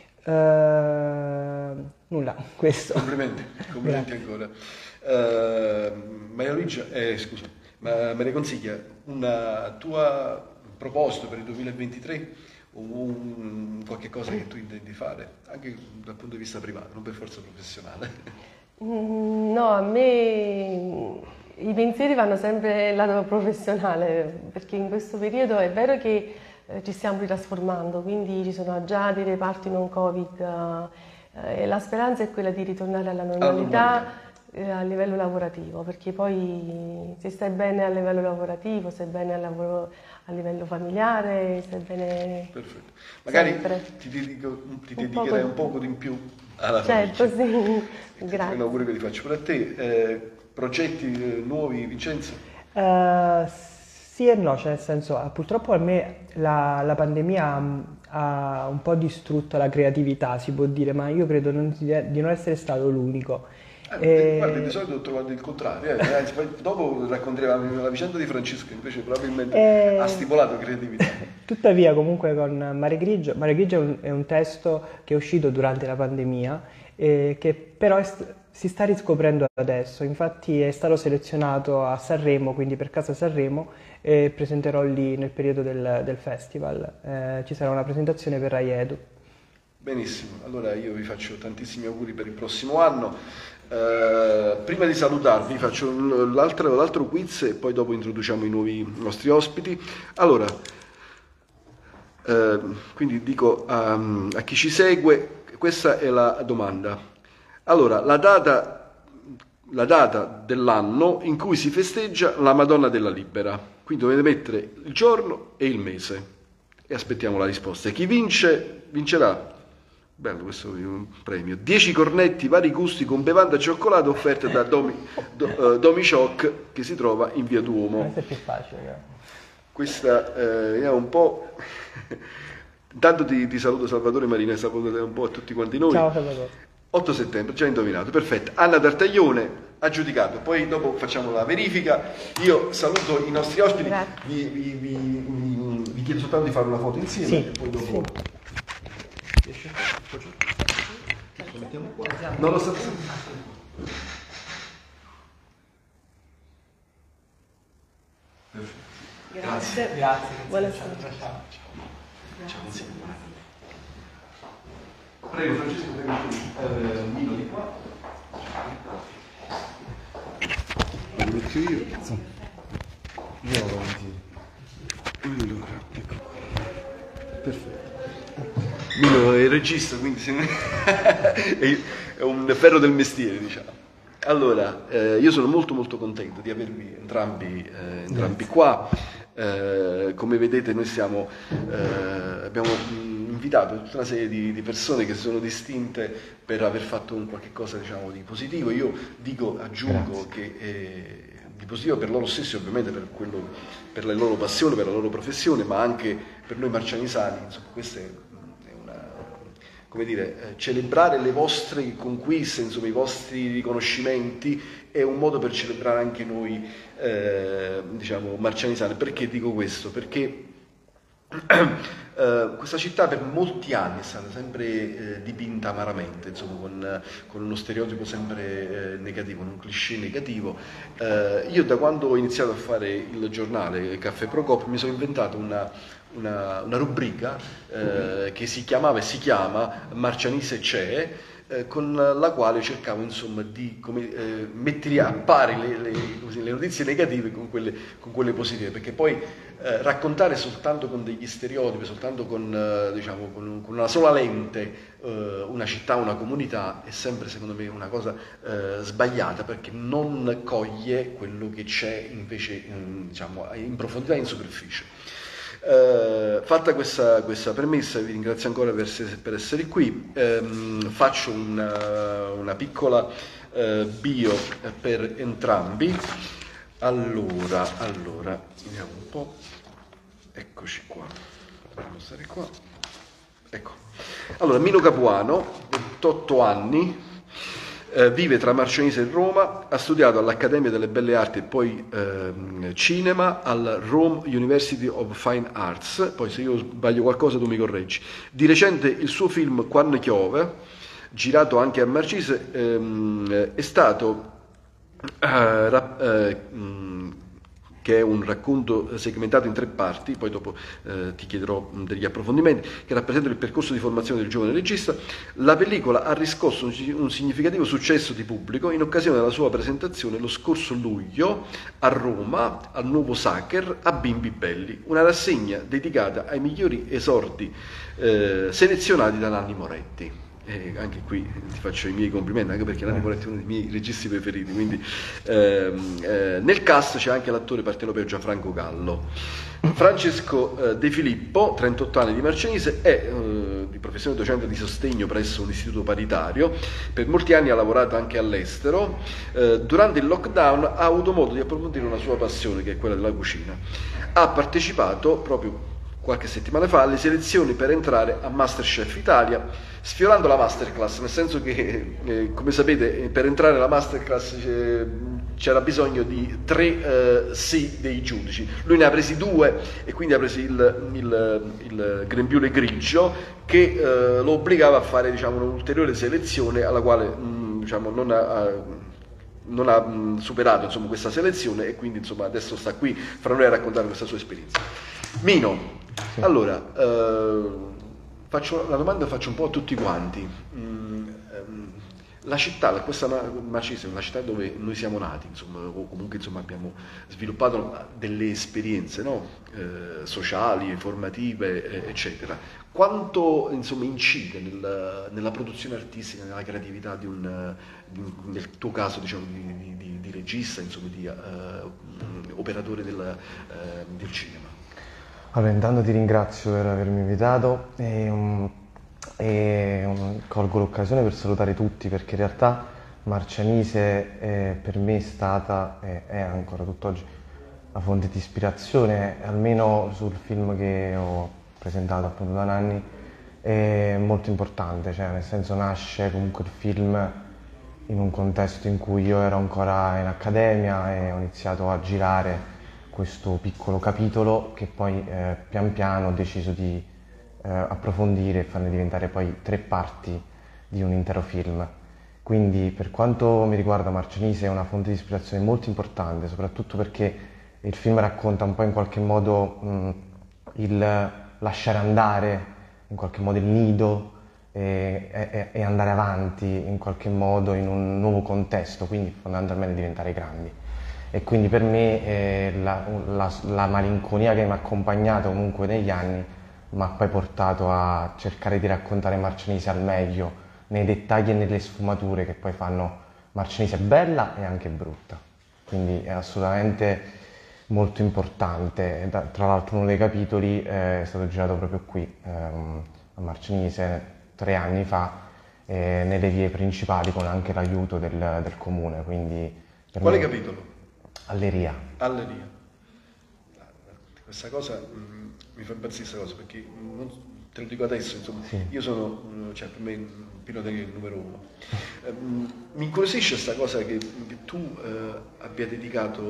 Nulla, questo. Complimenti ancora. Maria Luigia, scusa, ma me ne consiglia una tua proposta per il 2023 o qualche cosa che tu intendi fare, anche dal punto di vista privato, non per forza professionale? No, a me i pensieri vanno sempre lato professionale, perché in questo periodo è vero che ci stiamo ritrasformando, quindi ci sono già dei reparti non Covid e la speranza è quella di ritornare alla normalità a livello lavorativo, perché poi se stai bene a livello lavorativo, stai bene a livello familiare, stai bene. Perfetto. Magari ti dedicherai un poco di più alla famiglia. Certo, sì. Grazie. È un augurio che ti faccio per te. Progetti nuovi, Vincenzo? Sì e no, cioè nel senso, purtroppo a me la pandemia ha un po' distrutto la creatività, si può dire, ma io credo di non essere stato l'unico. Guarda, di solito ho trovato il contrario, anzi, poi dopo racconteremo la vicenda di Francesco, invece probabilmente ha stimolato creatività. Tuttavia comunque con Mare Grigio è un testo che è uscito durante la pandemia, che però si sta riscoprendo adesso. Infatti è stato selezionato a Sanremo, quindi per Casa Sanremo, e presenterò lì nel periodo del festival. Ci sarà una presentazione per Rai Edu. Benissimo, allora io vi faccio tantissimi auguri per il prossimo anno. Prima di salutarvi faccio l'altro quiz e poi dopo introduciamo i nostri ospiti. Allora, quindi dico a chi ci segue, questa è la domanda. Allora, la data dell'anno in cui si festeggia la Madonna della Libera, quindi dovete mettere il giorno e il mese e aspettiamo la risposta. Chi vincerà, bello questo un premio, 10 cornetti vari gusti con bevanda e cioccolato offerte da Domi Shock, che si trova in via Duomo. Questo è più facile. Questa è un po'. Intanto ti saluto Salvatore Marina e saluto un po' a tutti quanti noi. Ciao Salvatore. 8 settembre, già indovinato, perfetto. Anna D'Artaglione ha giudicato, poi dopo facciamo la verifica. Io saluto i nostri ospiti, vi chiedo soltanto di fare una foto insieme, sì, e poi dopo. Sì. Lo mettiamo qua. Non lo so. Grazie. Buonasera. Ciao. Prego Francesco, prego Mino di qua. Lo metto io. Io avanti. Allora, ecco. Perfetto. Mino è il regista, quindi è un ferro del mestiere, diciamo. Allora, io sono molto molto contento di avervi entrambi qua. Come vedete noi abbiamo invitato tutta una serie di persone che si sono distinte per aver fatto un qualche cosa, diciamo, di positivo. Io aggiungo che di positivo per loro stessi, ovviamente per la loro passione, per la loro professione, ma anche per noi marcianisani. Insomma, questa è come dire, celebrare le vostre conquiste, insomma, i vostri riconoscimenti è un modo per celebrare anche noi, diciamo, marcianisani. Perché dico questo? Perché questa città per molti anni è stata sempre dipinta amaramente, insomma, con uno stereotipo sempre negativo, con un cliché negativo. Io da quando ho iniziato a fare il giornale Caffè Procopio mi sono inventato una rubrica che si chiamava e si chiama Marcianise c'è, con la quale cercavo, insomma, di mettere a pari le notizie negative con quelle positive, perché poi raccontare soltanto con degli stereotipi, soltanto diciamo, con una sola lente una città, una comunità, è sempre, secondo me, una cosa sbagliata, perché non coglie quello che c'è invece diciamo, in profondità e in superficie. Fatta questa premessa, vi ringrazio ancora per essere qui. Faccio una piccola bio per entrambi. Allora, vediamo un po'. Eccoci qua. Dobbiamo stare qua. Ecco. Allora, Mino Capuano, 28 anni. Vive tra Marcianise e Roma, ha studiato all'Accademia delle Belle Arti e poi cinema al Rome University of Fine Arts. Poi se io sbaglio qualcosa tu mi correggi. Di recente il suo film Quan Chiove, girato anche a Marcise, è stato che è un racconto segmentato in 3 parti, poi dopo ti chiederò degli approfondimenti, che rappresentano il percorso di formazione del giovane regista. La pellicola ha riscosso un significativo successo di pubblico in occasione della sua presentazione lo scorso luglio a Roma, al Nuovo Sacher, a Bimbi Belli, una rassegna dedicata ai migliori esordi selezionati da Nanni Moretti. Anche qui ti faccio i miei complimenti, anche perché Nanni Moretti è uno dei miei registi preferiti, quindi nel cast c'è anche l'attore partenopeo Gianfranco Gallo. Francesco De Filippo, 38 anni, di Marcianise, è di professione docente di sostegno presso un istituto paritario, per molti anni ha lavorato anche all'estero. Durante il lockdown ha avuto modo di approfondire una sua passione, che è quella della cucina. Ha partecipato proprio qualche settimana fa alle selezioni per entrare a Masterchef Italia, sfiorando la masterclass, nel senso che come sapete per entrare alla masterclass c'era bisogno di 3 sì dei giudici. Lui ne ha presi 2 e quindi ha preso il grembiule grigio, che lo obbligava a fare, diciamo, un'ulteriore selezione alla quale diciamo, non ha superato, insomma, questa selezione, e quindi, insomma, adesso sta qui fra noi a raccontare questa sua esperienza. Mino, sì. Allora, la domanda faccio un po' a tutti quanti. La città, questa Marcise è una città dove noi siamo nati, insomma, o comunque, insomma, abbiamo sviluppato delle esperienze, no? Sociali, formative, eccetera. Quanto, insomma, incide nella produzione artistica, nella creatività nel tuo caso, diciamo, di regista, insomma, di operatore del cinema? Allora, intanto ti ringrazio per avermi invitato e colgo l'occasione per salutare tutti, perché in realtà Marcianise per me è stata e è ancora tutt'oggi la fonte di ispirazione, almeno sul film che ho presentato appunto da Nanni, è molto importante, cioè nel senso nasce comunque il film in un contesto in cui io ero ancora in accademia e ho iniziato a girare questo piccolo capitolo che poi pian piano ho deciso di approfondire e farne diventare poi 3 parti di un intero film. Quindi per quanto mi riguarda Marcianise è una fonte di ispirazione molto importante, soprattutto perché il film racconta un po' in qualche modo il lasciare andare in qualche modo il nido e andare avanti in qualche modo in un nuovo contesto, quindi fondamentalmente diventare grandi. E quindi per me la malinconia che mi ha accompagnato comunque negli anni mi ha poi portato a cercare di raccontare Marcianise al meglio, nei dettagli e nelle sfumature che poi fanno Marcianise è bella e anche brutta, quindi è assolutamente molto importante. Tra l'altro uno dei capitoli è stato girato proprio qui, a Marcianise, 3 anni fa, nelle vie principali, con anche l'aiuto del comune. Quindi quale capitolo? Alleria. Alleria. Questa cosa mi fa impazzire, questa cosa, perché te lo dico adesso, insomma, sì. Io sono, cioè per me Pino Daniele è il numero 1. Mi incuriosisce questa cosa che tu abbia dedicato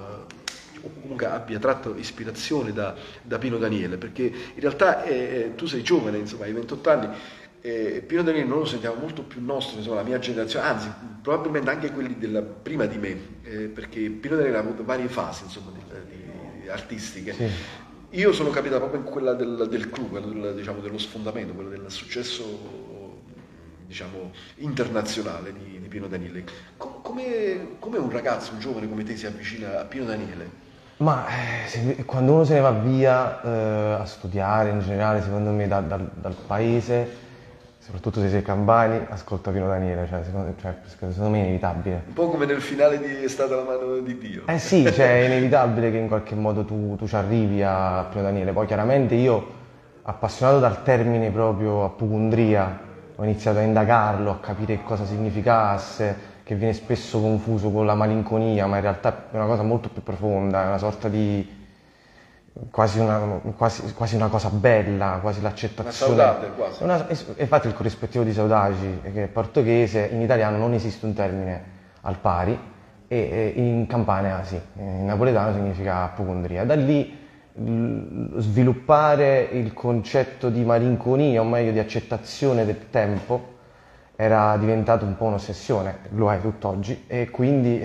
o comunque abbia tratto ispirazione da Pino Daniele, perché in realtà tu sei giovane, insomma, hai 28 anni. Pino Daniele noi lo sentiamo molto più nostro, insomma, la mia generazione, anzi probabilmente anche quelli prima di me, perché Pino Daniele ha avuto varie fasi, insomma, artistiche. Sì. Io sono capitato proprio in quella del clou, quello diciamo, dello sfondamento, quello del successo, diciamo, internazionale di Pino Daniele. Come un ragazzo, un giovane come te si avvicina a Pino Daniele? Ma quando uno se ne va via a studiare in generale, secondo me dal paese, soprattutto se sei campani, ascolta Pino Daniele, secondo me è inevitabile. Un po' come nel finale di È stata la mano di Dio. Sì, cioè è inevitabile che in qualche modo tu ci arrivi a Pino Daniele. Poi chiaramente io, appassionato dal termine proprio apocondria, ho iniziato a indagarlo, a capire cosa significasse, che viene spesso confuso con la malinconia, ma in realtà è una cosa molto più profonda, è una sorta di quasi una cosa bella, quasi l'accettazione. Una saudade, quasi. Infatti il corrispettivo di saudagi, che è portoghese, in italiano non esiste un termine al pari, e in campana sì, in napoletano significa apocondria. Da lì sviluppare il concetto di malinconia, o meglio di accettazione del tempo, era diventato un po' un'ossessione, lo è tutt'oggi, e quindi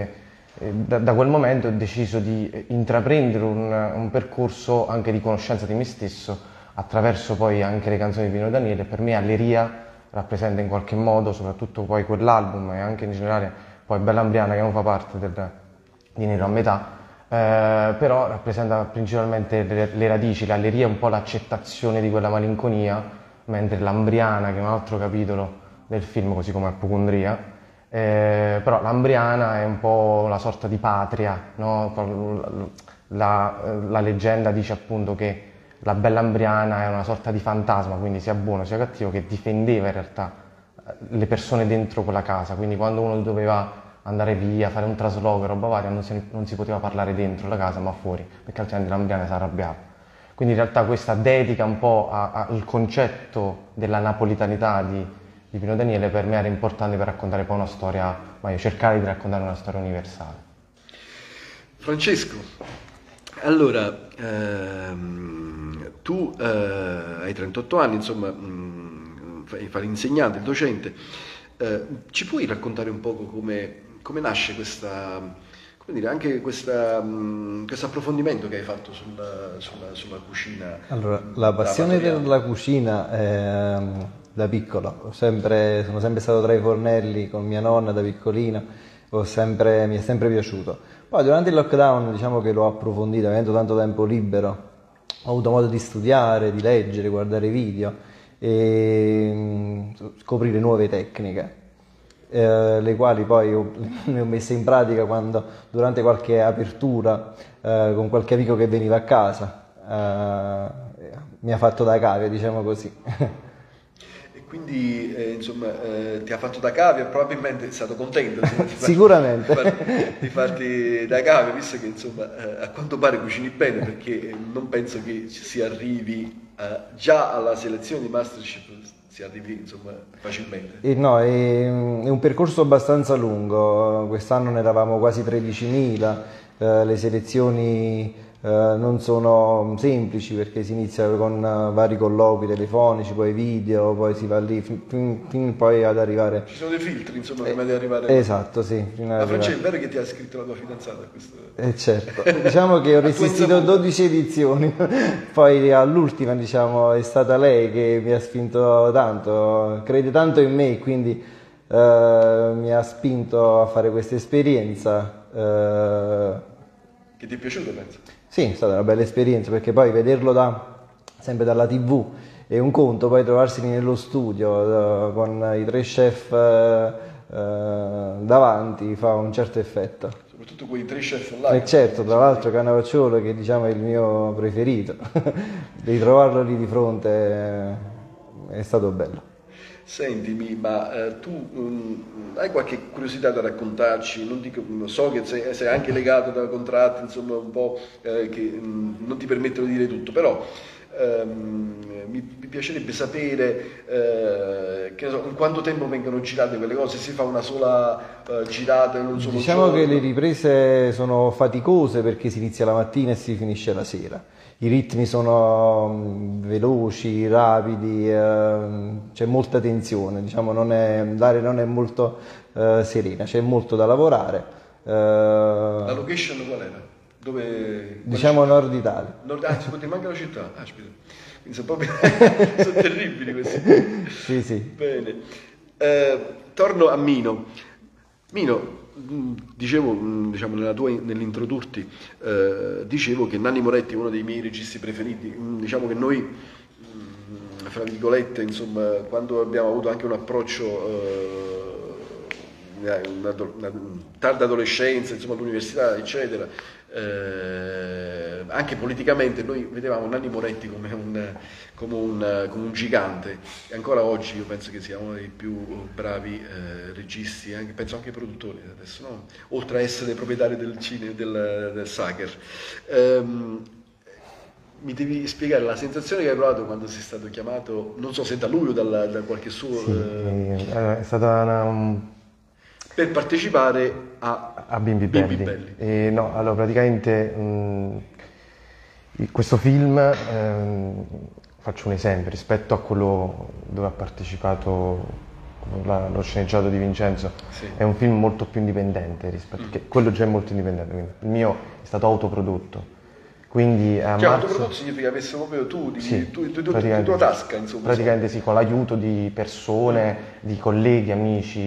da quel momento ho deciso di intraprendere un percorso anche di conoscenza di me stesso attraverso poi anche le canzoni di Pino Daniele. Per me Alleria rappresenta in qualche modo, soprattutto poi quell'album e anche in generale poi Bella Ambriana, che non fa parte di Nero a metà, però rappresenta principalmente le radici. L'Alleria è un po' l'accettazione di quella malinconia, mentre l'Ambriana, che è un altro capitolo del film, così come Apocondria, però l'Ambriana è un po' la sorta di patria, no? La leggenda dice appunto che la bella Ambriana è una sorta di fantasma, quindi sia buono sia cattivo, che difendeva in realtà le persone dentro quella casa. Quindi quando uno doveva andare via, fare un trasloco e roba varia, non si poteva parlare dentro la casa ma fuori, perché altrimenti l'Ambriana si arrabbiava. Quindi in realtà questa dedica un po' al concetto della napolitanità di Pino Daniele per me era importante per raccontare poi una storia, ma io cercare di raccontare una storia universale. Francesco, allora, tu hai 38 anni, insomma, fai l'insegnante, il docente, ci puoi raccontare un poco come nasce questa, come dire, anche questo approfondimento che hai fatto sulla cucina? Allora, la passione della cucina da piccolo, sono sempre stato tra i fornelli con mia nonna da piccolino, mi è sempre piaciuto. Poi durante il lockdown diciamo che l'ho approfondito, avendo tanto tempo libero, ho avuto modo di studiare, di leggere, guardare video e scoprire nuove tecniche, le quali poi le ho messe in pratica durante qualche apertura con qualche amico che veniva a casa, mi ha fatto da cavia, diciamo così. Quindi insomma ti ha fatto da cavia, probabilmente è stato contento sicuramente di farti da cavia, visto che insomma a quanto pare cucini bene, perché non penso che si arrivi già alla selezione di Masterchef, si arrivi insomma facilmente. No, è un percorso abbastanza lungo, quest'anno ne eravamo quasi 13.000, le selezioni non sono semplici perché si inizia con vari colloqui telefonici, poi video, poi si va lì fin poi ad arrivare. Ci sono dei filtri insomma prima di arrivare. Esatto, sì. Ma Francesco, è vero che ti ha scritto la tua fidanzata questo? Certo, diciamo che ho resistito 12 edizioni, poi all'ultima diciamo è stata lei che mi ha spinto tanto, crede tanto in me, quindi mi ha spinto a fare questa esperienza. Che ti è piaciuto, penso? Sì, è stata una bella esperienza, perché poi vederlo sempre dalla TV è un conto, poi trovarsi nello studio con i 3 chef davanti fa un certo effetto. Soprattutto quei 3 chef là. E certo, tra l'altro Cannavacciuolo, che diciamo è il mio preferito, di trovarlo lì di fronte è stato bello. Sentimi, ma tu hai qualche curiosità da raccontarci? Non dico, so che sei anche legato da contratti, insomma, un po' che non ti permettono di dire tutto, però mi piacerebbe sapere che, in quanto tempo vengono girate quelle cose, si fa una sola girata in un solo Diciamo giorno? che le riprese sono faticose perché si inizia la mattina e si finisce la sera. I ritmi sono veloci, rapidi, c'è molta tensione, diciamo, l'area non è molto serena, c'è molto da lavorare. La location qual era? Dove? Diciamo Nord Italia. Si può dire manca la città? Aspetta. Quindi sono proprio sono terribili questi. Sì, sì. Bene. Torno a Mino. Mino, dicevo, diciamo, nell'introdurti, dicevo che Nanni Moretti è uno dei miei registi preferiti. Diciamo che noi, fra virgolette, insomma, quando abbiamo avuto anche un approccio una tarda adolescenza, insomma, all'università, eccetera, anche politicamente noi vedevamo Nanni Moretti come un gigante, e ancora oggi io penso che sia uno dei più bravi registi, penso anche produttori adesso, no? Oltre a essere proprietario del cinema, del Sacher. Mi devi spiegare la sensazione che hai provato quando sei stato chiamato, non so se da lui o da qualche suo... Sì, è stata per partecipare a Bimbi Belli. No, allora praticamente questo film, faccio un esempio, rispetto a quello dove ha partecipato lo sceneggiato di Vincenzo, sì, è un film molto più indipendente che quello già è molto indipendente, quindi il mio è stato autoprodotto. Quindi autoprodotto significa che avessi proprio tu, sì, tu tua tasca, insomma. Praticamente sì, con l'aiuto di persone, di colleghi, amici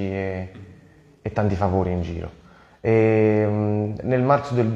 e tanti favori in giro. Nel marzo del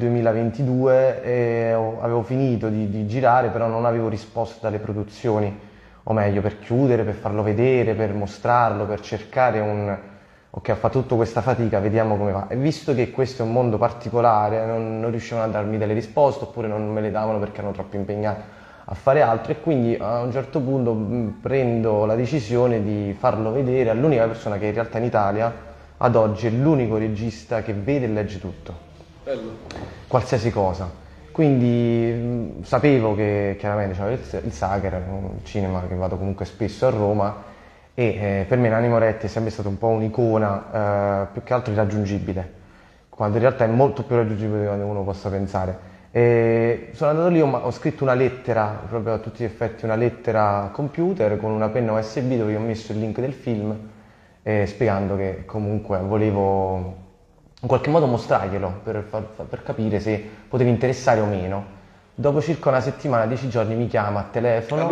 2022 avevo finito di girare, però non avevo risposte dalle produzioni, o meglio, per chiudere, per farlo vedere, per mostrarlo, per cercare ok, ho fatto tutta questa fatica, vediamo come va. E visto che questo è un mondo particolare, non riuscivano a darmi delle risposte, oppure non me le davano perché erano troppo impegnati a fare altro, e quindi a un certo punto prendo la decisione di farlo vedere all'unica persona che in realtà in Italia ad oggi è l'unico regista che vede e legge tutto. Bello. Qualsiasi cosa. Quindi sapevo che chiaramente c'era il Sacher, un cinema che vado comunque spesso a Roma, e per me Nanni Moretti è sempre stato un po' un'icona, più che altro irraggiungibile, quando in realtà è molto più raggiungibile di quanto uno possa pensare. E sono andato lì, ho scritto una lettera, proprio a tutti gli effetti una lettera computer con una penna USB dove ho messo il link del film, spiegando che comunque volevo in qualche modo mostrarglielo per capire se poteva interessare o meno. Dopo circa una settimana, 10 giorni, mi chiama a telefono,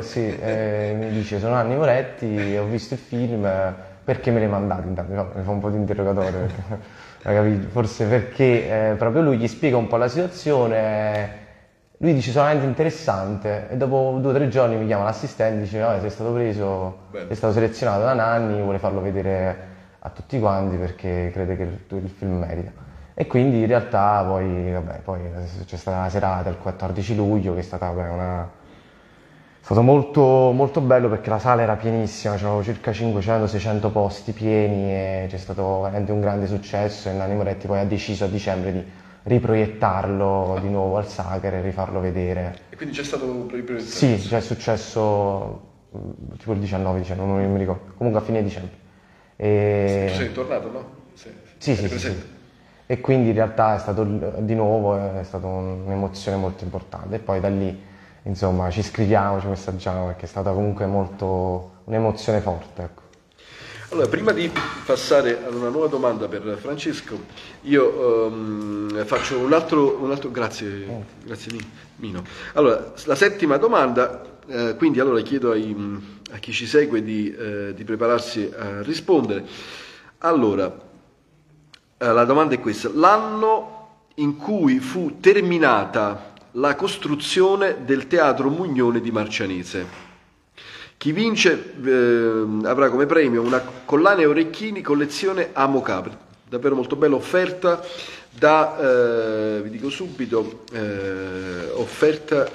mi dice: sono Nanni Moretti, ho visto il film, perché me l'hai mandato? Intanto mi fa un po' di interrogatorio, forse perché proprio lui gli spiega un po' la situazione, lui dice solamente interessante, e dopo 2 o 3 giorni mi chiama l'assistente e dice: vabbè, sei stato preso, sei stato selezionato da Nanni, vuole farlo vedere a tutti quanti perché crede che il film merita. E quindi in realtà poi c'è stata una serata il 14 luglio che è stata è stato molto, molto bello, perché la sala era pienissima, c'erano circa 500-600 posti pieni, e c'è stato veramente un grande successo, e Nanni Moretti poi ha deciso a dicembre di riproiettarlo di nuovo al Sacher e rifarlo vedere. E quindi c'è stato un riproiettamento? Sì, cioè è successo tipo il 19 dicembre, non mi ricordo, comunque a fine dicembre. Tu sei tornato, no? Sì. E quindi in realtà è stato di nuovo, è stata un'emozione molto importante, e poi da lì insomma ci scriviamo, ci messaggiamo, perché è stata comunque un'emozione forte, ecco. Allora, prima di passare ad una nuova domanda per Francesco, io faccio un altro grazie Mino. Allora, la settima domanda, quindi allora chiedo a chi ci segue di prepararsi a rispondere. Allora, la domanda è questa: l'anno in cui fu terminata la costruzione del Teatro Mugnone di Marcianise, Chi vince avrà come premio una collana e orecchini collezione Amo Capri, davvero molto bella offerta vi dico subito, offerta,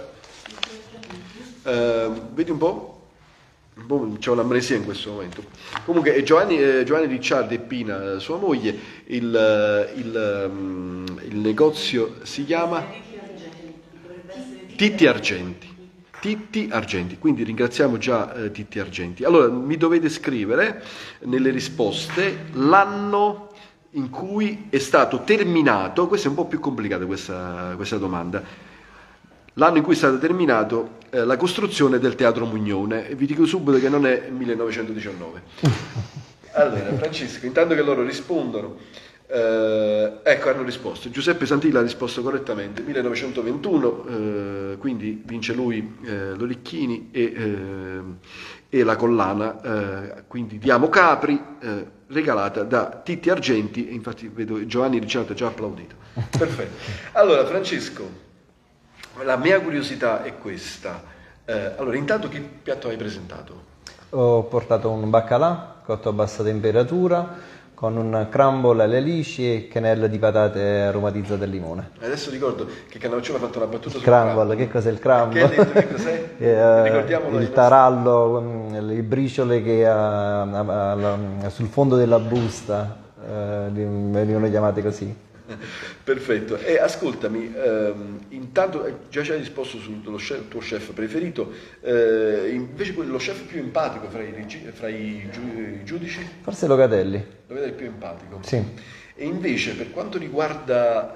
vedi un po'? C'è un'amnesia in questo momento. Comunque Giovanni Ricciardi e Pina, sua moglie, il negozio si chiama Titti Argenti, quindi ringraziamo già Titti Argenti. Allora mi dovete scrivere nelle risposte l'anno in cui è stato terminato, questa è un po' più complicata questa domanda, l'anno in cui è stata terminato la costruzione del Teatro Mugnone, e vi dico subito che non è 1919. Allora, Francesco, intanto che loro rispondono, ecco, hanno risposto. Giuseppe Santilli ha risposto correttamente, 1921, quindi vince lui l'orecchini e la collana, quindi di Amo Capri, regalata da Titti Argenti, e infatti vedo Giovanni Ricciardi ha già applaudito. Perfetto. Allora, Francesco, la mia curiosità è questa. Allora, intanto che piatto hai presentato? Ho portato un baccalà cotto a bassa temperatura con un crumble alle lisci e quenelle di patate aromatizzate al limone. Adesso ricordo che Cannavacciolo ha fatto una battuta sul crumble. Che cos'è il crumble? Che cos'è? Il tarallo, le briciole che sul fondo della busta venivano chiamate così. Perfetto, e ascoltami, intanto già ci hai risposto sul tuo chef preferito, invece lo chef più empatico fra i giudici? Forse Locatelli. Locatelli più empatico? Sì. E invece per quanto riguarda,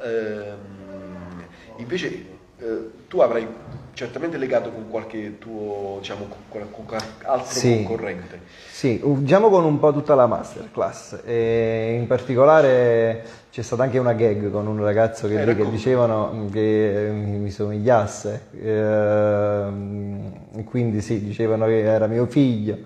tu avrai certamente legato con qualche tuo, diciamo, con qualche altro concorrente. Sì, diciamo con un po' tutta la masterclass, e in particolare c'è stata anche una gag con un ragazzo che dicevano che mi somigliasse, quindi sì, dicevano che era mio figlio,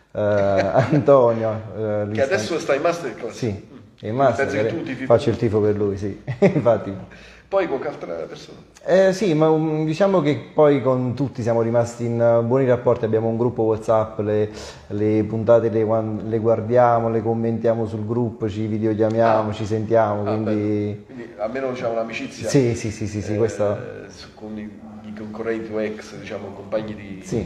Antonio. Che adesso sta in masterclass? Sì, in masterclass, faccio il tifo per lui, sì, infatti. Poi qualche altra persona? Sì, ma diciamo che poi con tutti siamo rimasti in buoni rapporti, abbiamo un gruppo WhatsApp, le puntate le guardiamo, le commentiamo sul gruppo, ci videochiamiamo, ci sentiamo, quindi almeno diciamo un'amicizia. Sì, questa con i concorrenti o ex, diciamo, compagni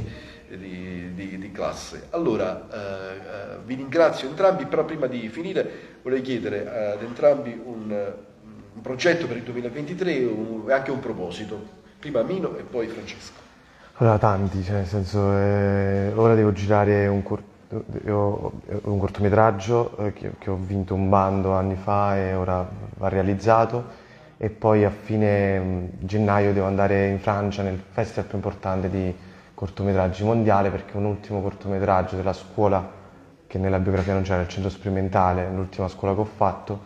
di classe. Allora, vi ringrazio entrambi, però prima di finire vorrei chiedere ad entrambi un progetto per il 2023 e anche un proposito. Prima Mino e poi Francesco. Allora, tanti, cioè nel senso, ora devo girare un cortometraggio che ho vinto un bando anni fa e ora va realizzato, e poi a fine gennaio devo andare in Francia nel festival più importante di cortometraggi mondiale, perché un ultimo cortometraggio della scuola, che nella biografia non c'era, il centro sperimentale, l'ultima scuola che ho fatto,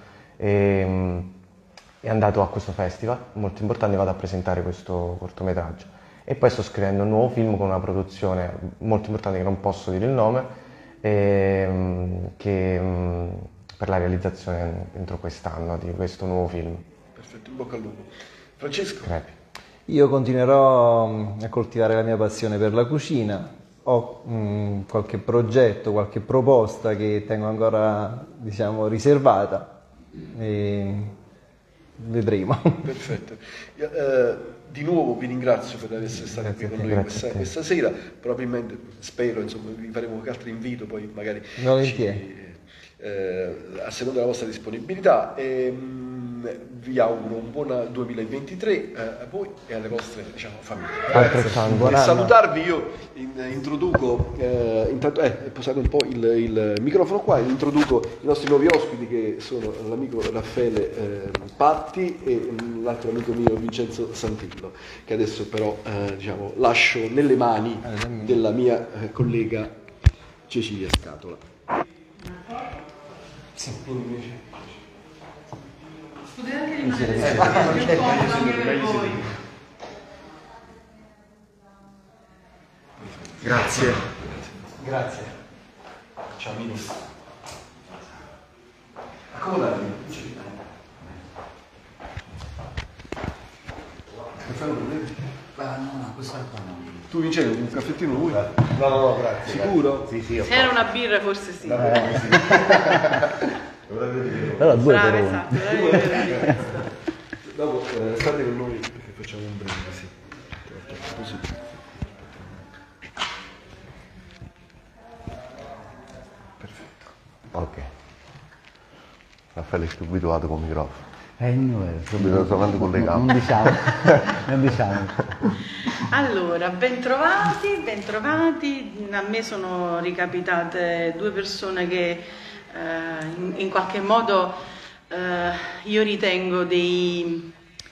è andato a questo festival molto importante, vado a presentare questo cortometraggio, e poi sto scrivendo un nuovo film con una produzione molto importante che non posso dire il nome, per la realizzazione entro quest'anno di questo nuovo film. Perfetto, in bocca al lupo. Francesco? Crepi. Io continuerò a coltivare la mia passione per la cucina, ho qualche progetto, qualche proposta che tengo ancora, diciamo, riservata, e vedremo. Perfetto. Di nuovo vi ringrazio per essere stati qui con noi questa sera. Probabilmente, spero, insomma, vi faremo qualche altro invito, poi magari a seconda della vostra disponibilità. Vi auguro un buon 2023 a voi e alle vostre, diciamo, famiglie. E salutarvi, io introduco, intanto posate un po' il microfono qua, introduco i nostri nuovi ospiti, che sono l'amico Raffaele Patti e l'altro amico mio Vincenzo Santillo, che adesso però diciamo, lascio nelle mani della mia collega Cecilia Scatola. Grazie. Ciao Ministro. Accomodatevi. caffè lo volete? No, questa qua no. Tu Vincenzo, un caffettino vuoi? No, grazie. Sicuro? Sì, Se era una birra forse sì. Però due Brava, per esatto, Dopo state con noi perché facciamo un breve, sì. Così. Perfetto. Ok. Raffaele, sei abituato con il microfono. Il mio vero. Subito davanti con le gambe. Non diciamo. Non diciamo. Allora, bentrovati. A me sono ricapitate due persone che in qualche modo io ritengo dei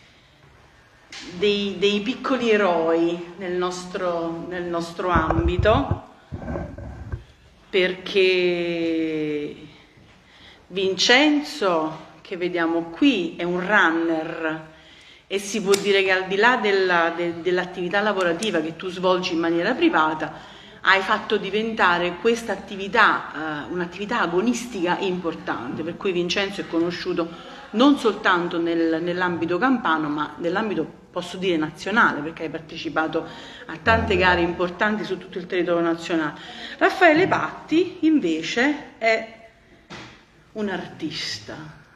piccoli eroi nel nostro ambito, perché Vincenzo, che vediamo qui, è un runner e si può dire che al di là dell'attività lavorativa che tu svolgi in maniera privata, hai fatto diventare questa attività un'attività agonistica importante, per cui Vincenzo è conosciuto non soltanto nell'ambito campano, ma nell'ambito, posso dire, nazionale, perché hai partecipato a tante gare importanti su tutto il territorio nazionale. Raffaele Patti invece è un artista,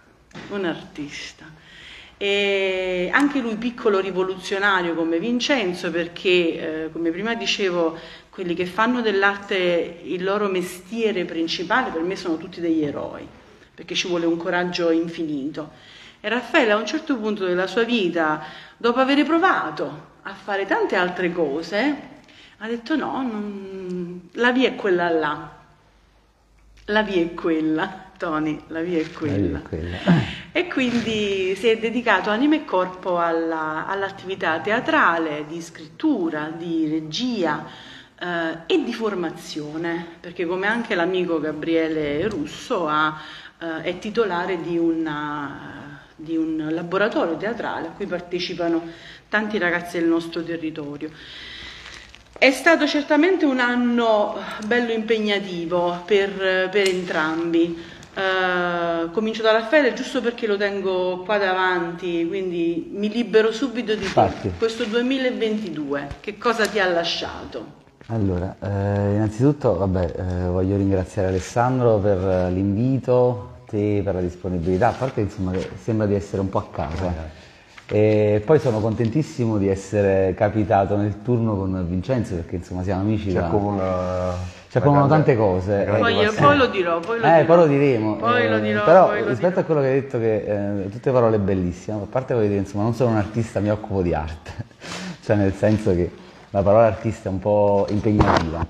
e anche lui piccolo rivoluzionario come Vincenzo, perché come prima dicevo, quelli che fanno dell'arte il loro mestiere principale per me sono tutti degli eroi, perché ci vuole un coraggio infinito. E Raffaele a un certo punto della sua vita, dopo aver provato a fare tante altre cose, ha detto no, la via è quella là, la via è quella. Tony, la via è quella. E quindi si è dedicato anima e corpo all'attività teatrale, di scrittura, di regia e di formazione, perché come anche l'amico Gabriele Russo è titolare di un laboratorio teatrale a cui partecipano tanti ragazzi del nostro territorio. È stato certamente un anno bello impegnativo per entrambi. Comincio da Raffaele giusto perché lo tengo qua davanti, quindi mi libero subito di te. Questo 2022 che cosa ti ha lasciato? Allora, innanzitutto voglio ringraziare Alessandro per l'invito, te per la disponibilità, a parte insomma che sembra di essere un po' a casa. E poi sono contentissimo di essere capitato nel turno con Vincenzo, perché insomma siamo amici ci accomunano tante cose. Poi lo dirò, poi lo diremo. Però rispetto a quello che hai detto, che tutte parole bellissime, a parte voglio dire, insomma, non sono un artista, mi occupo di arte, cioè nel senso che la parola artista è un po' impegnativa.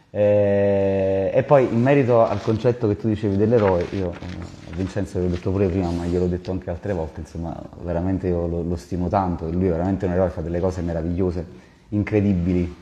E poi in merito al concetto che tu dicevi dell'eroe, io Vincenzo l'ho detto pure prima, ma gliel'ho detto anche altre volte, insomma veramente io lo stimo tanto, lui è veramente un eroe, fa delle cose meravigliose, incredibili,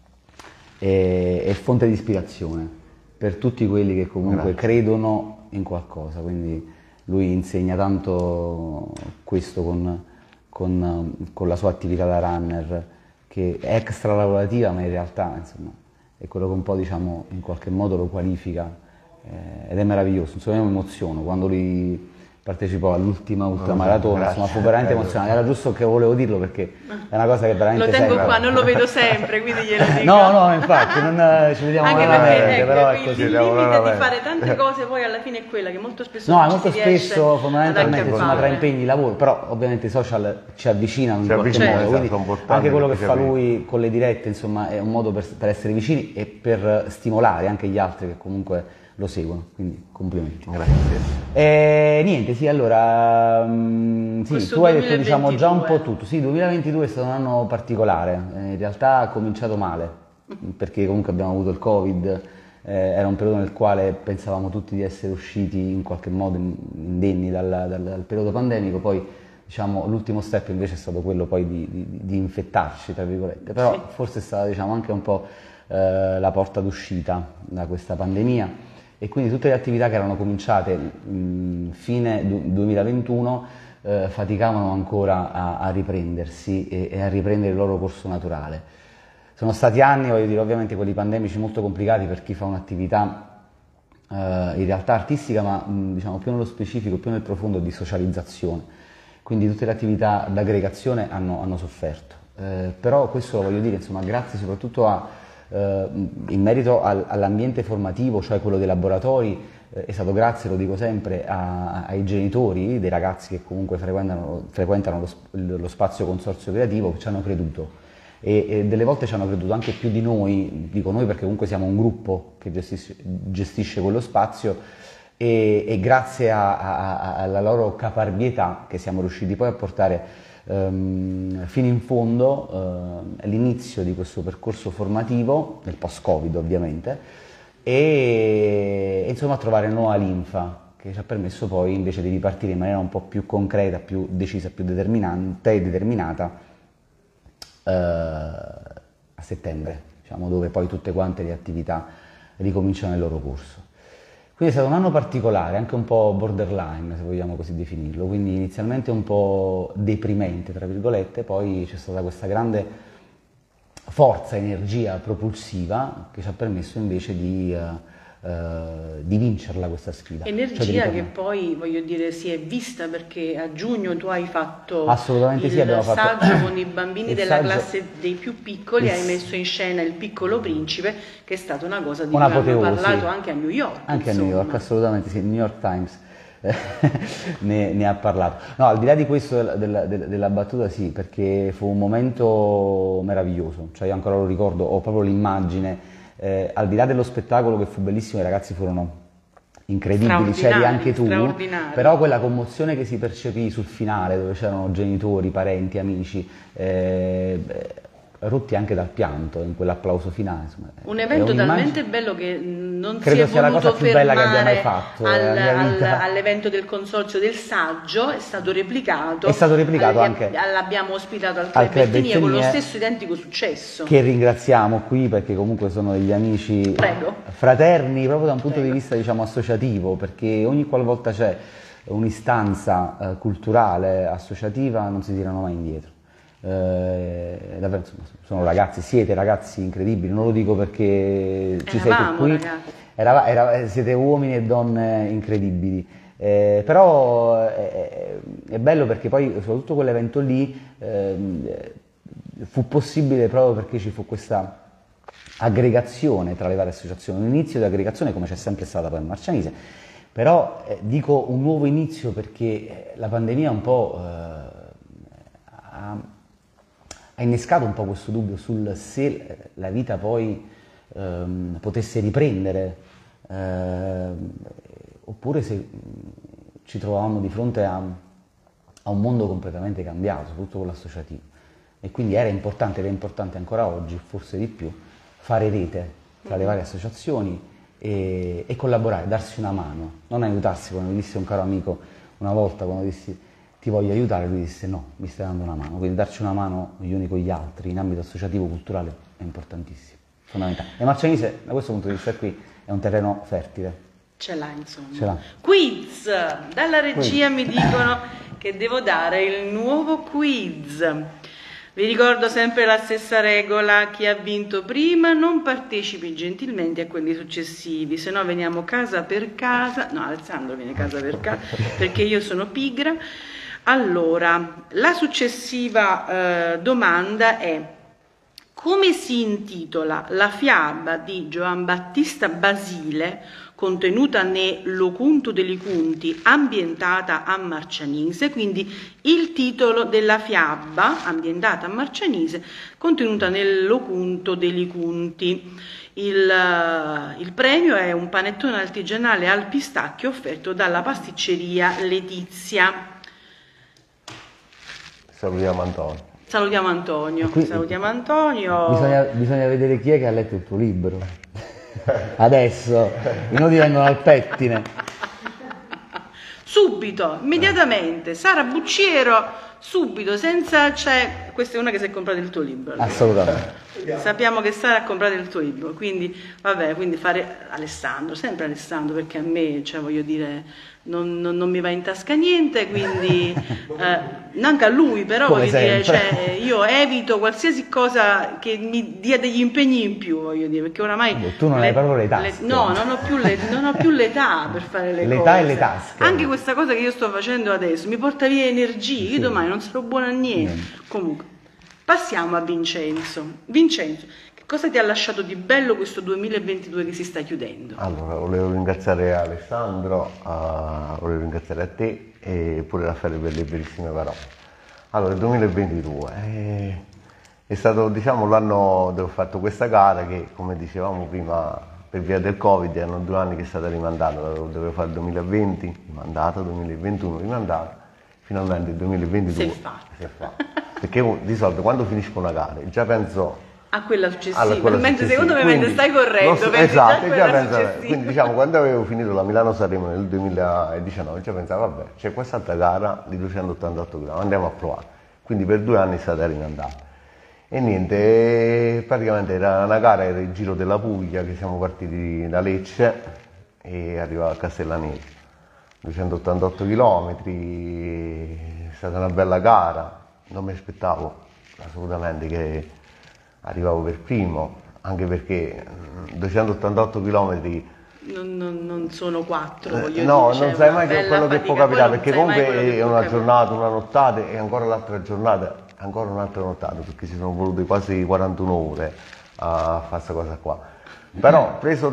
e fonte di ispirazione per tutti quelli che comunque credono in qualcosa, quindi lui insegna tanto questo con la sua attività da runner, che è extra lavorativa, ma in realtà insomma è quello che un po', diciamo, in qualche modo lo qualifica, ed è meraviglioso. Insomma, io mi emoziono quando lui partecipò all'ultima ultramaratona, insomma fu veramente emozionante. Era giusto che volevo dirlo, perché è una cosa che veramente lo tengo qua, non lo vedo sempre, quindi glielo dico. No, infatti non ci vediamo anche veramente, però è così. Il limite di fare tante cose poi alla fine è quella che molto spesso molto spesso fondamentalmente insomma, tra impegni, lavoro, però ovviamente i social ci avvicinano in qualche modo, quindi anche quello che fa lui con le dirette insomma è un modo per essere vicini e per stimolare anche gli altri che comunque lo seguono, quindi complimenti. Grazie. Niente, sì, allora tu hai detto diciamo già un po' tutto. Sì, 2022 è stato un anno particolare, in realtà ha cominciato male, perché comunque abbiamo avuto il Covid, era un periodo nel quale pensavamo tutti di essere usciti in qualche modo indenni dal periodo pandemico, poi diciamo l'ultimo step invece è stato quello poi di infettarci, tra virgolette, però forse è stata diciamo anche un po' la porta d'uscita da questa pandemia. E quindi tutte le attività che erano cominciate fine 2021 faticavano ancora a riprendersi e a riprendere il loro corso naturale. Sono stati anni, voglio dire, ovviamente quelli pandemici molto complicati per chi fa un'attività in realtà artistica, ma diciamo più nello specifico, più nel profondo di socializzazione. Quindi tutte le attività d'aggregazione hanno sofferto. però questo lo voglio dire, insomma, grazie soprattutto in merito all'ambiente formativo, cioè quello dei laboratori, è stato grazie, lo dico sempre, ai genitori dei ragazzi che comunque frequentano lo spazio consorzio creativo, che ci hanno creduto. E delle volte ci hanno creduto anche più di noi, dico noi perché comunque siamo un gruppo che gestisce quello spazio, e grazie alla loro caparbietà che siamo riusciti poi a portare fino in fondo l'inizio di questo percorso formativo, nel post-Covid ovviamente, e insomma a trovare nuova linfa che ci ha permesso poi invece di ripartire in maniera un po' più concreta, più decisa, più determinante e determinata a settembre, diciamo, dove poi tutte quante le attività ricominciano il loro corso. Quindi è stato un anno particolare, anche un po' borderline, se vogliamo così definirlo, quindi inizialmente un po' deprimente, tra virgolette, poi c'è stata questa grande forza, energia propulsiva che ci ha permesso invece di vincerla questa sfida. Energia che poi, voglio dire, si è vista, perché a giugno tu hai fatto assolutamente sì, abbiamo saggio fatto con i bambini della classe dei più piccoli, hai messo in scena Il Piccolo Principe, che è stata una cosa di cui hanno parlato anche a New York. Anche a New York, assolutamente sì, il New York Times ne ha parlato. No, al di là di questo della battuta, sì, perché fu un momento meraviglioso, cioè io ancora lo ricordo, ho proprio l'immagine, al di là dello spettacolo che fu bellissimo, i ragazzi furono incredibili, c'eri anche tu, però quella commozione che si percepì sul finale, dove c'erano genitori, parenti, amici, rotti anche dal pianto in quell'applauso finale. Insomma, un evento talmente bello che non credo si è voluto fermare fatto, all'evento del consorzio del saggio, è stato replicato, anche l'abbiamo ospitato al Club Etnia con lo stesso identico successo, che ringraziamo qui perché comunque sono degli amici fraterni proprio da un punto di vista, diciamo, associativo, perché ogni qualvolta c'è un'istanza culturale associativa non si tirano mai indietro. Davvero, insomma, sono ragazzi, siete ragazzi incredibili, non lo dico perché ci siete qui, siete uomini e donne incredibili, però è bello perché poi soprattutto quell'evento lì fu possibile proprio perché ci fu questa aggregazione tra le varie associazioni, un inizio di aggregazione come c'è sempre stata poi in Marcianise, però dico un nuovo inizio perché la pandemia un po' ha innescato un po' questo dubbio sul se la vita poi potesse riprendere, oppure se ci trovavamo di fronte a un mondo completamente cambiato, soprattutto con l'associativo. E quindi era importante, ed è importante ancora oggi, forse di più, fare rete tra le varie associazioni e collaborare, darsi una mano, non aiutarsi, come mi disse un caro amico una volta quando dissi ti voglio aiutare, lui disse no, mi stai dando una mano, quindi darci una mano gli uni con gli altri in ambito associativo culturale è importantissimo, fondamentale. E Marcianise da questo punto di vista qui è un terreno fertile. Ce l'ha, insomma. Ce l'ha. Quiz! Dalla regia mi dicono che devo dare il nuovo quiz. Vi ricordo sempre la stessa regola: chi ha vinto prima non partecipi gentilmente a quelli successivi, se no veniamo casa per casa. No, Alessandro viene casa per casa perché io sono pigra. Allora, la successiva domanda è: come si intitola la fiaba di Giovan Battista Basile contenuta nell'Ocunto degli Cunti, ambientata a Marcianise? Quindi il titolo della fiaba ambientata a Marcianise contenuta nell'Ocunto degli Cunti. Il premio è un panettone artigianale al pistacchio offerto dalla pasticceria Letizia. Salutiamo Antonio. Salutiamo Antonio. Salutiamo Antonio. Bisogna vedere chi è che ha letto il tuo libro. Adesso i nodi vengono al pettine. Subito, immediatamente, Sara Bucciero, subito, senza questa è una che si è comprata il tuo libro. Assolutamente. Sappiamo che Sara ha comprato il tuo libro, quindi vabbè, quindi fare Alessandro, sempre Alessandro, perché a me, cioè, voglio dire, non mi va in tasca niente, quindi neanche a lui, però come voglio sempre. dire, cioè, io evito qualsiasi cosa che mi dia degli impegni in più, voglio dire, perché oramai tu non hai proprio le tasche. no, non ho più l'età per fare le cose. L'età e le tasche. Anche questa cosa che io sto facendo adesso mi porta via energie, io domani non sarò buona a niente. Comunque Passiamo a Vincenzo. Vincenzo, che cosa ti ha lasciato di bello questo 2022 che si sta chiudendo? Allora, volevo ringraziare Alessandro, volevo ringraziare a te e pure Raffaele per le bellissime parole. Allora, il 2022 è stato, diciamo, l'anno dove ho fatto questa gara che, come dicevamo prima, per via del Covid erano 2 anni che è stata rimandata, dovevo fare il 2020, rimandata, 2021, rimandata, finalmente il 2022 si è fatto. Perché di solito quando finisco una gara già penso a quella successiva, mentre secondo me mentre stai correndo esatto, già penso, quindi diciamo quando avevo finito la Milano-Sanremo nel 2019 già pensavo vabbè c'è quest'altra gara di 288 km, andiamo a provare, quindi per 2 anni è stata rimandata e niente, praticamente era una gara, era il Giro della Puglia che siamo partiti da Lecce e arrivavo a Castellaneti, 288 km, è stata una bella gara, non mi aspettavo assolutamente che arrivavo per primo, anche perché 288 km non sono 4, voglio no, dire. Non sai mai quello che può capitare, perché comunque è una giornata, una nottata e ancora l'altra giornata, ancora un'altra nottata, perché ci sono volute quasi 41 ore a fare questa cosa qua. Però preso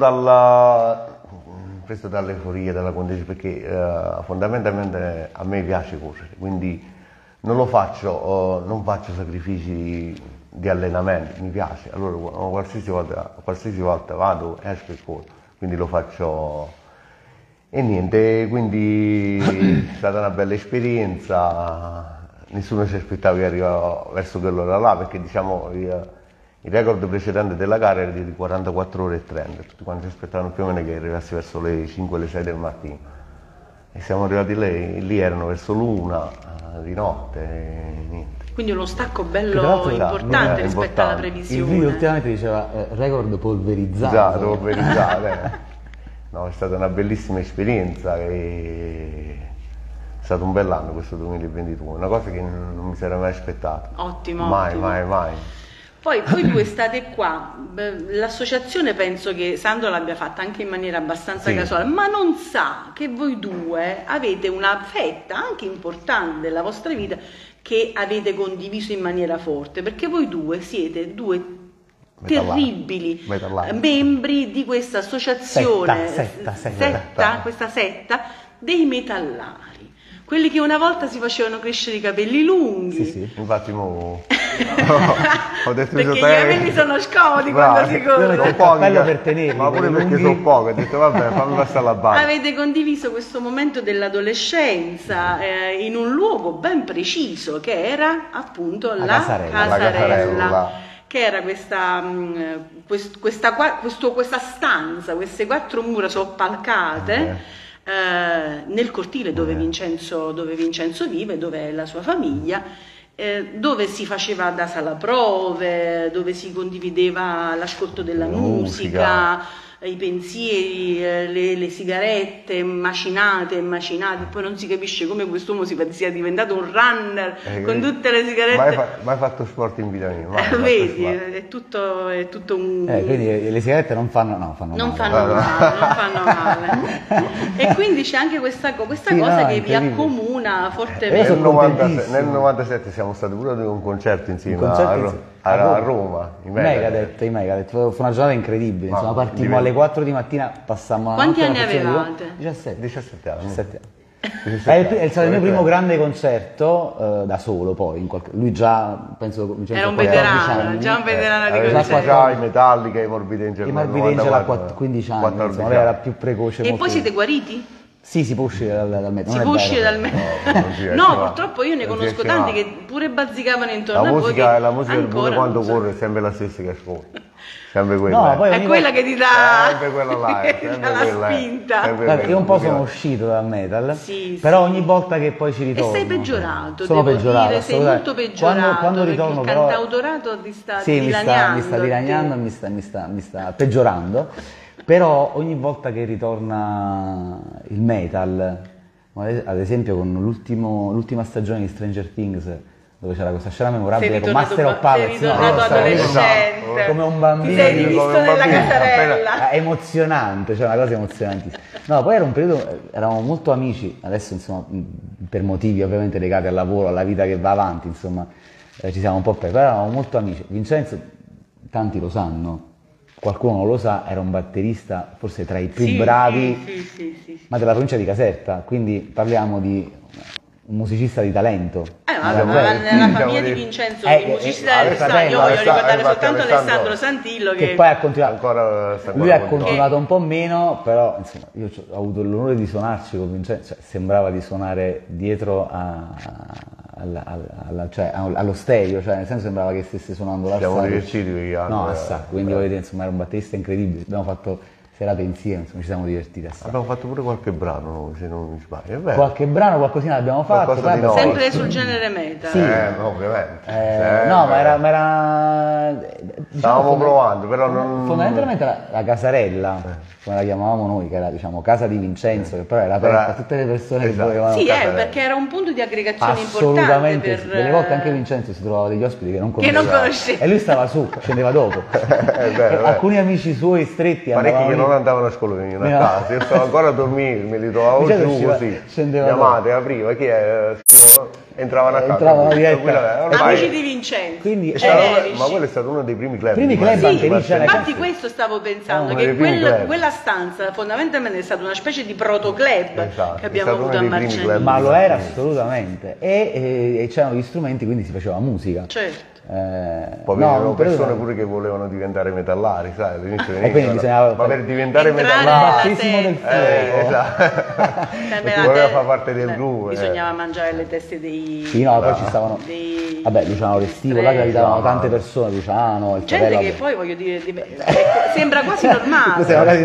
dall'euforia, dalla contesa, perché fondamentalmente a me piace correre, quindi non faccio sacrifici di allenamento, mi piace, allora qualsiasi volta vado, esco e corro, quindi lo faccio e niente, quindi è stata una bella esperienza, nessuno si aspettava che arrivavo verso quell'ora là, perché diciamo il record precedente della gara era di 44 ore e 30, tutti quanti si aspettavano più o meno che arrivassi verso le 5 o le 6 del mattino e siamo arrivati lì erano verso l'1 di notte e niente. Quindi uno stacco bello importante rispetto alla previsione. Il video ultimamente diceva record polverizzato. No, è stata una bellissima esperienza e è stato un bell'anno questo 2022, una cosa che non mi sarei mai aspettato. Ottimo. Mai. Poi voi 2 state qua, l'associazione penso che Sandro l'abbia fatta anche in maniera abbastanza casuale, ma non sa che voi 2 avete una fetta anche importante della vostra vita che avete condiviso in maniera forte, perché voi 2 siete 2 terribili membri di questa associazione, questa setta dei metallari. Quelli che una volta si facevano crescere i capelli lunghi. Sì, infatti ho detto perché i capelli sono scomodi quando si corre. Sono pochi, per tenerli, ma pure perché sono pochi, ho detto vabbè fammi passare la barra. Avete condiviso questo momento dell'adolescenza in un luogo ben preciso che era appunto la Casarella. Che era questa stanza, queste 4 mura soppalcate nel cortile dove Vincenzo vive, dove è la sua famiglia, dove si faceva da sala prove, dove si condivideva l'ascolto della musica, i pensieri, le sigarette macinate, poi non si capisce come quest'uomo sia diventato un runner con tutte le sigarette. Mai fatto sport in vita mia. Vedi, è tutto un... quindi le sigarette non fanno male. E quindi c'è anche questa cosa che vi accomuna fortemente. Nel 97 siamo stati pure ad un concerto insieme a Roma, i Megadeth. Fu una giornata incredibile, insomma, partimmo alle 4 di mattina, passammo. Quanti anni avevate? 17 anni. È stato il mio primo grande concerto da solo, poi lui già penso era un veterano, di concerto. Già i Metallica, i Morbid Angel a 15 anni, insomma, lei era più precoce. E poi siete guariti? Sì, si può uscire dal metro. Si può uscire dal metro? No, purtroppo io ne conosco tanti che pure bazzicavano intorno a voi. La musica pure quando corre è sempre la stessa che ascolta. Sempre quella. No, è quella che ti dà sempre quella là, la spinta. Io un po' sono uscito dal metal, però ogni volta che poi ci ritorno. E sei peggiorato, sono peggiorato, sei molto peggiorato. Quando ritorno, il però, cantautorato ti sta dilaniando. Mi sta dilaniando e mi sta peggiorando. Però ogni volta che ritorna il metal, ad esempio con l'ultima stagione di Stranger Things, dove c'era questa scena memorabile con Master of Puppets, sei ritornato adolescente, come un bambino, ti sei rivisto nella casarella, è emozionante, cioè una cosa emozionantissima. No, poi era un periodo, eravamo molto amici, adesso insomma per motivi ovviamente legati al lavoro, alla vita che va avanti, insomma ci siamo un po' persi, eravamo molto amici. Vincenzo, tanti lo sanno, qualcuno non lo sa, era un batterista forse tra i più bravi, ma della provincia di Caserta, quindi parliamo di un musicista di talento. Ma nella famiglia di Vincenzo, i musicisti io voglio ricordare soltanto Alessandro Santillo che poi ha continuato, lui ha continuato un po' meno, però insomma io ho avuto l'onore di suonarci con Vincenzo, cioè, sembrava di suonare dietro allo stereo, cioè nel senso sembrava che stesse suonando la quindi vedete, insomma era un batterista incredibile, abbiamo fatto serate insieme, insomma, ci siamo divertiti assai. Abbiamo fatto pure qualche brano, se non mi sbaglio. Qualche brano, qualcosina l'abbiamo fatto. Sempre sul genere metal. Sì. Ovviamente. No, ma era stavamo provando, però non... Fondamentalmente la casarella, come la chiamavamo noi, che era diciamo casa di Vincenzo, che però era aperta a tutte le persone che volevano. Sì, perché era un punto di aggregazione assolutamente importante. Delle volte anche Vincenzo si trovava degli ospiti che non conosceva. E lui stava su, scendeva dopo. Alcuni amici suoi stretti andavano andavano a scuola, venivano a casa, io stavo ancora a dormire, mi ritrovavo giù così, chiamate, apriva, chi è? Entravano a casa. Amici di Vincenzo. Quindi, ma quello è stato uno dei primi club. Infatti questo stavo pensando, che quella stanza fondamentalmente è stata una specie di protoclub che abbiamo avuto a Marcianise. Ma lo era assolutamente, e c'erano gli strumenti, quindi si faceva musica. Certo. Poi venivano persone pure che volevano diventare metallari, sai, all'inizio bisognava ma per diventare metallari battesimo del fuoco, voleva far parte del gruppo. Bisognava mangiare le teste dei... Sì, no, poi ci stavano... Vabbè, Luciano Restivo, là gravitavano tante persone, Luciano, il gente che poi, voglio dire, sembra quasi normale.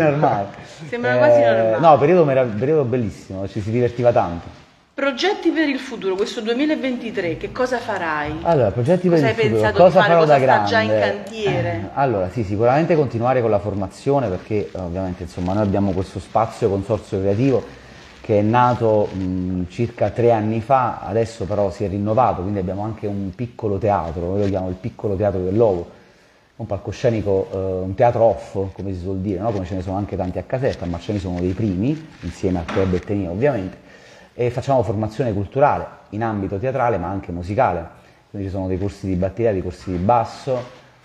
Sembra quasi normale. No, periodo bellissimo, ci si divertiva tanto. Progetti per il futuro, questo 2023, che cosa farai? Allora, progetti per il futuro, pensato cosa di fare? farò Cosa da grande? sta già in cantiere? Allora, sì, sicuramente continuare con la formazione, perché ovviamente insomma noi abbiamo questo spazio consorzio creativo che è nato circa 3 anni fa, adesso però si è rinnovato, quindi abbiamo anche un piccolo teatro, noi lo chiamiamo il piccolo teatro del Logo, un palcoscenico, un teatro off, come si suol dire, no? Come ce ne sono anche tanti a Caserta, ma ce ne sono dei primi, insieme al Club Etnia ovviamente. E facciamo formazione culturale in ambito teatrale ma anche musicale, quindi ci sono dei corsi di batteria, dei corsi di basso,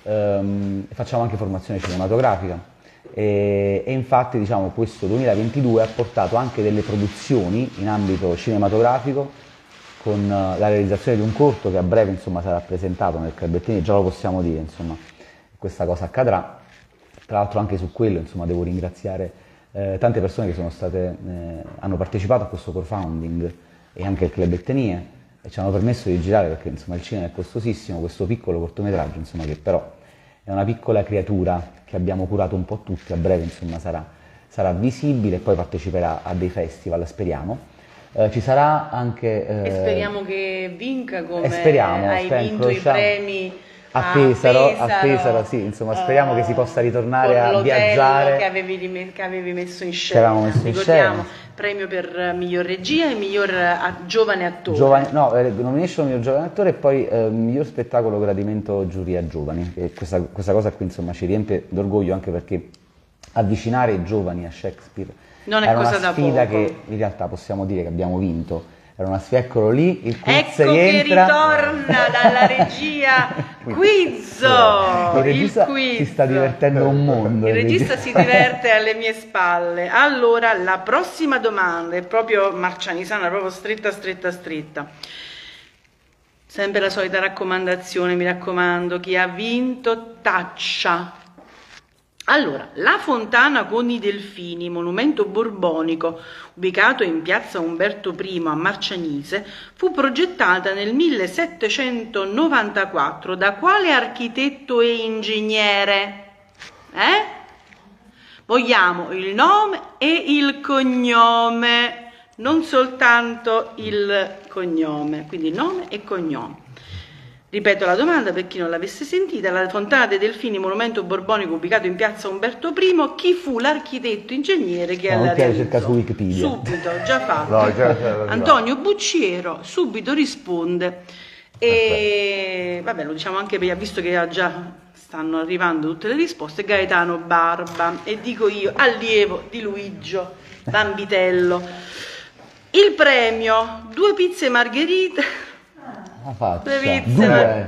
facciamo anche formazione cinematografica e infatti diciamo questo 2022 ha portato anche delle produzioni in ambito cinematografico con la realizzazione di un corto che a breve insomma sarà presentato nel Club Etnia, già lo possiamo dire, insomma questa cosa accadrà. Tra l'altro anche su quello insomma devo ringraziare tante persone che sono state, hanno partecipato a questo crowdfunding e anche il Club Etnia e ci hanno permesso di girare, perché insomma il cinema è costosissimo, questo piccolo cortometraggio insomma che però è una piccola creatura che abbiamo curato un po' tutti, a breve insomma sarà visibile e poi parteciperà a dei festival, speriamo. Ci sarà anche... e speriamo che vinca come hai vinto i premi a Pesaro, sì, insomma speriamo che si possa ritornare a viaggiare. Che avevi messo in scena, ricordiamo, premio per miglior regia e miglior giovane attore. Nomination miglior giovane attore e poi miglior spettacolo gradimento giuria giovani, e questa cosa qui insomma ci riempie d'orgoglio, anche perché avvicinare i giovani a Shakespeare non è era cosa una sfida che in realtà possiamo dire che abbiamo vinto. Era una sfida, eccolo lì, il quiz rientra. Che ritorna dalla regia Quizzo! Il regista si sta divertendo un mondo. Il regista si diverte alle mie spalle. Allora, la prossima domanda è proprio marcianisana, proprio stretta. Sempre la solita raccomandazione, mi raccomando, chi ha vinto taccia. Allora, la fontana con i delfini, monumento borbonico, ubicato in piazza Umberto I a Marcianise, fu progettata nel 1794 da quale architetto e ingegnere? Vogliamo il nome e il cognome, non soltanto il cognome, quindi nome e cognome. Ripeto la domanda per chi non l'avesse sentita: la fontana dei delfini, monumento borbonico ubicato in piazza Umberto I, chi fu l'architetto ingegnere che la realizzò? Su Wikipedia. Subito, già fatto. Antonio Bucciero subito risponde. E vabbè, lo diciamo anche perché, visto che già stanno arrivando tutte le risposte, Gaetano Barba, e dico io, allievo di Luigio Bambitello. Il premio, 2 pizze margherita La faccia. 2 pizze. 2.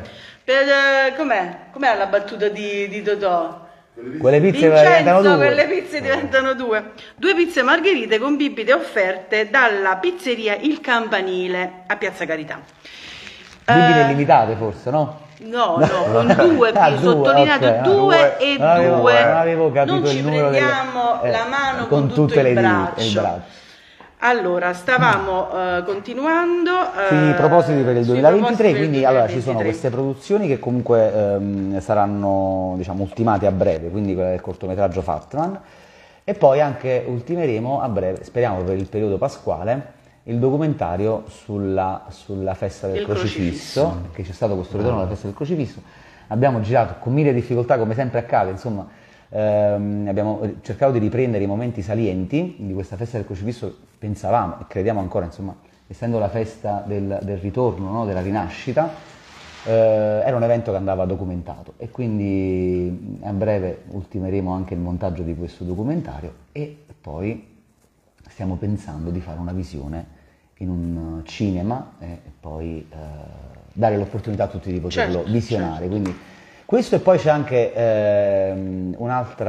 Com'è la battuta di Totò? Quelle pizze Vincenzo, diventano 2. quelle pizze diventano 2. 2 pizze margherite con bibite offerte dalla pizzeria Il Campanile a Piazza Carità. Bibite limitate forse, no? No, con 2, sottolineato okay, 2 e 2. Non avevo capito Non ci il numero prendiamo la mano con tutto tutte il le braccio. Allora, stavamo continuando. I propositi per il 2023, quindi allora ci sono 2023. queste produzioni che comunque saranno diciamo ultimate a breve, quindi il cortometraggio Fatman, e poi anche ultimeremo a breve, speriamo per il periodo pasquale, il documentario sulla festa del crocifisso, che c'è stato questo ritorno alla festa del crocifisso. Abbiamo girato con mille difficoltà, come sempre accade, insomma. Abbiamo cercato di riprendere i momenti salienti di questa festa del crocifisso, pensavamo e crediamo ancora, insomma, essendo la festa del ritorno, no, della rinascita, era un evento che andava documentato, e quindi a breve ultimeremo anche il montaggio di questo documentario, e poi stiamo pensando di fare una visione in un cinema e poi dare l'opportunità a tutti di poterlo visionare. Quindi questo, e poi c'è anche un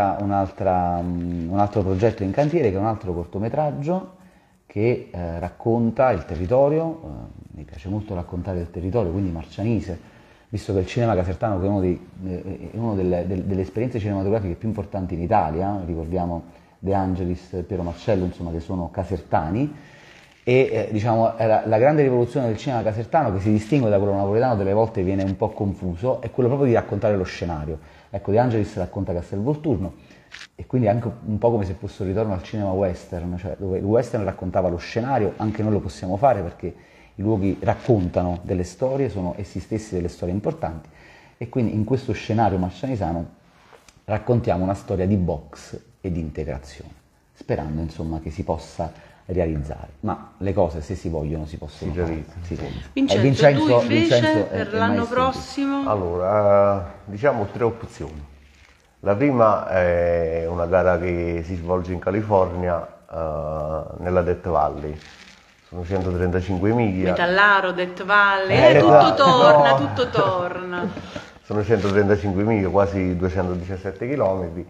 altro progetto in cantiere, che è un altro cortometraggio che racconta il territorio. Mi piace molto raccontare il territorio, quindi Marcianise, visto che il cinema casertano è una delle esperienze cinematografiche più importanti in Italia. Ricordiamo De Angelis, Piero Marcello, insomma, che sono casertani, e diciamo la grande rivoluzione del cinema casertano, che si distingue da quello napoletano, delle volte viene un po' confuso, è quello proprio di raccontare lo scenario. Ecco, De Angelis racconta Castelvolturno, e quindi anche un po' come se fosse un ritorno al cinema western, cioè dove il western raccontava lo scenario. Anche noi lo possiamo fare, perché i luoghi raccontano delle storie, sono essi stessi delle storie importanti, e quindi in questo scenario marcianisano raccontiamo una storia di box e di integrazione, sperando insomma che si possa realizzare, ma le cose, se si vogliono, si possono fare. Vincenzo, tu invece per l'anno prossimo? Allora, diciamo 3 opzioni. La prima è una gara che si svolge in California, nella Death Valley. Sono 135 miglia. Metallaro, Death Valley, tutto torna. Sono 135 miglia, quasi 217 km.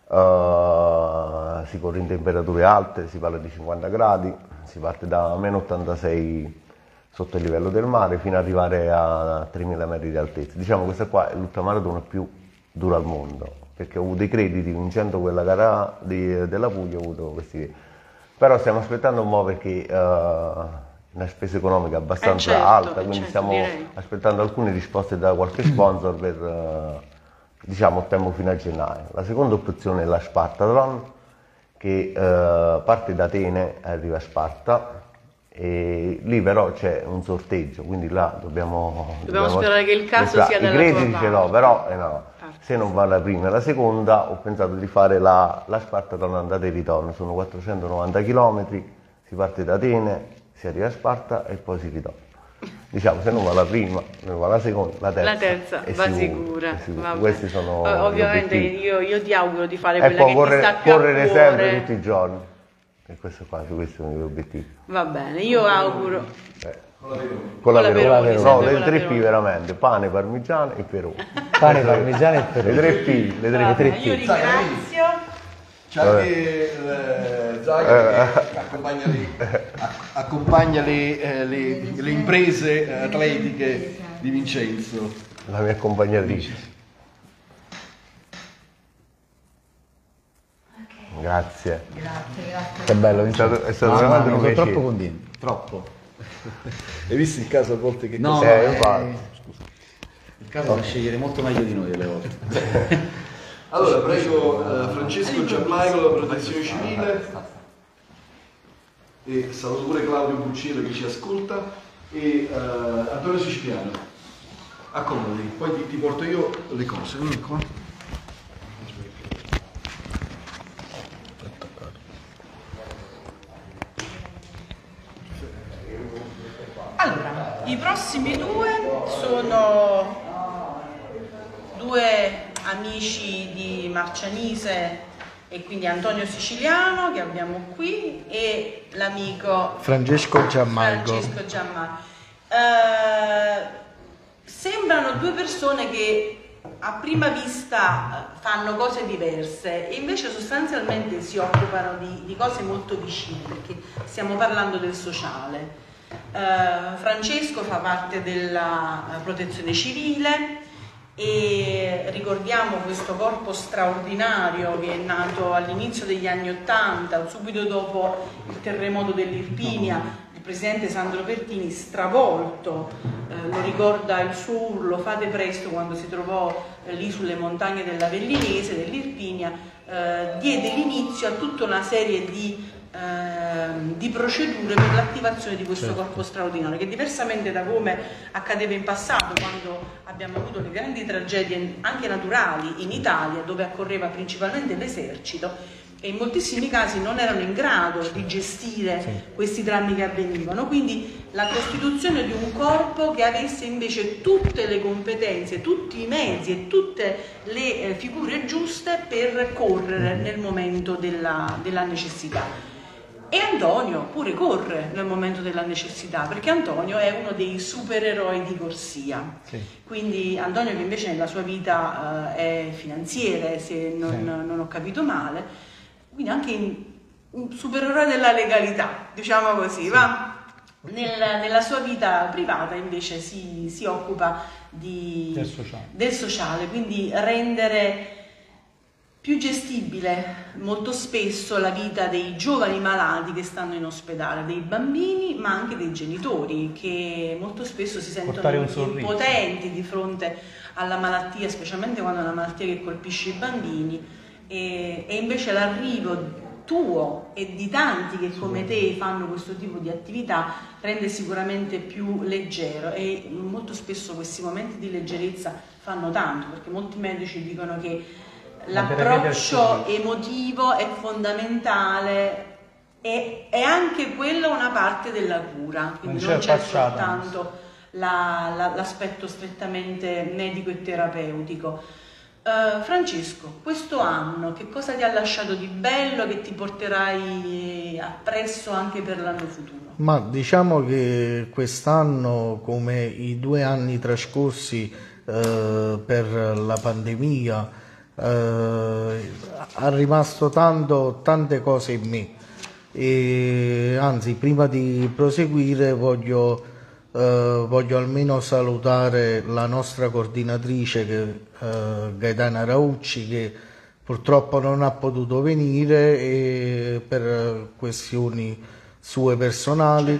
Si corre in temperature alte, si parla di 50 gradi, si parte da meno 86 sotto il livello del mare fino ad arrivare a 3000 metri di altezza. Diciamo, questa qua è l'ultramaratona più dura al mondo, perché ho avuto i crediti vincendo quella gara della Puglia, ho avuto questi. Però stiamo aspettando un po', perché una spesa economica abbastanza alta, quindi stiamo aspettando alcune risposte da qualche sponsor per diciamo tempo fino a gennaio. La seconda opzione è la Spartathlon, che parte da Atene e arriva a Sparta, e lì però c'è un sorteggio, quindi là dobbiamo sperare che il caso sia dalla tua parte. I crediti ce l'ho, però no. Se non va la prima e la seconda, ho pensato di fare la Spartathlon andata e ritorno. Sono 490 km, si parte da Atene, si arriva a Sparta e poi si ritorna. Diciamo, se non va la prima, non va la seconda, la terza va sicura. Questi sono ovviamente io ti auguro di fare quella che ti sta più a correre cuore. sempre tutti i giorni, e questo sono i miei obiettivi. Va bene, io auguro con la Verona, no, le 3 P veramente: pane, parmigiano e Peroni. Pane, parmigiano e Peroni. Le 3 P, le 3 P. Io ringrazio. C'è anche Zaghi che accompagna le imprese atletiche di Vincenzo. La mia accompagnatrice. Grazie. Che bello, Vincenzo. È stato veramente un piacere. Troppo contento. Troppo. Hai visto il caso a volte che no, scusa. Il caso da scegliere molto meglio di noi delle volte. Allora, prego Francesco Gianmaico, la protezione civile, e saluto pure Claudio Bucciero che ci ascolta, e Antonio Siciliano. Accomodati, poi ti porto io le cose. Allora, i prossimi 2 sono 2 amici di Marcianise, e quindi Antonio Siciliano, che abbiamo qui, e l'amico Francesco Gianmaico. sembrano due persone che a prima vista fanno cose diverse e invece sostanzialmente si occupano di cose molto vicine, perché stiamo parlando del sociale. Francesco fa parte della protezione civile e ricordiamo questo corpo straordinario che è nato all'inizio degli anni '80, subito dopo il terremoto dell'Irpinia. Il presidente Sandro Pertini, stravolto, lo ricorda il suo urlo "fate presto", quando si trovò lì sulle montagne dell'Avellinese, dell'Irpinia, diede l'inizio a tutta una serie di procedure per l'attivazione di questo corpo straordinario, che diversamente da come accadeva in passato, quando abbiamo avuto le grandi tragedie anche naturali in Italia, dove accorreva principalmente l'esercito, e in moltissimi casi non erano in grado di gestire questi drammi che avvenivano. Quindi la costituzione di un corpo che avesse invece tutte le competenze, tutti i mezzi e tutte le figure giuste per correre nel momento della necessità. E Antonio pure corre nel momento della necessità, perché Antonio è uno dei supereroi di corsia. Quindi Antonio, che invece nella sua vita è finanziere, se non ho capito male, quindi anche un supereroe della legalità, diciamo così, va? Nella sua vita privata invece si occupa del sociale, quindi rendere più gestibile molto spesso la vita dei giovani malati che stanno in ospedale, dei bambini ma anche dei genitori, che molto spesso si sentono impotenti di fronte alla malattia, specialmente quando è una malattia che colpisce i bambini. E invece l'arrivo tuo e di tanti che come te fanno questo tipo di attività rende sicuramente più leggero, e molto spesso questi momenti di leggerezza fanno tanto, perché molti medici dicono che l'approccio emotivo è fondamentale e è anche quello una parte della cura, quindi non c'è soltanto l'aspetto strettamente medico e terapeutico. Francesco, questo anno che cosa ti ha lasciato di bello che ti porterai appresso anche per l'anno futuro? Ma diciamo che quest'anno, come i 2 anni trascorsi per la pandemia, ha rimasto tante cose in me, e anzi, prima di proseguire voglio almeno salutare la nostra coordinatrice Gaetana Raucci, che purtroppo non ha potuto venire per questioni sue personali,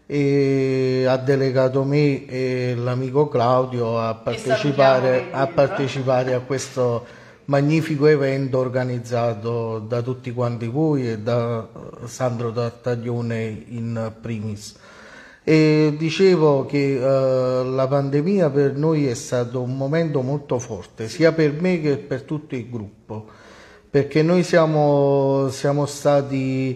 e ha delegato me e l'amico Claudio a partecipare a questo magnifico evento organizzato da tutti quanti voi e da Sandro Tartaglione in primis. E dicevo che la pandemia per noi è stato un momento molto forte, sia per me che per tutto il gruppo, perché noi siamo stati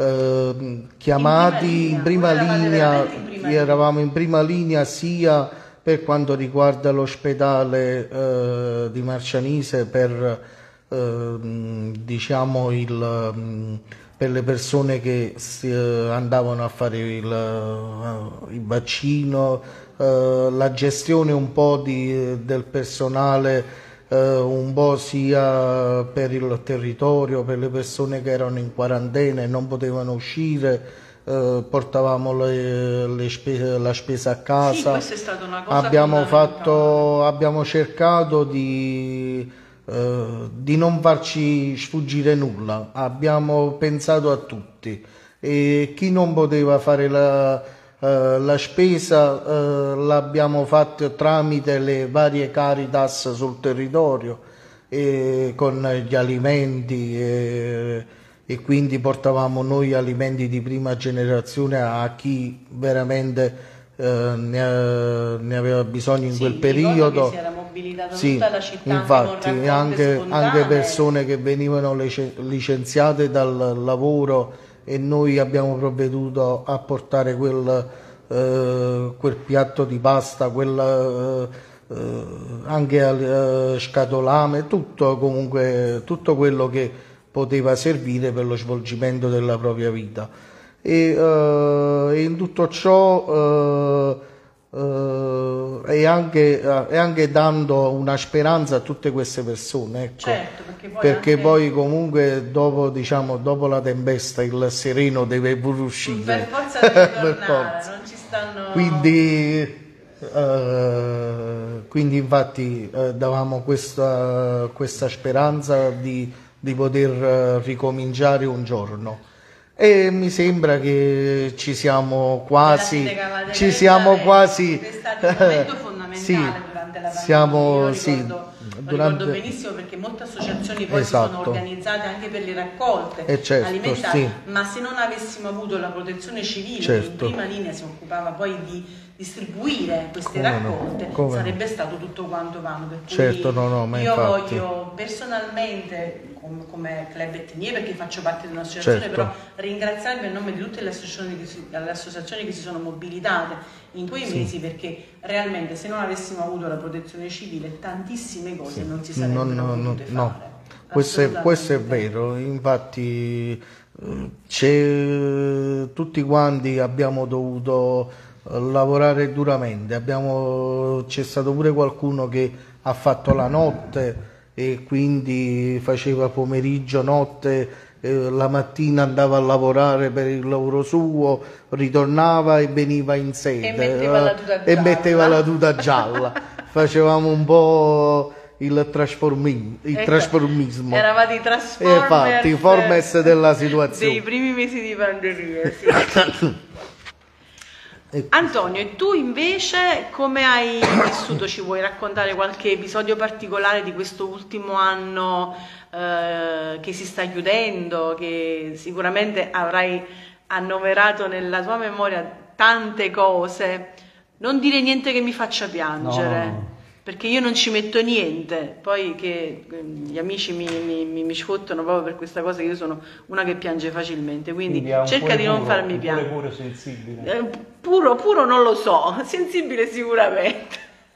chiamati in prima linea, eravamo in prima linea sia per quanto riguarda l'ospedale di Marcianise, per diciamo per le persone che andavano a fare il vaccino, la gestione un po' del personale, un po' sia per il territorio, per le persone che erano in quarantena e non potevano uscire, portavamo la spesa a casa. Sì, questa è stata una cosa abbiamo cercato di non farci sfuggire nulla, abbiamo pensato a tutti, e chi non poteva fare la spesa l'abbiamo fatto tramite le varie Caritas sul territorio, con gli alimenti, e quindi portavamo noi alimenti di prima generazione a chi veramente ne aveva bisogno in quel periodo. Si era mobilitata sì, tutta la città, infatti anche persone che venivano licenziate dal lavoro, e noi abbiamo provveduto a portare quel piatto di pasta, anche scatolame, tutto quello che poteva servire per lo svolgimento della propria vita. E in tutto ciò e anche dando una speranza a tutte queste persone, ecco. Certo, perché poi comunque dopo, diciamo, dopo la tempesta il sereno deve pure uscire. Per forza deve Per tornare, forza. non ci stanno... Quindi infatti davamo questa speranza di poter ricominciare un giorno. E mi sembra che ci siamo quasi, È stato un momento fondamentale sì, durante la pandemia. Lo ricordo durante- benissimo perché molte associazioni poi si Esatto. sono organizzate anche per le raccolte Certo, alimentari, sì. ma se non avessimo avuto la protezione civile Certo. che in prima linea si occupava poi di distribuire queste Come no, raccolte, come sarebbe stato tutto quanto vano. Per cui Certo, no, ma io infatti. voglio personalmente, come club etnie, perché faccio parte di un'associazione, Certo. però ringraziarvi a nome di tutte le associazioni che si sono mobilitate in quei Sì. mesi, perché realmente se non avessimo avuto la protezione civile tantissime cose non si sarebbero potute fare. No. Questo è vero, infatti tutti quanti abbiamo dovuto lavorare duramente, c'è stato pure qualcuno che ha fatto la notte e quindi faceva pomeriggio, notte, la mattina andava a lavorare per il lavoro suo, ritornava e veniva in sede E metteva la tuta e gialla. metteva la tuta gialla. Facevamo un po' il trasformismo. Eravate i Transformers, Infatti, i Formers della situazione. dei primi mesi di pandemia, sì. Antonio, e tu invece come hai vissuto? Ci vuoi raccontare qualche episodio particolare di questo ultimo anno che si sta chiudendo, che sicuramente avrai annoverato nella tua memoria tante cose? Non dire niente che mi faccia piangere. No. Perché io non ci metto niente, poi che gli amici mi sfottono proprio per questa cosa, che io sono una che piange facilmente, quindi ha un cerca cuore di non puro, farmi un cuore piangere. puro sensibile. Puro non lo so, sensibile sicuramente.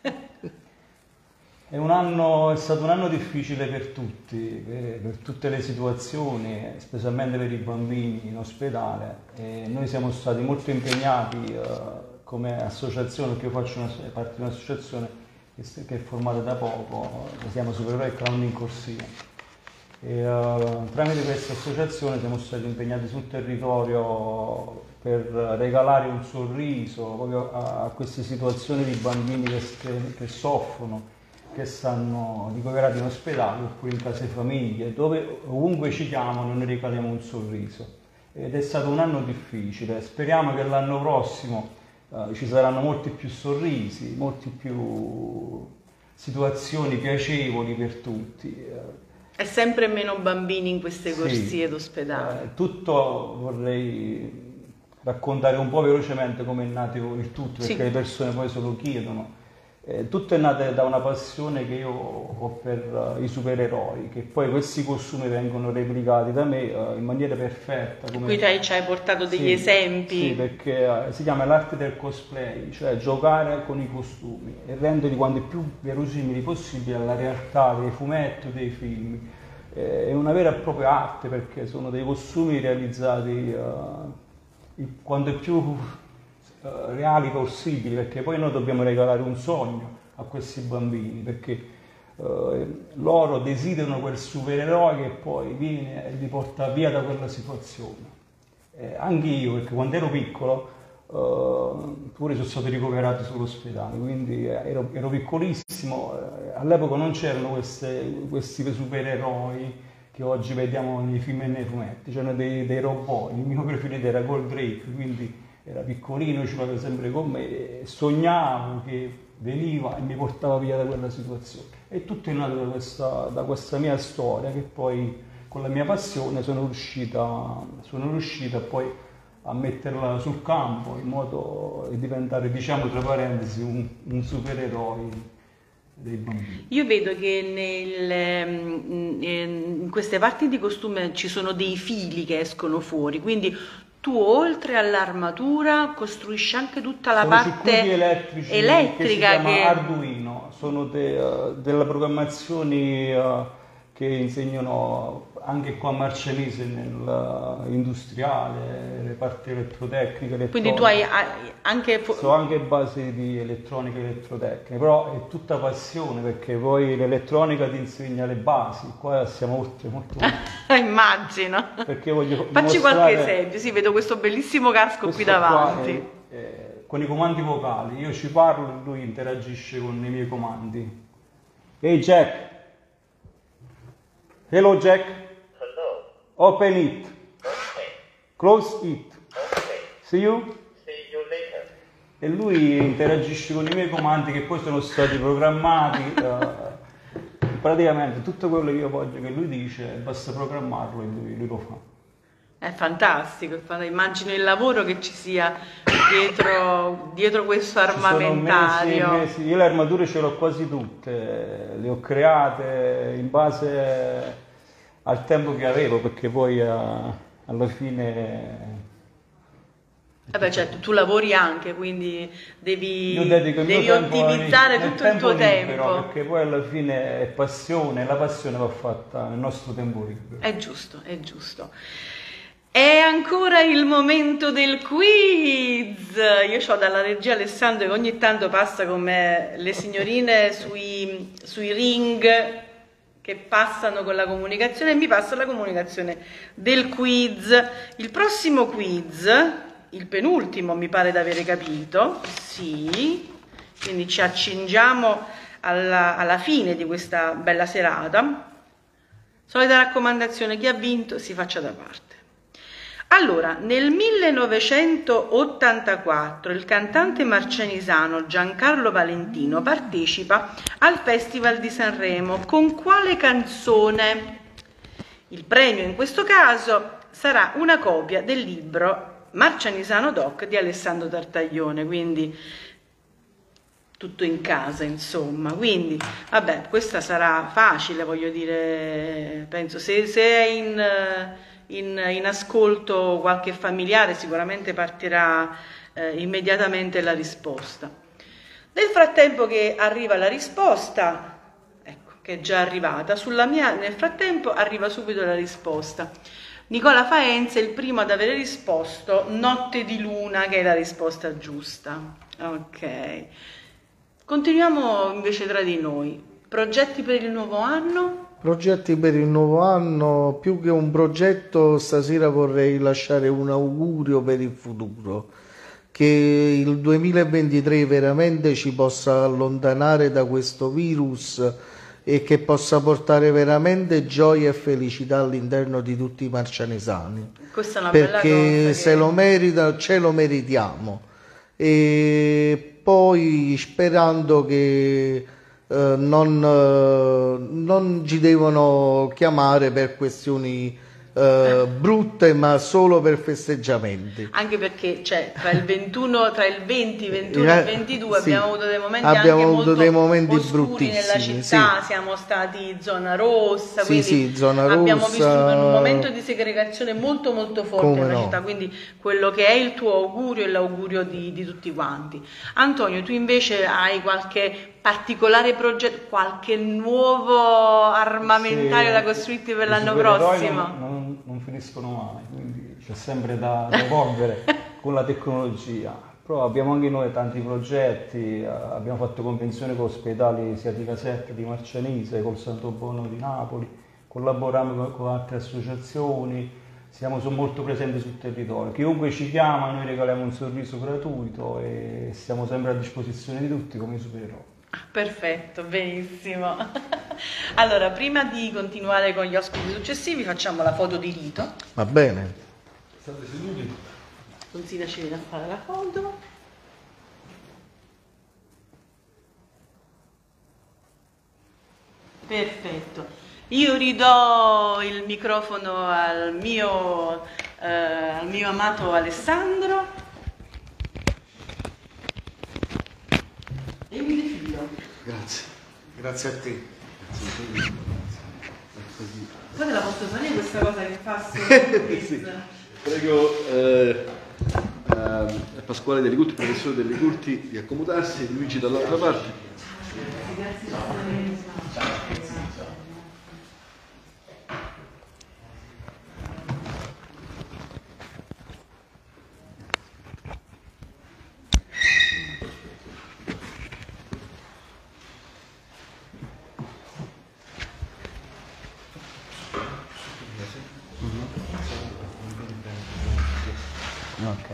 È stato un anno difficile per tutti, per tutte le situazioni, specialmente per i bambini in ospedale. E noi siamo stati molto impegnati come associazione, perché io faccio parte di un'associazione che è formata da poco, si chiama Supereroi Clown in Corsia. E, tramite questa associazione siamo stati impegnati sul territorio per regalare un sorriso proprio a queste situazioni di bambini che soffrono, che stanno ricoverati in ospedale oppure in case famiglie, dove ovunque ci chiamano noi regaliamo un sorriso. Ed è stato un anno difficile, speriamo che l'anno prossimo ci saranno molti più sorrisi, molti più situazioni piacevoli per tutti. E sempre meno bambini in queste corsie d'ospedale. Tutto vorrei raccontare un po' velocemente come è nato il tutto, perché Sì. le persone poi se lo chiedono. Tutto è nato da una passione che io ho per i supereroi, che poi questi costumi vengono replicati da me in maniera perfetta. Qui ci hai portato degli esempi. Sì, perché si chiama l'arte del cosplay, cioè giocare con i costumi e renderli quanto più verosimili possibile alla realtà dei fumetti o dei film. È una vera e propria arte, perché sono dei costumi realizzati quanto più reali possibili, perché poi noi dobbiamo regalare un sogno a questi bambini, perché loro desiderano quel supereroe che poi viene e li porta via da quella situazione. Anche io, perché quando ero piccolo pure sono stato ricoverato sull'ospedale, quindi ero piccolissimo, all'epoca non c'erano questi supereroi che oggi vediamo nei film e nei fumetti, c'erano dei robot. Il mio preferito era Goldrake, quindi era piccolino, ci aveva sempre con me e sognavo che veniva e mi portava via da quella situazione. E tutto è nato da questa mia storia, che poi con la mia passione sono riuscita poi a metterla sul campo in modo di diventare, diciamo tra parentesi, un supereroe dei bambini. Io vedo che in queste parti di costume ci sono dei fili che escono fuori, quindi tu oltre all'armatura costruisci anche tutta la Sono parte circuiti elettrica che che si chiama Arduino, sono delle programmazioni che insegnano anche qua a Marcianise nell'industriale, le parti elettrotecniche, elettronica. Quindi tu hai anche... So anche basi di elettronica e elettrotecnica, però è tutta passione, perché poi l'elettronica ti insegna le basi, qua siamo oltre molto. Immagino. Perché voglio Facci qualche esempio, sì, vedo questo bellissimo casco qui davanti. Con i comandi vocali, io ci parlo e lui interagisce con i miei comandi. Hey Jack. Hello Jack. Hello. Open it. Okay. Close it. Okay. See you? See you later. E lui interagisce con i miei comandi che poi sono stati programmati. Praticamente tutto quello che io voglio che lui dice, basta programmarlo e lui lo fa. È fantastico, immagino il lavoro che ci sia dietro questo armamentario. Mesi. Io le armature ce le ho quasi tutte, le ho create in base al tempo che avevo, perché poi alla fine... Vabbè, certo, tu lavori anche, quindi devi tempo ottimizzare tutto il tuo libero, tempo. Perché poi alla fine è passione, la passione va fatta nel nostro tempo libero. È giusto, è giusto. È ancora il momento del quiz. Io ho dalla regia Alessandro che ogni tanto passa con me le signorine sui ring che passano con la comunicazione e mi passa la comunicazione del quiz. Il prossimo quiz, il penultimo mi pare di avere capito, sì, quindi ci accingiamo alla fine di questa bella serata. Solita raccomandazione, chi ha vinto si faccia da parte. Allora, nel 1984 il cantante marcianisano Giancarlo Valentino partecipa al Festival di Sanremo. Con quale canzone? Il premio in questo caso sarà una copia del libro Marcianisano Doc di Alessandro Tartaglione, quindi tutto in casa, insomma. Quindi, vabbè, questa sarà facile, voglio dire, penso, se è in ascolto qualche familiare sicuramente partirà immediatamente la risposta. Nel frattempo che arriva la risposta, ecco, che è già arrivata, nel frattempo arriva subito la risposta. Nicola Faenza è il primo ad avere risposto Notte di Luna, che è la risposta giusta. Ok. Continuiamo invece tra di noi. Progetti per il nuovo anno? Progetti per il nuovo anno, più che un progetto, stasera vorrei lasciare un augurio per il futuro, che il 2023 veramente ci possa allontanare da questo virus e che possa portare veramente gioia e felicità all'interno di tutti i marcianesani. Questa è una bella cosa. Perché se lo merita, ce lo meritiamo. E poi sperando che non ci devono chiamare per questioni brutte, ma solo per festeggiamenti. Anche perché tra il 21 e il 22 sì, abbiamo avuto dei momenti dei momenti oscuri nella città, sì. Siamo stati zona rossa, Sì, quindi sì, zona abbiamo rossa, vissuto un momento di segregazione molto molto forte come nella no. città, quindi quello che è il tuo augurio è l'augurio di tutti quanti. Antonio, tu invece hai qualche particolare progetto, qualche nuovo armamentario da costruirti per l'anno prossimo? Non finiscono mai, quindi c'è sempre da evolvere con la tecnologia. Però abbiamo anche noi tanti progetti, abbiamo fatto convenzioni con ospedali sia di Caserta, di Marcianise, col Santo Bono di Napoli, collaboriamo con altre associazioni, sono molto presenti sul territorio. Chiunque ci chiama, noi regaliamo un sorriso gratuito e siamo sempre a disposizione di tutti come supereroi. Perfetto, benissimo. Allora, prima di continuare con gli ospiti successivi, facciamo la foto di rito. Va bene. State seduti. Consina ci viene a fare la foto. Perfetto. Io ridò il microfono al mio amato Alessandro. E mi defilo. Grazie a te. Poi te la posso fare questa cosa che fa sì. Prego Pasquale Deli Curti, professore Deli Curti, di accomodarsi, Luigi dall'altra parte. Ok.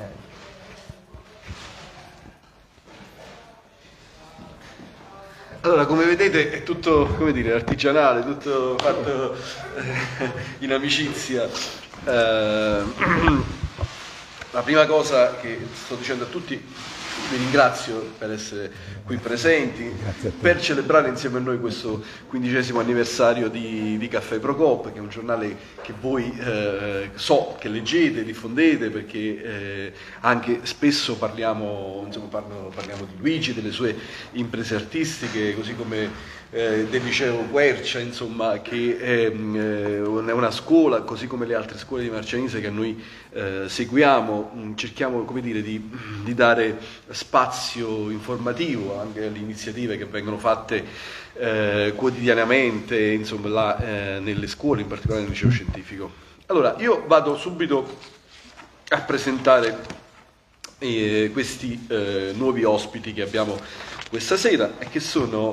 Allora, come vedete è tutto, come dire, artigianale, tutto fatto in amicizia. La prima cosa che sto dicendo a tutti, vi ringrazio per essere qui presenti, per celebrare insieme a noi questo 15° anniversario di Caffè Procop, che è un giornale che voi so che leggete, diffondete, perché anche spesso parliamo di Luigi, delle sue imprese artistiche, così come del liceo Quercia, insomma, che è una scuola, così come le altre scuole di Marcianise che noi seguiamo. Cerchiamo, come dire, di dare spazio informativo anche alle iniziative che vengono fatte quotidianamente, insomma, nelle scuole, in particolare nel liceo scientifico. Allora, io vado subito a presentare questi nuovi ospiti che abbiamo questa sera, e che sono,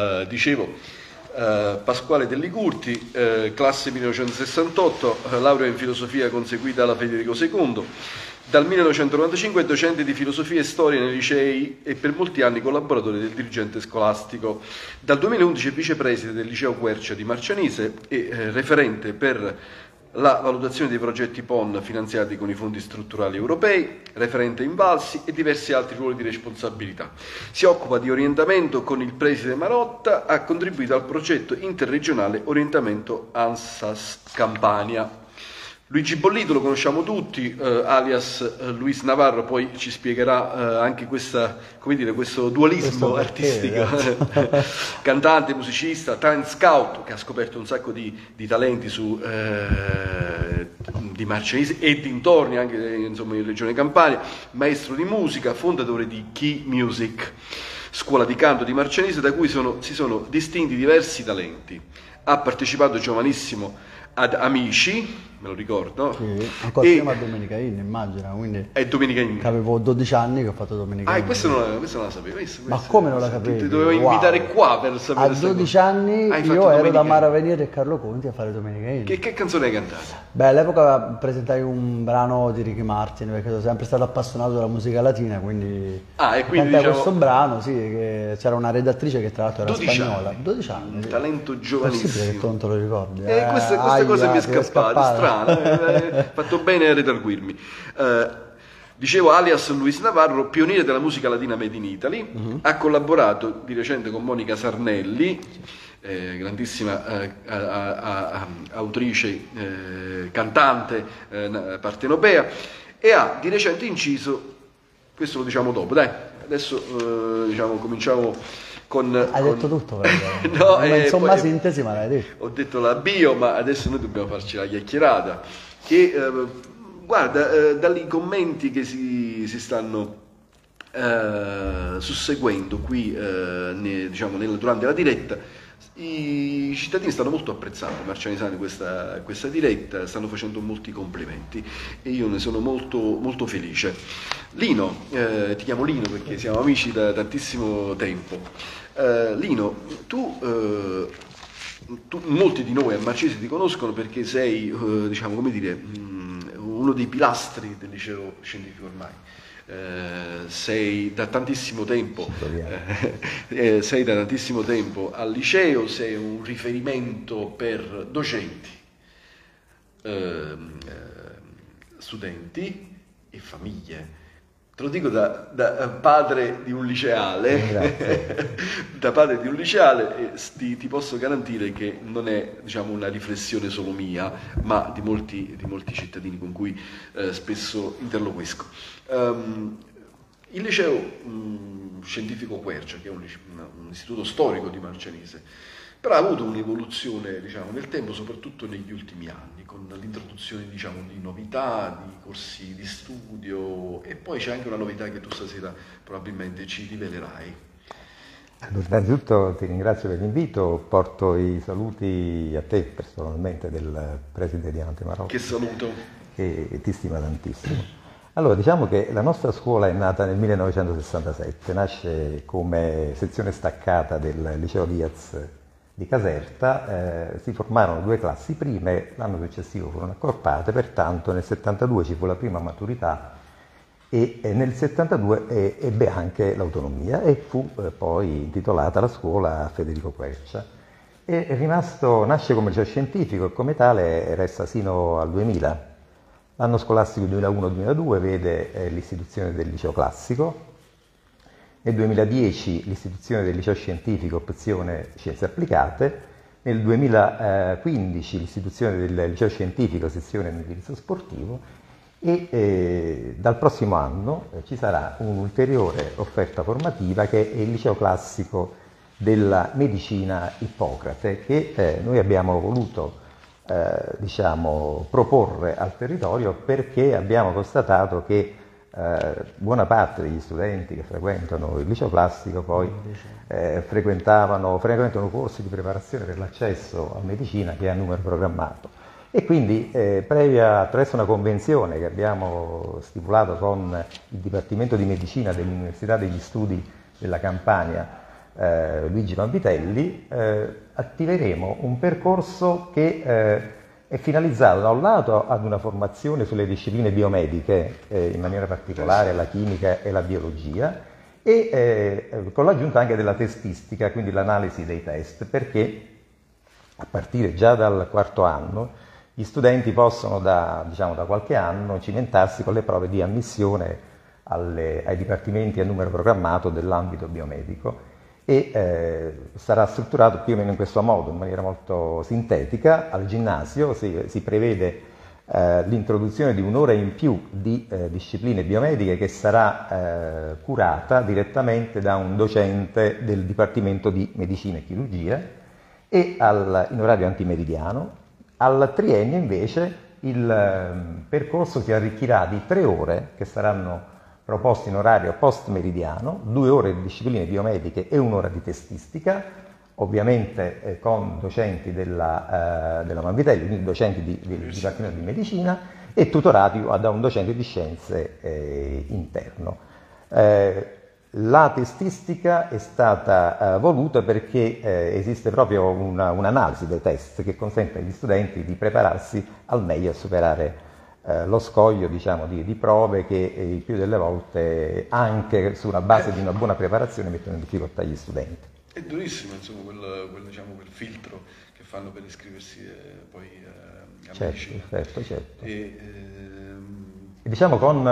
Pasquale Delli Curti, classe 1968, laurea in filosofia conseguita alla Federico II. Dal 1995 è docente di filosofia e storia nei licei e per molti anni collaboratore del dirigente scolastico. Dal 2011 è vicepreside del liceo Quercia di Marcianise e referente per la valutazione dei progetti PON finanziati con i fondi strutturali europei, referente Invalsi e diversi altri ruoli di responsabilità. Si occupa di orientamento con il preside Marotta, ha contribuito al progetto interregionale Orientamento ANSAS Campania. Luigi Bollito lo conosciamo tutti, alias Luis Navarro, poi ci spiegherà anche questo dualismo artistico. Cantante, musicista, talent scout, che ha scoperto un sacco di talenti di Marcianise e dintorni, anche insomma, in Regione Campania, maestro di musica, fondatore di Key Music, scuola di canto di Marcianise, da cui si sono distinti diversi talenti. Ha partecipato giovanissimo ad Amici, me lo ricordo. Sì, ancora prima a Domenica Inn, immagina, quindi è Domenica Inn. Avevo 12 anni che ho fatto Domenica Inn. Questo non la sapevo. Ma come non la sapevi? Ti dovevo invitare qua per sapere. A 12 anni io ero da Mara Venier e Carlo Conti a fare Domenica Inn. Che canzone hai cantato? Beh, all'epoca presentai un brano di Ricky Martin, perché sono sempre stato appassionato della musica latina, quindi cantai questo brano, sì, che c'era una redattrice che tra l'altro era spagnola. 12 anni. Un talento giovanissimo. Possibile che tu non te lo ricordi? Queste cose mi è scappato, strano. Fatto bene a redarguirmi. Dicevo, alias Luis Navarro, pioniere della musica latina made in Italy, ha collaborato di recente con Monica Sarnelli, grandissima autrice, cantante partenopea, e ha di recente inciso, questo lo diciamo dopo, dai, adesso cominciamo Hai detto tutto, no, insomma, poi, sintesi, ma l'hai detto. Ho detto la bio, ma adesso noi dobbiamo farci la chiacchierata. Che guarda, dai commenti che si stanno susseguendo qui durante la diretta, i cittadini stanno molto apprezzando, i marcianisani, questa diretta, stanno facendo molti complimenti e io ne sono molto, molto felice. Lino, ti chiamo Lino perché siamo amici da tantissimo tempo. Lino, molti di noi a Marcianise ti conoscono perché sei, uno dei pilastri del liceo scientifico ormai. Sei da tantissimo tempo al liceo, sei un riferimento per docenti, studenti e famiglie. Te lo dico da padre di un liceale, da padre di un liceale, ti posso garantire che non è una riflessione solo mia, ma di molti cittadini con cui spesso interloquisco. Il liceo scientifico Quercia, che è un istituto storico di Marcianise, però ha avuto un'evoluzione nel tempo, soprattutto negli ultimi anni, con l'introduzione di novità, di corsi di studio, e poi c'è anche una novità che tu stasera probabilmente ci rivelerai. Allora, innanzitutto ti ringrazio per l'invito, porto i saluti a te personalmente del preside di Marotta. Che saluto. Che ti stima tantissimo. Allora, diciamo che la nostra scuola è nata nel 1967, nasce come sezione staccata del liceo Diaz di Caserta, si formarono 2 classi prime, l'anno successivo furono accorpate, pertanto nel 72 ci fu la prima maturità e nel 72 ebbe anche l'autonomia e fu poi intitolata la scuola a Federico Quercia. Nasce come liceo scientifico e come tale resta sino al 2000. L'anno scolastico 2001-2002 vede l'istituzione del liceo classico, nel 2010 l'istituzione del liceo scientifico opzione scienze applicate, nel 2015 l'istituzione del liceo scientifico sezione indirizzo sportivo e dal prossimo anno ci sarà un'ulteriore offerta formativa che è il liceo classico della medicina Ippocrate che noi abbiamo voluto proporre al territorio perché abbiamo constatato che buona parte degli studenti che frequentano il liceo classico poi frequentano corsi di preparazione per l'accesso a medicina che è a numero programmato e quindi attraverso una convenzione che abbiamo stipulato con il Dipartimento di Medicina dell'Università degli Studi della Campania Luigi Vanvitelli, attiveremo un percorso che è finalizzato da un lato ad una formazione sulle discipline biomediche, in maniera particolare la chimica e la biologia, e con l'aggiunta anche della testistica, quindi l'analisi dei test, perché a partire già dal quarto anno gli studenti possono da qualche anno cimentarsi con le prove di ammissione ai dipartimenti a numero programmato dell'ambito biomedico. E sarà strutturato più o meno in questo modo, in maniera molto sintetica. Al ginnasio si prevede l'introduzione di un'ora in più di discipline biomediche che sarà curata direttamente da un docente del Dipartimento di Medicina e Chirurgia e in orario antimeridiano. Al triennio invece il percorso si arricchirà di 3 ore che saranno proposti in orario post-meridiano, 2 ore di discipline biomediche e 1 ora di testistica, ovviamente con docenti della Vanvitelli, quindi docenti del Dipartimento di Medicina, e tutorati da un docente di scienze interno. La testistica è stata voluta perché esiste proprio un'analisi dei test che consente agli studenti di prepararsi al meglio a superare lo scoglio di prove che il più delle volte anche sulla base di una buona preparazione mettono in difficoltà gli studenti. È durissimo insomma quel filtro che fanno per iscriversi poi a medicina. Certo. Diciamo con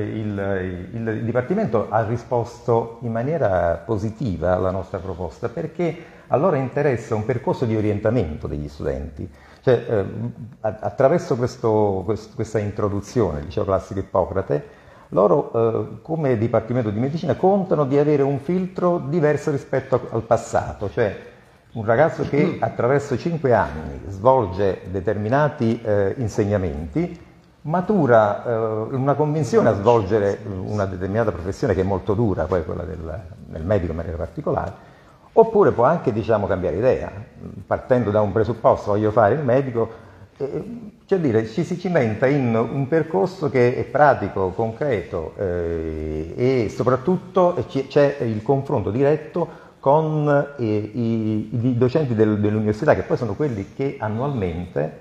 il Dipartimento ha risposto in maniera positiva alla nostra proposta perché a loro interessa un percorso di orientamento degli studenti. Cioè, attraverso questa introduzione al liceo classico Ippocrate, loro come Dipartimento di Medicina contano di avere un filtro diverso rispetto al passato, cioè un ragazzo che attraverso 5 anni svolge determinati insegnamenti, matura una convinzione a svolgere una determinata professione che è molto dura, poi quella del medico in maniera particolare, oppure può anche cambiare idea, partendo da un presupposto, voglio fare il medico, ci si cimenta in un percorso che è pratico, concreto e soprattutto c'è il confronto diretto con i docenti dell'università, che poi sono quelli che annualmente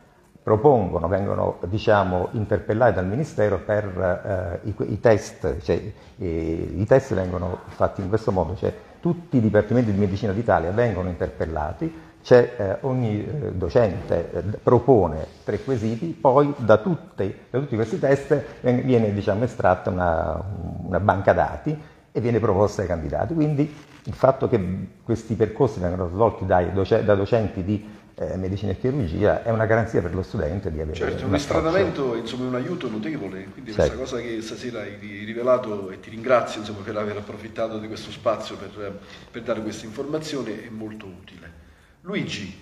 vengono interpellati dal Ministero per i test, i test vengono fatti in questo modo, cioè tutti i dipartimenti di medicina d'Italia vengono interpellati, ogni docente propone 3 quesiti, poi da tutti questi test viene estratta una banca dati e viene proposta ai candidati, quindi il fatto che questi percorsi vengano svolti da docenti di medicina e chirurgia è una garanzia per lo studente di avere certo, un istradamento è un aiuto notevole, quindi questa cosa che stasera hai rivelato, e ti ringrazio per aver approfittato di questo spazio per dare questa informazione, è molto utile. Luigi,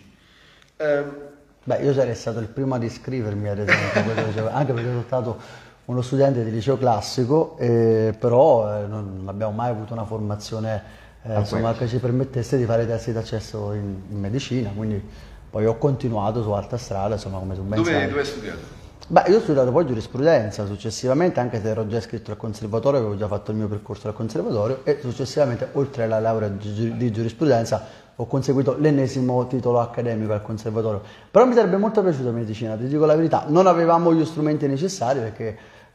io sarei stato il primo ad iscrivermi ad esempio, anche perché sono stato uno studente di liceo classico, però non abbiamo mai avuto una formazione che ci permettesse di fare i test d'accesso in medicina, quindi poi ho continuato su alta strada, come tu ben sai. Dove hai studiato? Io ho studiato poi giurisprudenza successivamente, anche se ero già iscritto al conservatorio, avevo già fatto il mio percorso al conservatorio e successivamente, oltre alla laurea di giurisprudenza, ho conseguito l'ennesimo titolo accademico al conservatorio. Però mi sarebbe molto piaciuta medicina, ti dico la verità, non avevamo gli strumenti necessari perché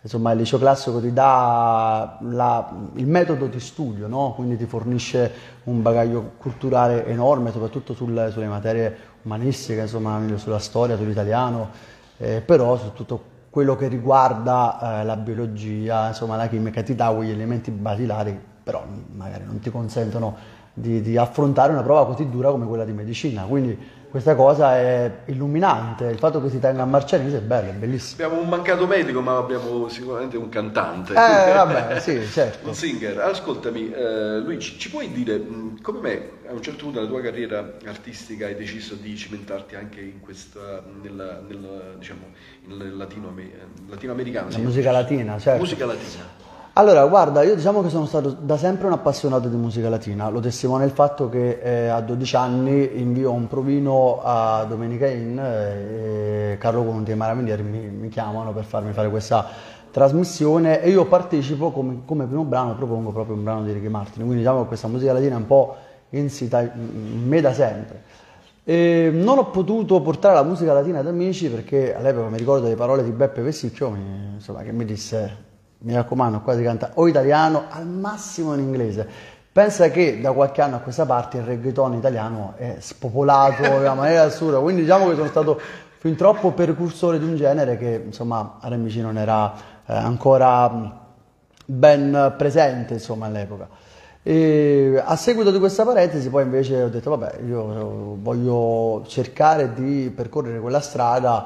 insomma il liceo classico ti dà il metodo di studio, no? Quindi ti fornisce un bagaglio culturale enorme, soprattutto sulle materie umanistiche, insomma sulla storia, sull'italiano, però su tutto quello che riguarda la biologia, insomma la chimica, ti dà quegli elementi basilari, però magari non ti consentono di affrontare una prova così dura come quella di medicina, quindi questa cosa è illuminante, il fatto che si tenga a Marcianise è bello, è bellissimo. Abbiamo un mancato medico, ma abbiamo sicuramente un cantante. Vabbè, sì, certo. Un singer. Ascoltami, Luigi, ci puoi dire come mai a un certo punto della tua carriera artistica hai deciso di cimentarti anche in questa, diciamo, nel latinoamericano? La musica latina, certo. Musica latina. Allora, guarda, io diciamo che sono stato da sempre un appassionato di musica latina, lo testimonia il fatto che a 12 anni invio un provino a Domenica Inn e Carlo Conti e Mara Minieri mi chiamano per farmi fare questa trasmissione e io partecipo come primo brano, propongo proprio un brano di Ricky Martin, quindi diciamo che questa musica latina è un po' insita in me da sempre. E non ho potuto portare la musica latina ad amici perché all'epoca mi ricordo le parole di Beppe Vessicchio insomma, che mi disse: mi raccomando, qua si canta o italiano, al massimo in inglese. Pensa che da qualche anno a questa parte il reggaeton italiano è spopolato in una maniera assurda, quindi diciamo che sono stato fin troppo precursore di un genere che insomma ad amici non era ancora ben presente insomma all'epoca. E a seguito di questa parentesi poi invece ho detto vabbè, io voglio cercare di percorrere quella strada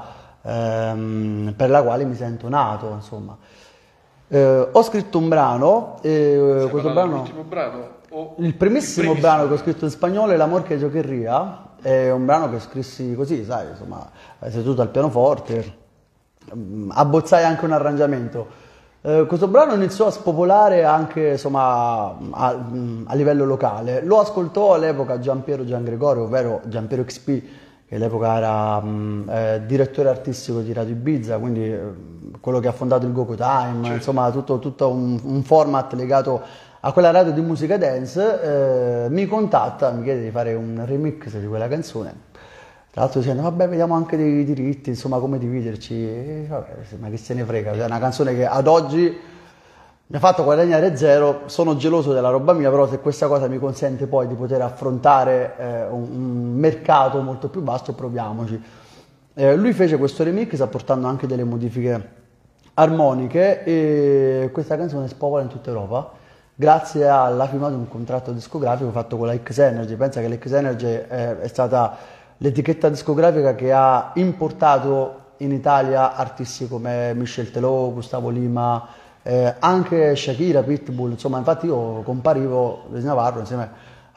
per la quale mi sento nato, insomma. Ho scritto un brano, questo brano, l'ultimo brano il primissimo brano che ho scritto in spagnolo è L'amor che yo querría, è un brano che scrissi così, sai, insomma, seduto al pianoforte, abbozzai anche un arrangiamento. Questo brano iniziò a spopolare anche insomma, a livello locale, lo ascoltò all'epoca Giampiero Giangregorio, ovvero Giampiero XP, che all'epoca era direttore artistico di Radio Ibiza, quindi quello che ha fondato il Goku Time, certo. Insomma tutto un format legato a quella radio di musica dance, mi contatta, mi chiede di fare un remix di quella canzone, tra l'altro dicendo vabbè vediamo anche dei diritti, insomma come dividerci, e, vabbè, ma che se ne frega, è una canzone che ad oggi mi ha fatto guadagnare zero, sono geloso della roba mia, però se questa cosa mi consente poi di poter affrontare un mercato molto più vasto, proviamoci. Lui fece questo remix apportando anche delle modifiche armoniche e questa canzone spopola in tutta Europa grazie alla firma di un contratto discografico fatto con la X Energy. Pensa che l'X Energy è stata l'etichetta discografica che ha importato in Italia artisti come Michel Teló, Gustavo Lima, anche Shakira, Pitbull, insomma, infatti io comparivo Luis Navarro insieme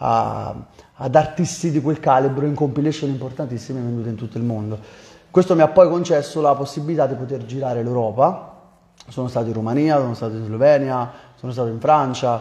ad artisti di quel calibro in compilation importantissime vendute in tutto il mondo. Questo mi ha poi concesso la possibilità di poter girare l'Europa. Sono stato in Romania, sono stato in Slovenia, sono stato in Francia.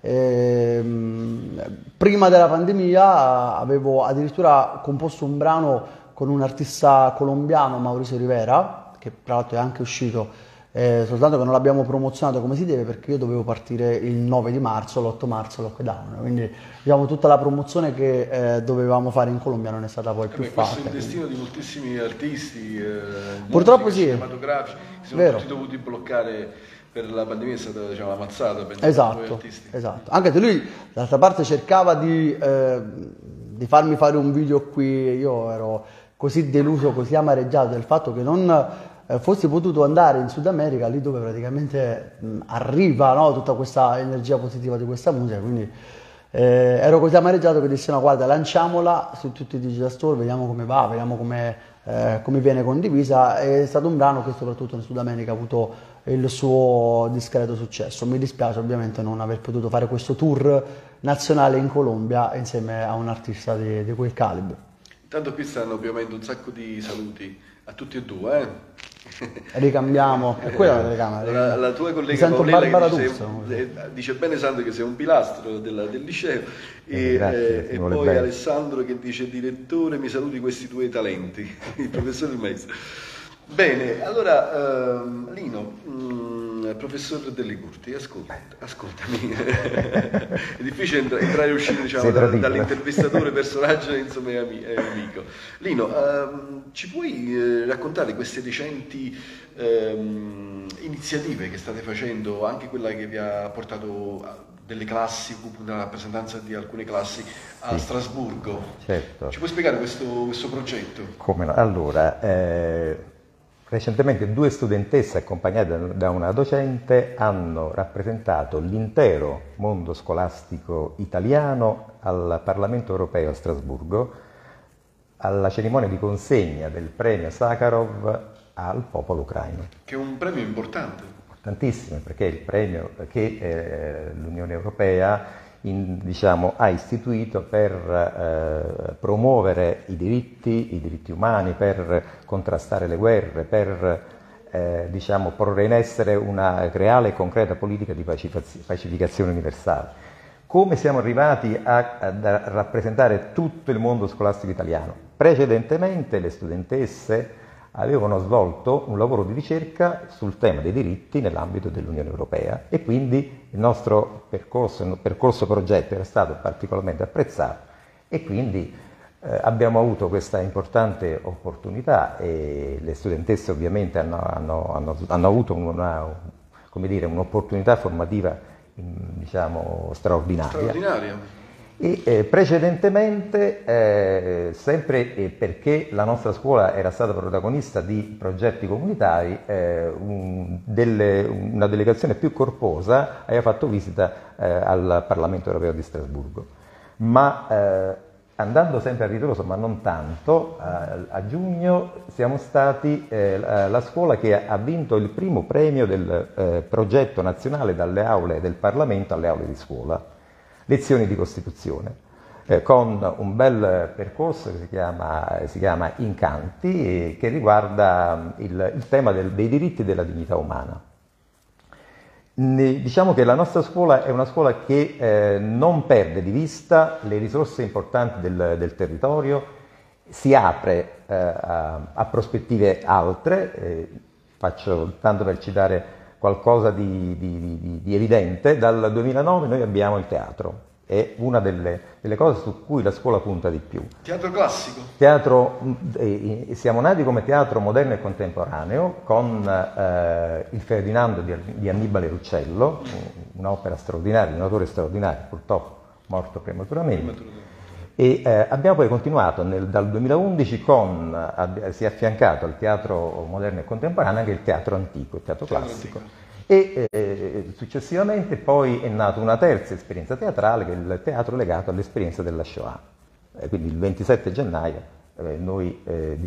Prima della pandemia avevo addirittura composto un brano con un artista colombiano, Mauricio Rivera, che tra l'altro è anche uscito, soltanto che non l'abbiamo promozionato come si deve perché io dovevo partire il 9 di marzo, l'8 marzo lockdown, quindi diciamo tutta la promozione che dovevamo fare in Colombia non è stata poi più fatta. Questo è il destino di moltissimi artisti, purtroppo sì, cinematografici, che sono tutti dovuti bloccare per la pandemia, è stata diciamo ammazzata. Esatto. Anche se lui d'altra parte cercava di farmi fare un video qui, io ero così deluso, così amareggiato del fatto che non fossi potuto andare in Sud America, lì dove praticamente arriva, no, tutta questa energia positiva di questa musica, quindi ero così amareggiato che dissi no, guarda, lanciamola su tutti i digital store, vediamo come va, vediamo come viene condivisa. È stato un brano che soprattutto in Sud America ha avuto il suo discreto successo. Mi dispiace ovviamente non aver potuto fare questo tour nazionale in Colombia insieme a un artista di quel calibro. Intanto qui stanno piovendo un sacco di saluti a tutti e due, Ricambiamo, è quella la telecamera. La tua collega Paolella che dice bene Sandro che sei un pilastro del liceo grazie, e poi bene. Alessandro che dice direttore mi saluti questi tuoi talenti, il professore del maestro. Bene, allora Lino, Professor Delli Curti, ascoltami, è difficile entrare e uscire, diciamo, dall'intervistatore, personaggio, insomma, e amico. Lino, ci puoi raccontare queste recenti iniziative che state facendo, anche quella che vi ha portato delle classi, una rappresentanza di alcune classi a Strasburgo? Certo. Ci puoi spiegare questo progetto? Come no? Allora, recentemente 2 studentesse accompagnate da una docente hanno rappresentato l'intero mondo scolastico italiano al Parlamento europeo a Strasburgo, alla cerimonia di consegna del premio Sakharov al popolo ucraino. Che è un premio importante. Importantissimo, perché è il premio che l'Unione Europea ha istituito per promuovere i diritti umani, per contrastare le guerre, per porre in essere una reale e concreta politica di pacificazione universale. Come siamo arrivati a rappresentare tutto il mondo scolastico italiano? Precedentemente le studentesse avevano svolto un lavoro di ricerca sul tema dei diritti nell'ambito dell'Unione Europea e quindi il nostro percorso progetto era stato particolarmente apprezzato e quindi abbiamo avuto questa importante opportunità e le studentesse ovviamente hanno avuto un'opportunità formativa straordinaria. E precedentemente, sempre perché la nostra scuola era stata protagonista di progetti comunitari, una delegazione più corposa aveva fatto visita al Parlamento europeo di Strasburgo. Ma andando sempre a ritroso, ma non tanto, a giugno siamo stati la scuola che ha vinto il primo premio del progetto nazionale dalle aule del Parlamento alle aule di scuola. Lezioni di Costituzione, con un bel percorso che si chiama Incanti, che riguarda il tema dei diritti e della dignità umana. Diciamo che la nostra scuola è una scuola che non perde di vista le risorse importanti del territorio, si apre a prospettive altre, faccio tanto per citare qualcosa di evidente. Dal 2009 noi abbiamo il teatro, è una delle cose su cui la scuola punta di più. Teatro classico? Siamo nati come teatro moderno e contemporaneo con il Ferdinando di Annibale Ruccello, un'opera straordinaria, un autore straordinario, purtroppo morto prematuramente. E abbiamo poi continuato dal 2011 si è affiancato al teatro moderno e contemporaneo anche il teatro antico, il teatro classico. E successivamente poi è nata una terza esperienza teatrale, che è il teatro legato all'esperienza della Shoah. Quindi il 27 gennaio noi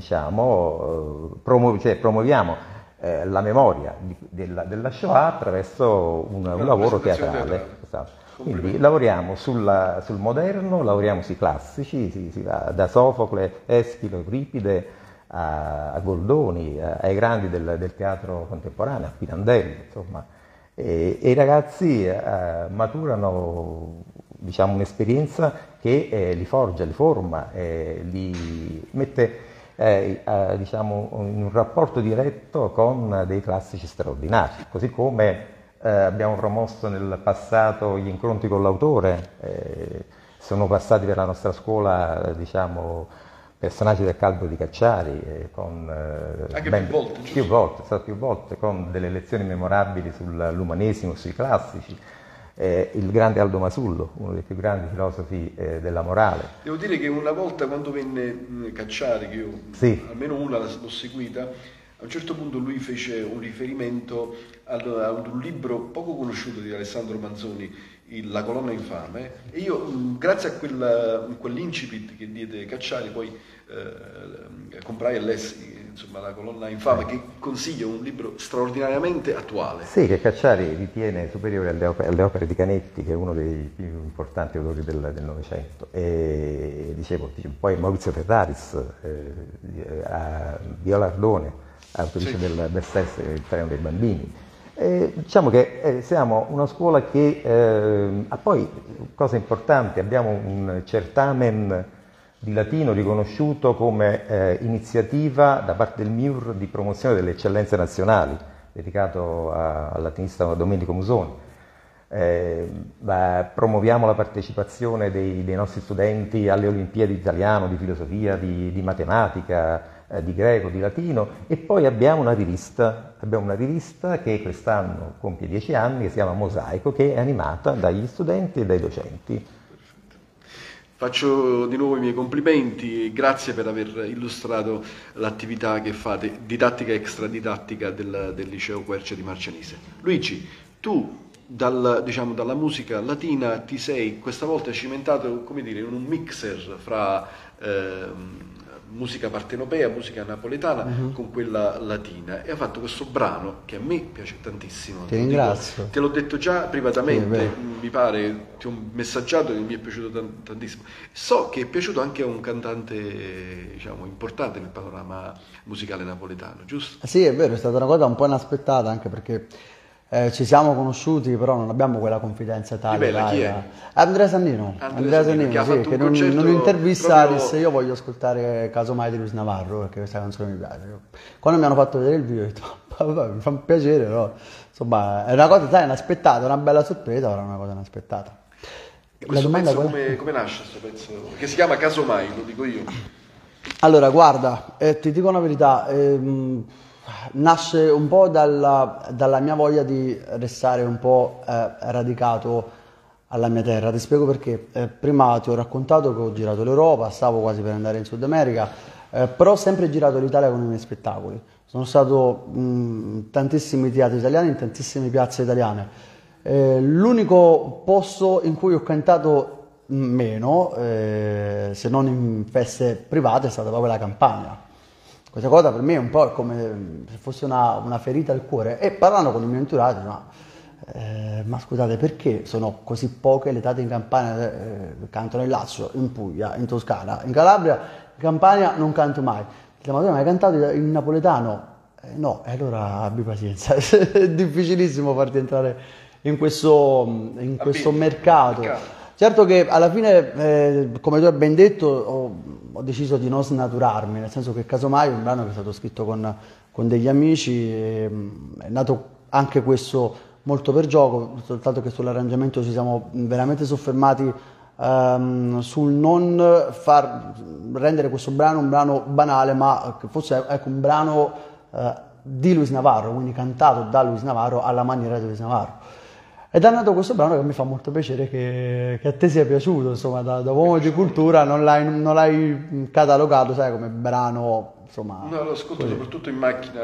promuoviamo la memoria della Shoah attraverso un lavoro teatrale. Quindi lavoriamo sul moderno, lavoriamo sui classici, si va da Sofocle, Eschilo, Euripide, a Goldoni, ai grandi del teatro contemporaneo, a Pirandello, insomma. E i ragazzi maturano un'esperienza che li forgia, li forma, li mette in un rapporto diretto con dei classici straordinari, così come abbiamo promosso nel passato gli incontri con l'autore, sono passati per la nostra scuola personaggi del Calibro di Cacciari, anche più volte, con delle lezioni memorabili sull'umanesimo, sui classici, il grande Aldo Masullo, uno dei più grandi filosofi della morale. Devo dire che una volta quando venne Cacciari, che io almeno una l'ho seguita, a un certo punto lui fece un riferimento ad un libro poco conosciuto di Alessandro Manzoni, La colonna infame, e io grazie a quell'incipit che diede Cacciari poi comprai e lessi La colonna infame, che consiglio, un libro straordinariamente attuale. Sì, che Cacciari ritiene superiore alle opere di Canetti, che è uno dei più importanti autori del Novecento. E poi Maurizio Ferraris, Viola Ardone, autrice del best-seller Il treno dei bambini. Diciamo che siamo una scuola che ha poi, cosa importante, abbiamo un certamen di latino riconosciuto come iniziativa da parte del MIUR di promozione delle eccellenze nazionali, dedicato al latinista Domenico Musoni. Promuoviamo la partecipazione dei nostri studenti alle Olimpiadi di italiano, di filosofia, di matematica, di greco, di latino, e poi abbiamo una rivista che quest'anno compie 10 anni, che si chiama Mosaico, che è animata dagli studenti e dai docenti. Faccio di nuovo i miei complimenti e grazie per aver illustrato l'attività che fate, didattica e extradidattica del Liceo Quercia di Marcianise. Luigi, tu dalla musica latina ti sei questa volta cimentato, come dire, in un mixer fra musica partenopea, musica napoletana con quella latina, e ha fatto questo brano che a me piace tantissimo. Ti ringrazio. Te l'ho detto già privatamente, mi pare, ti ho messaggiato che mi è piaciuto tantissimo. So che è piaciuto anche a un cantante, diciamo, importante nel panorama musicale napoletano, giusto? Sì, è vero, è stata una cosa un po' inaspettata, anche perché ci siamo conosciuti, però non abbiamo quella confidenza tale. Chi è? Andrea Sannino, che in un'intervista disse: io voglio ascoltare Casomai di Luis Navarro perché questa canzone mi piace. Quando mi hanno fatto vedere il video ho detto: vabbè, mi fa piacere, però insomma è una cosa, sai, inaspettata, una bella sorpresa, però è una cosa inaspettata. E questo pezzo come nasce questo pezzo? Che si chiama Casomai, lo dico io. Allora, guarda, ti dico una verità, nasce un po' dalla mia voglia di restare un po' radicato alla mia terra. Ti spiego perché. Prima ti ho raccontato che ho girato l'Europa, stavo quasi per andare in Sud America, però ho sempre girato l'Italia con i miei spettacoli. Sono stato in tantissimi teatri italiani, in tantissime piazze italiane. L'unico posto in cui ho cantato meno, se non in feste private, è stata proprio la Campania. Questa cosa per me è un po' come se fosse una ferita al cuore, e parlando con i miei entourage, ma scusate, perché sono così poche le date in Campania? Canto nel Lazio, in Puglia, in Toscana, in Calabria, in Campania non canto mai. Ma tu hai cantato in napoletano? No, e allora abbi pazienza, è difficilissimo farti entrare in questo mercato. Certo che alla fine, come tu hai ben detto, ho deciso di non snaturarmi, nel senso che Casomai è un brano che è stato scritto con degli amici, è nato anche questo molto per gioco, soltanto che sull'arrangiamento ci siamo veramente soffermati sul non far rendere questo brano un brano banale, ma che fosse, ecco, un brano di Luis Navarro, quindi cantato da Luis Navarro alla maniera di Luis Navarro. Ed è nato questo brano che mi fa molto piacere che a te sia piaciuto, insomma, da uomo di cultura non l'hai catalogato, sai, come brano, insomma. No, lo ascolto così. Soprattutto in macchina,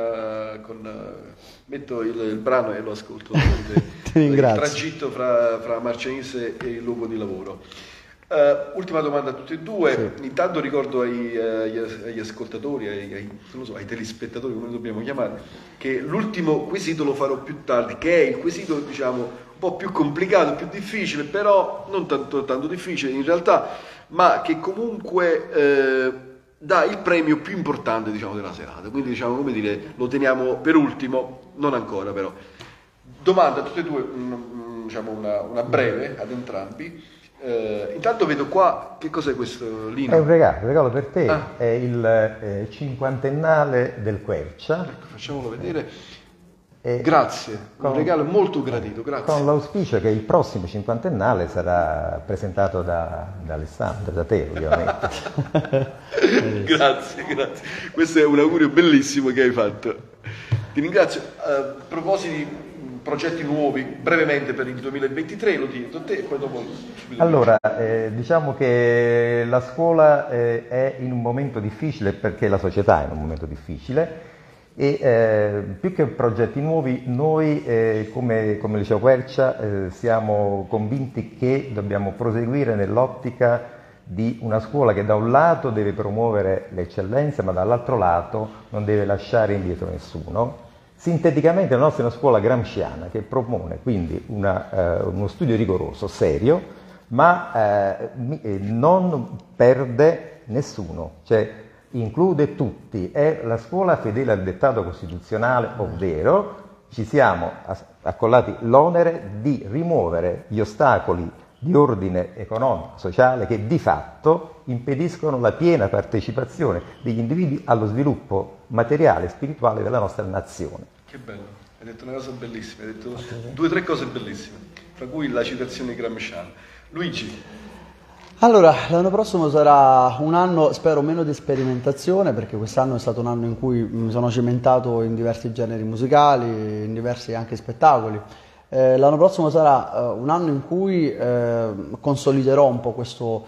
metto il brano e lo ascolto Ti ringrazio. Il tragitto fra Marcianise e il luogo di lavoro. Ultima domanda a tutti e due. Sì. Intanto ricordo agli ascoltatori, ai telespettatori, come li dobbiamo chiamare, che l'ultimo quesito lo farò più tardi, che è il quesito, diciamo, un po' più complicato, più difficile, però non tanto difficile in realtà, ma che comunque dà il premio più importante, diciamo, della serata. Quindi, diciamo, come dire, lo teniamo per ultimo, non ancora però. Domanda a tutti e due, diciamo una breve ad entrambi. Intanto vedo qua, che cos'è questo, Lino? È un regalo per te, è il cinquantennale del Quercia. Ecco, facciamolo vedere. Grazie, un regalo molto gradito, grazie. Con l'auspicio che il prossimo cinquantennale sarà presentato da Alessandro, da te ovviamente. Grazie. Questo è un augurio bellissimo che hai fatto. Ti ringrazio. Propositi, progetti nuovi, brevemente per il 2023, lo dico a te e poi dopo. Allora, diciamo che la scuola è in un momento difficile, perché la società è in un momento difficile, e più che progetti nuovi, noi come Liceo Quercia siamo convinti che dobbiamo proseguire nell'ottica di una scuola che da un lato deve promuovere l'eccellenza, ma dall'altro lato non deve lasciare indietro nessuno. Sinteticamente la nostra è una scuola gramsciana che propone quindi uno studio rigoroso, serio, ma non perde nessuno, cioè include tutti. È la scuola fedele al dettato costituzionale, ovvero ci siamo accollati l'onere di rimuovere gli ostacoli di ordine economico, sociale, che di fatto impediscono la piena partecipazione degli individui allo sviluppo materiale e spirituale della nostra nazione. Che bello. hai detto una cosa bellissima, hai detto 2 o 3 cose bellissime, tra cui la citazione gramsciana. Luigi. Allora, l'anno prossimo sarà un anno, spero, meno di sperimentazione, perché quest'anno è stato un anno in cui mi sono cimentato in diversi generi musicali, in diversi anche spettacoli. L'anno prossimo sarà un anno in cui consoliderò un po' questo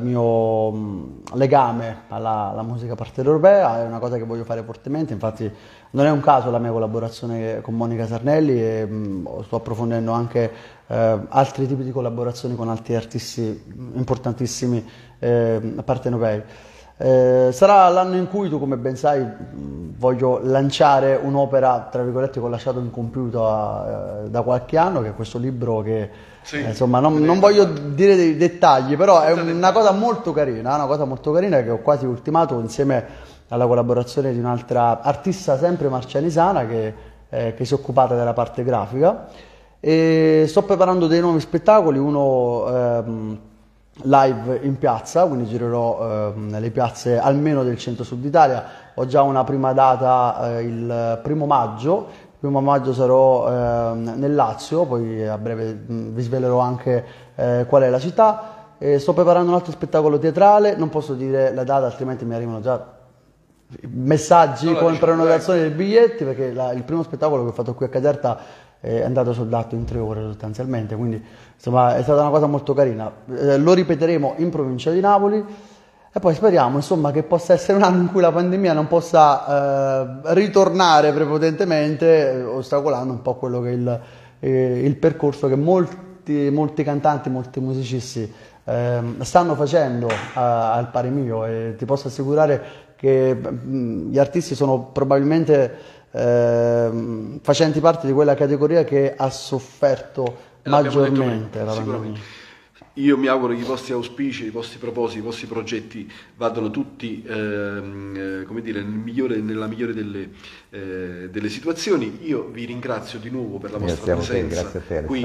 mio legame alla musica partenopea, è una cosa che voglio fare fortemente, infatti non è un caso la mia collaborazione con Monica Sarnelli e sto approfondendo anche altri tipi di collaborazioni con altri artisti importantissimi partenopei. Sarà l'anno in cui tu, come ben sai, voglio lanciare un'opera, tra virgolette, che ho lasciato incompiuta da qualche anno, che è questo libro che, insomma, non voglio dire dei dettagli, però è una cosa molto carina che ho quasi ultimato insieme alla collaborazione di un'altra artista sempre marcianisana che si è occupata della parte grafica, e sto preparando dei nuovi spettacoli, uno live in piazza, quindi girerò nelle piazze almeno del centro-sud Italia. Ho già una prima data il 1° maggio. Il 1° maggio sarò nel Lazio, poi a breve vi svelerò anche qual è la città. Sto preparando un altro spettacolo teatrale, non posso dire la data altrimenti mi arrivano già messaggi con prenotazione dei biglietti, perché il primo spettacolo che ho fatto qui a Caserta è andato soldato in 3 ore sostanzialmente, quindi insomma è stata una cosa molto carina. Lo ripeteremo in provincia di Napoli e poi speriamo, insomma, che possa essere un anno in cui la pandemia non possa ritornare prepotentemente, ostacolando un po' quello che è il percorso che molti cantanti, molti musicisti stanno facendo al pari mio, e ti posso assicurare che gli artisti sono probabilmente facenti parte di quella categoria che ha sofferto maggiormente la pandemia. Io mi auguro che i vostri auspici, i vostri propositi, i vostri progetti vadano tutti come dire, nella migliore delle situazioni. Io vi ringrazio di nuovo per la vostra presenza qui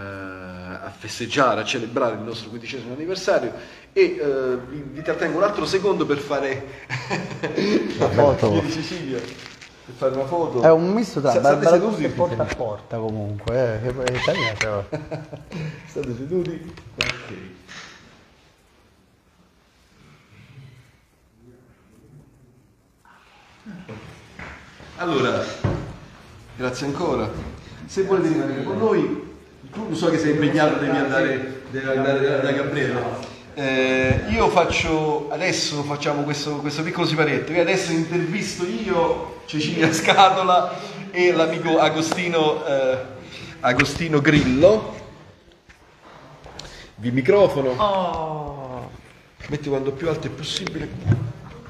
a festeggiare, a celebrare il nostro 15° anniversario, e vi trattengo un altro secondo per fare la foto di Cecilia, per fare una foto. È un misto tra Barbara D'Urso e porta a porta, comunque state seduti. Ok. Allora, grazie ancora. Se volete rimanere con noi, tu so che sei impegnato, devi andare da Gabriele. Io adesso facciamo questo piccolo siparietto. Io adesso intervisto io Cecilia Scatola e l'amico Agostino Grillo. Vi microfono. Metti quanto più alto è possibile.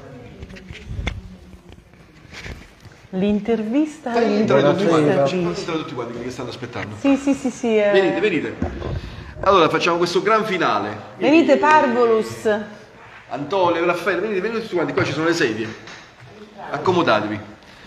L'intervista Entrano tutti quanti quelli che stanno aspettando. Sì. Venite. Allora facciamo questo gran finale. Venite Parvolus. Antonio, Raffaele, venite tutti quanti, qua ci sono le sedie. Accomodatevi.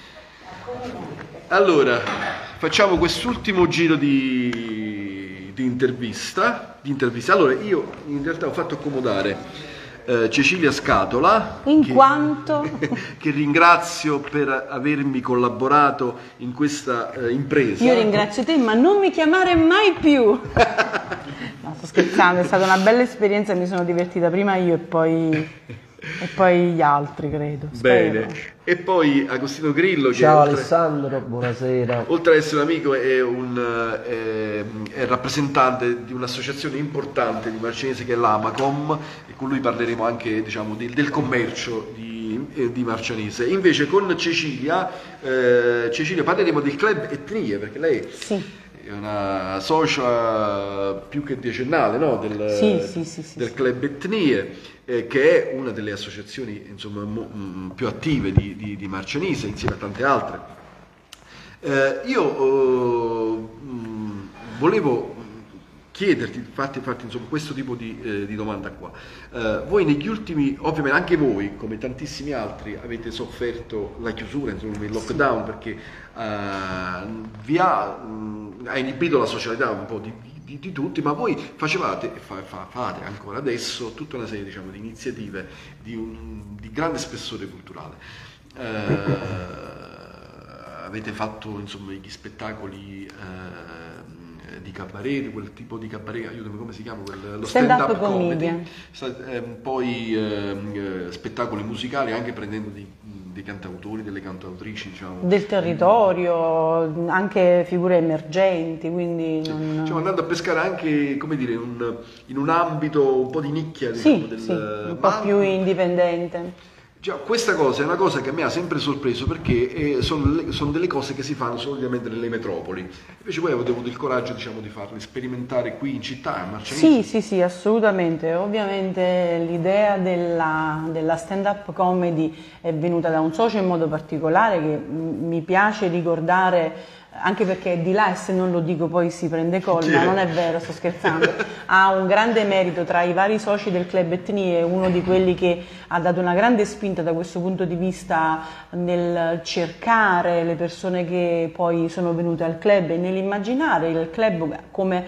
Allora, facciamo quest'ultimo giro di intervista. Allora, io in realtà ho fatto accomodare Cecilia Scatola, che ringrazio per avermi collaborato in questa impresa. Io ringrazio te, ma non mi chiamare mai più. No, sto scherzando, è stata una bella esperienza, mi sono divertita prima io e poi gli altri, credo. Bene. E poi Agostino Grillo, che ciao Alessandro, buonasera. Oltre ad essere un amico è rappresentante di un'associazione importante di Marcianise che è l'Amacom, e con lui parleremo anche, diciamo, del commercio di Marcianise. Invece con Cecilia parleremo del club Etnie, perché lei è una socia più che decennale, no? del club Etnie, che è una delle associazioni, insomma, più attive di Marcianise, insieme a tante altre. Io volevo chiederti, farti insomma, questo tipo di domanda qua. Voi negli ultimi, ovviamente anche voi, come tantissimi altri, avete sofferto la chiusura, insomma, il lockdown, perché vi ha inibito la socialità un po' di tutti, ma voi facevate e fate ancora adesso tutta una serie, diciamo, di iniziative di grande spessore culturale. avete fatto insomma gli spettacoli di cabaret, di quel tipo di cabaret, aiutami, come si chiama? Lo stand-up comedy, poi spettacoli musicali anche prendendo dei cantautori, delle cantautrici, diciamo. Del territorio, anche figure emergenti, quindi non... Diciamo, andando a pescare anche, come dire, in un ambito un po' di nicchia, sì, diciamo, sì, un po' più indipendente. Già, questa cosa è una cosa che mi ha sempre sorpreso, perché sono delle cose che si fanno solitamente nelle metropoli. Invece voi avete avuto il coraggio, diciamo, di farle sperimentare qui in città, a Marcianise. Sì, assolutamente. Ovviamente l'idea della stand-up comedy è venuta da un socio in modo particolare che mi piace ricordare, anche perché è di là, e se non lo dico poi si prende colma, non è vero, sto scherzando, ha un grande merito tra i vari soci del Club Etnie, uno di quelli che ha dato una grande spinta da questo punto di vista nel cercare le persone che poi sono venute al club e nell'immaginare il club come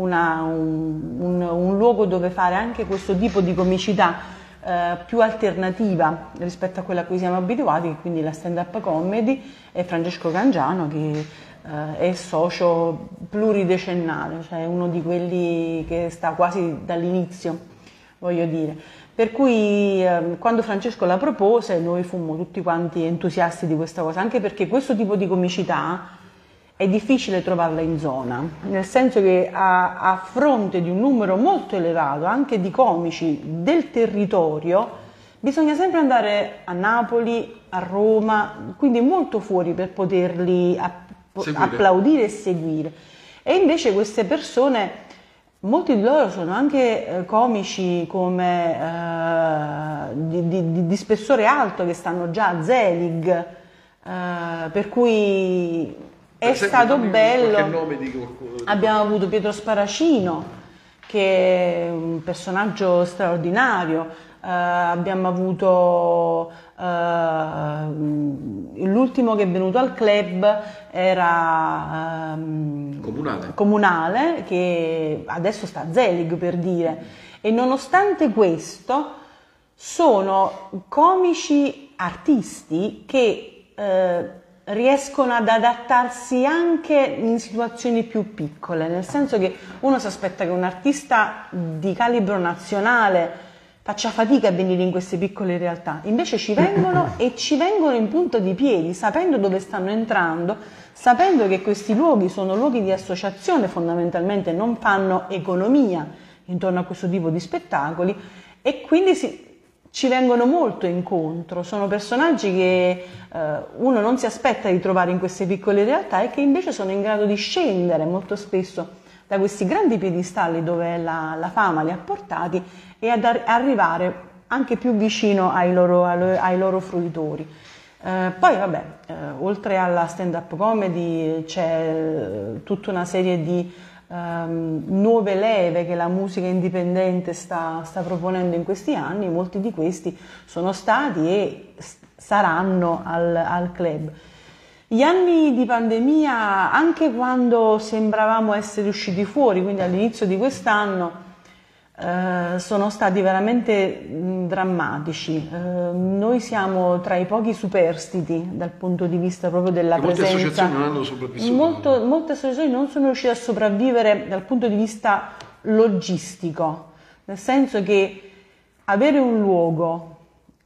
un luogo dove fare anche questo tipo di comicità più alternativa rispetto a quella a cui siamo abituati, quindi la stand-up comedy, e Francesco Cangiano che è socio pluridecennale, cioè uno di quelli che sta quasi dall'inizio, voglio dire. Per cui quando Francesco la propose noi fummo tutti quanti entusiasti di questa cosa, anche perché questo tipo di comicità è difficile trovarla in zona, nel senso che a fronte di un numero molto elevato anche di comici del territorio bisogna sempre andare a Napoli, a Roma, quindi molto fuori per poterli applaudire e seguire. E invece queste persone, molti di loro sono anche comici come di spessore alto, che stanno già a Zelig, per cui è stato bello. Abbiamo avuto Pietro Sparacino, che è un personaggio straordinario. Abbiamo avuto l'ultimo che è venuto al club era Comunale, che adesso sta a Zelig, per dire, e nonostante questo sono comici artisti che riescono ad adattarsi anche in situazioni più piccole, nel senso che uno si aspetta che un artista di calibro nazionale faccia fatica a venire in queste piccole realtà, invece ci vengono e ci vengono in punta di piedi, sapendo dove stanno entrando, sapendo che questi luoghi sono luoghi di associazione, fondamentalmente non fanno economia intorno a questo tipo di spettacoli, e quindi ci vengono molto incontro. Sono personaggi che uno non si aspetta di trovare in queste piccole realtà e che invece sono in grado di scendere molto spesso da questi grandi piedistalli dove la fama li ha portati e ad arrivare anche più vicino ai loro fruitori. Poi vabbè, oltre alla stand-up comedy c'è tutta una serie di nuove leve che la musica indipendente sta proponendo in questi anni. Molti di questi sono stati e saranno al club. Gli anni di pandemia, anche quando sembravamo essere usciti fuori, quindi all'inizio di quest'anno, sono stati veramente drammatici. Noi siamo tra i pochi superstiti dal punto di vista proprio della presenza. Molte associazioni non hanno sopravvissuto. Molte associazioni non sono riuscite a sopravvivere dal punto di vista logistico, nel senso che avere un luogo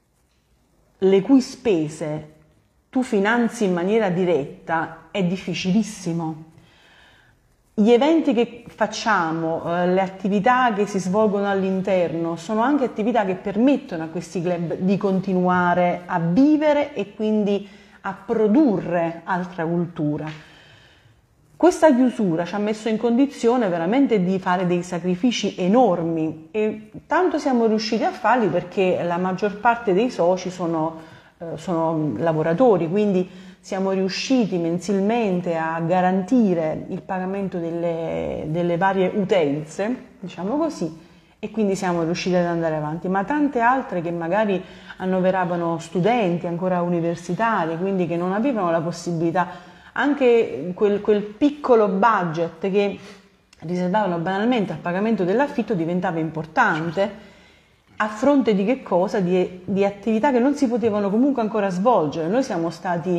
le cui spese tu finanzi in maniera diretta è difficilissimo. Gli eventi che facciamo, le attività che si svolgono all'interno sono anche attività che permettono a questi club di continuare a vivere e quindi a produrre altra cultura. Questa chiusura ci ha messo in condizione veramente di fare dei sacrifici enormi, e tanto siamo riusciti a farli perché la maggior parte dei soci sono lavoratori, quindi siamo riusciti mensilmente a garantire il pagamento delle varie utenze, diciamo così, e quindi siamo riusciti ad andare avanti. Ma tante altre che magari annoveravano studenti ancora universitari, quindi che non avevano la possibilità, anche quel piccolo budget che riservavano banalmente al pagamento dell'affitto diventava importante, a fronte di che cosa? Di attività che non si potevano comunque ancora svolgere. Noi siamo stati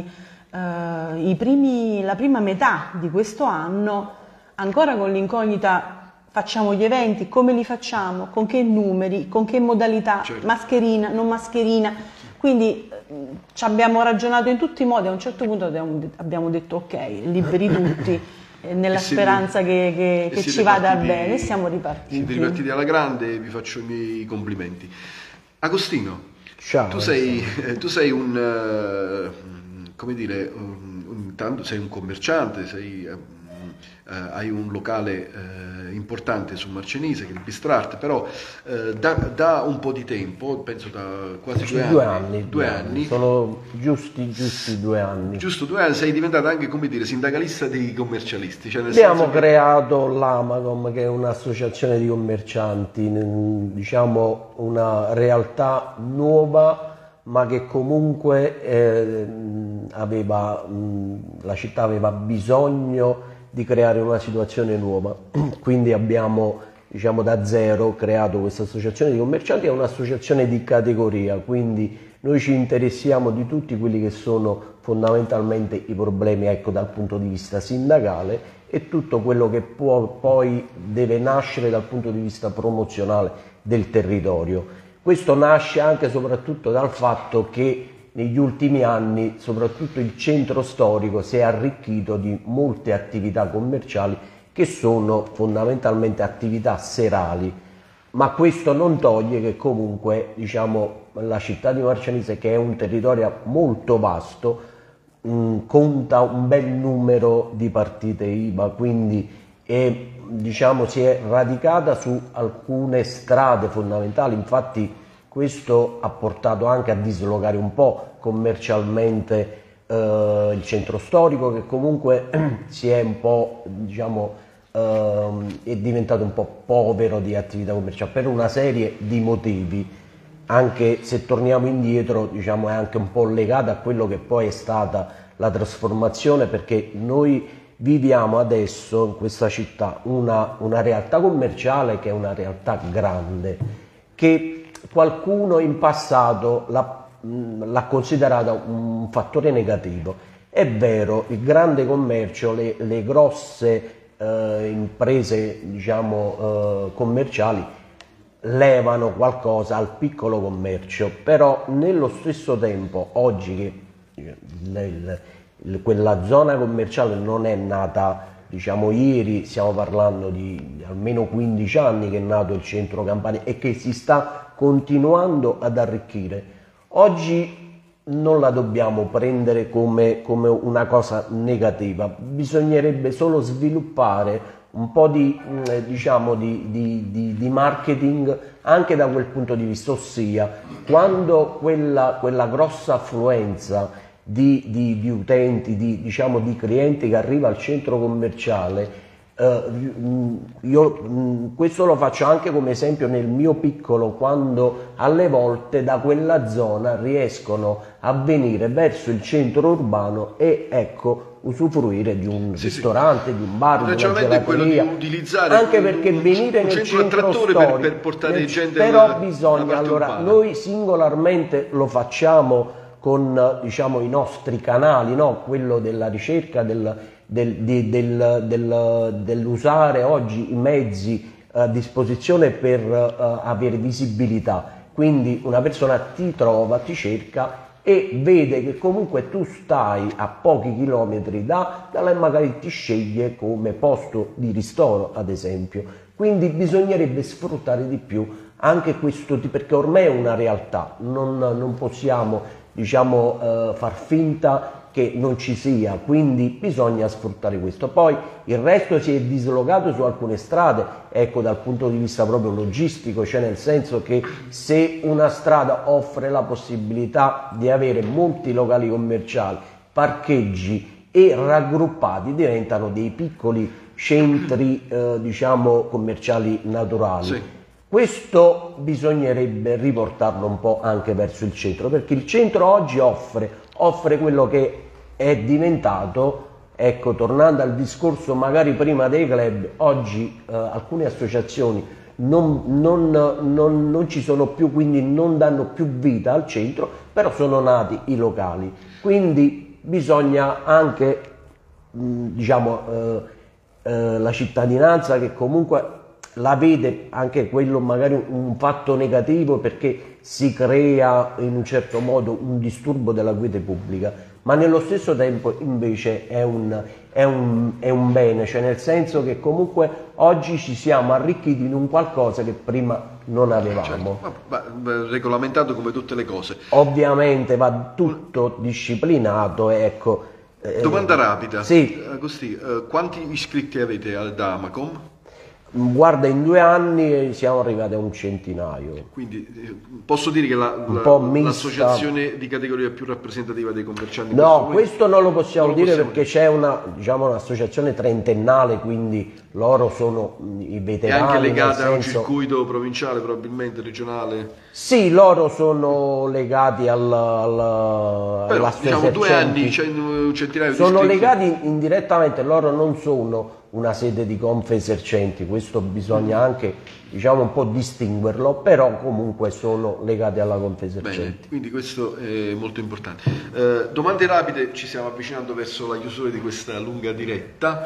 la prima metà di questo anno ancora con l'incognita. Facciamo gli eventi, come li facciamo, con che numeri, con che modalità, certo. Mascherina, non mascherina, quindi ci abbiamo ragionato in tutti i modi, a un certo punto abbiamo detto ok, liberi tutti, nella speranza che ci vada bene, siamo ripartiti. Siete ripartiti alla grande, vi faccio i miei complimenti. Agostino, ciao, tu sei un, come dire, intanto sei un commerciante, hai un locale importante su Marcenise che è il Bistrart, però da un po' di tempo, penso da quasi 2 anni. 2 anni. Sono giusti 2 anni. Giusto 2 anni, sei diventato anche, come dire, sindacalista dei commercialisti. Cioè abbiamo creato l'Amacom, che è un'associazione di commercianti, diciamo una realtà nuova, ma che comunque la città aveva bisogno di creare una situazione nuova, quindi abbiamo, diciamo, da zero creato questa associazione di commercianti. È un'associazione di categoria, quindi noi ci interessiamo di tutti quelli che sono fondamentalmente i problemi, ecco, dal punto di vista sindacale, e tutto quello che poi deve nascere dal punto di vista promozionale del territorio. Questo nasce anche e soprattutto dal fatto che negli ultimi anni soprattutto il centro storico si è arricchito di molte attività commerciali che sono fondamentalmente attività serali, ma questo non toglie che comunque, diciamo, la città di Marcianise, che è un territorio molto vasto, conta un bel numero di partite IVA, quindi diciamo, si è radicata su alcune strade fondamentali. Infatti questo ha portato anche a dislocare un po' commercialmente il centro storico, che comunque si è un po', diciamo, è diventato un po' povero di attività commerciali per una serie di motivi, anche se torniamo indietro, diciamo, è anche un po' legata a quello che poi è stata la trasformazione, perché noi viviamo adesso in questa città una realtà commerciale che è una realtà grande, che qualcuno in passato l'ha considerata un fattore negativo. È vero, il grande commercio, le grosse imprese, diciamo, commerciali levano qualcosa al piccolo commercio, però nello stesso tempo oggi che quella zona commerciale non è nata, diciamo, ieri, stiamo parlando di almeno 15 anni che è nato il centro Campania e che si sta continuando ad arricchire. Oggi non la dobbiamo prendere come una cosa negativa, bisognerebbe solo sviluppare un po' di marketing anche da quel punto di vista, ossia quando quella grossa affluenza di utenti, di clienti che arriva al centro commerciale, io questo lo faccio anche come esempio nel mio piccolo, quando alle volte da quella zona riescono a venire verso il centro urbano e, ecco, usufruire di un ristorante, di un bar, di una gelateria, quello di utilizzare anche perché venire nel centro storico per portare gente però bisogna, allora, noi singolarmente lo facciamo con, diciamo, i nostri canali, no? Quello della ricerca, dell'usare oggi i mezzi a disposizione per avere visibilità. Quindi una persona ti trova, ti cerca e vede che comunque tu stai a pochi chilometri da lei, magari ti sceglie come posto di ristoro, ad esempio. Quindi bisognerebbe sfruttare di più anche questo, perché ormai è una realtà, non possiamo, diciamo, far finta che non ci sia, quindi bisogna sfruttare questo. Poi il resto si è dislocato su alcune strade, ecco, dal punto di vista proprio logistico, cioè nel senso che se una strada offre la possibilità di avere molti locali commerciali, parcheggi e raggruppati, diventano dei piccoli centri diciamo commerciali naturali. Sì. Questo bisognerebbe riportarlo un po' anche verso il centro, perché il centro oggi offre quello che è diventato, ecco, tornando al discorso magari prima dei club, oggi alcune associazioni non ci sono più, quindi non danno più vita al centro, però sono nati i locali. Quindi bisogna anche la cittadinanza che comunque la vede anche quello magari un fatto negativo, perché si crea in un certo modo un disturbo della quiete pubblica, ma nello stesso tempo invece è un bene, cioè nel senso che comunque oggi ci siamo arricchiti in un qualcosa che prima non avevamo. Regolamentato come tutte le cose. Ovviamente va tutto disciplinato, ecco. Domanda rapida. Sì. Agostino, quanti iscritti avete ad Amacom? Guarda, in 2 anni siamo arrivati a un centinaio. Quindi posso dire che un po' l'associazione di categoria più rappresentativa dei commercianti? No, questo non lo possiamo dire perché c'è un'associazione trentennale, quindi loro sono i veterani. È anche legata a un circuito provinciale, probabilmente regionale? Sì, loro sono legati alla diciamo 2 anni, c'è un centinaio di sono iscritti. legati indirettamente, loro non sono una sede di Confesercenti, questo bisogna anche un po' distinguerlo, però comunque sono legati alla Confesercenti. Bene, quindi questo è molto importante. Domande rapide, ci stiamo avvicinando verso la chiusura di questa lunga diretta.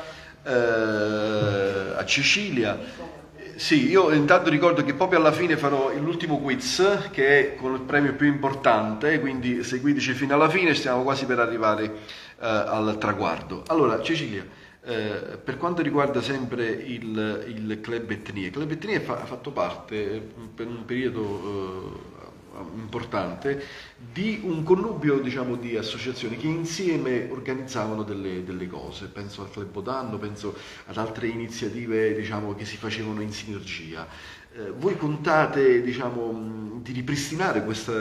A Cecilia. Sì, io intanto ricordo che proprio alla fine farò l'ultimo quiz, che è con il premio più importante, quindi seguiteci fino alla fine, stiamo quasi per arrivare al traguardo. Allora, Cecilia, per quanto riguarda sempre il Club Etnie, il Club Etnie ha fatto parte per un periodo importante di un connubio, diciamo, di associazioni che insieme organizzavano delle cose. Penso al Club Bodanno, penso ad altre iniziative, diciamo, che si facevano in sinergia. Voi contate, diciamo, di ripristinare questa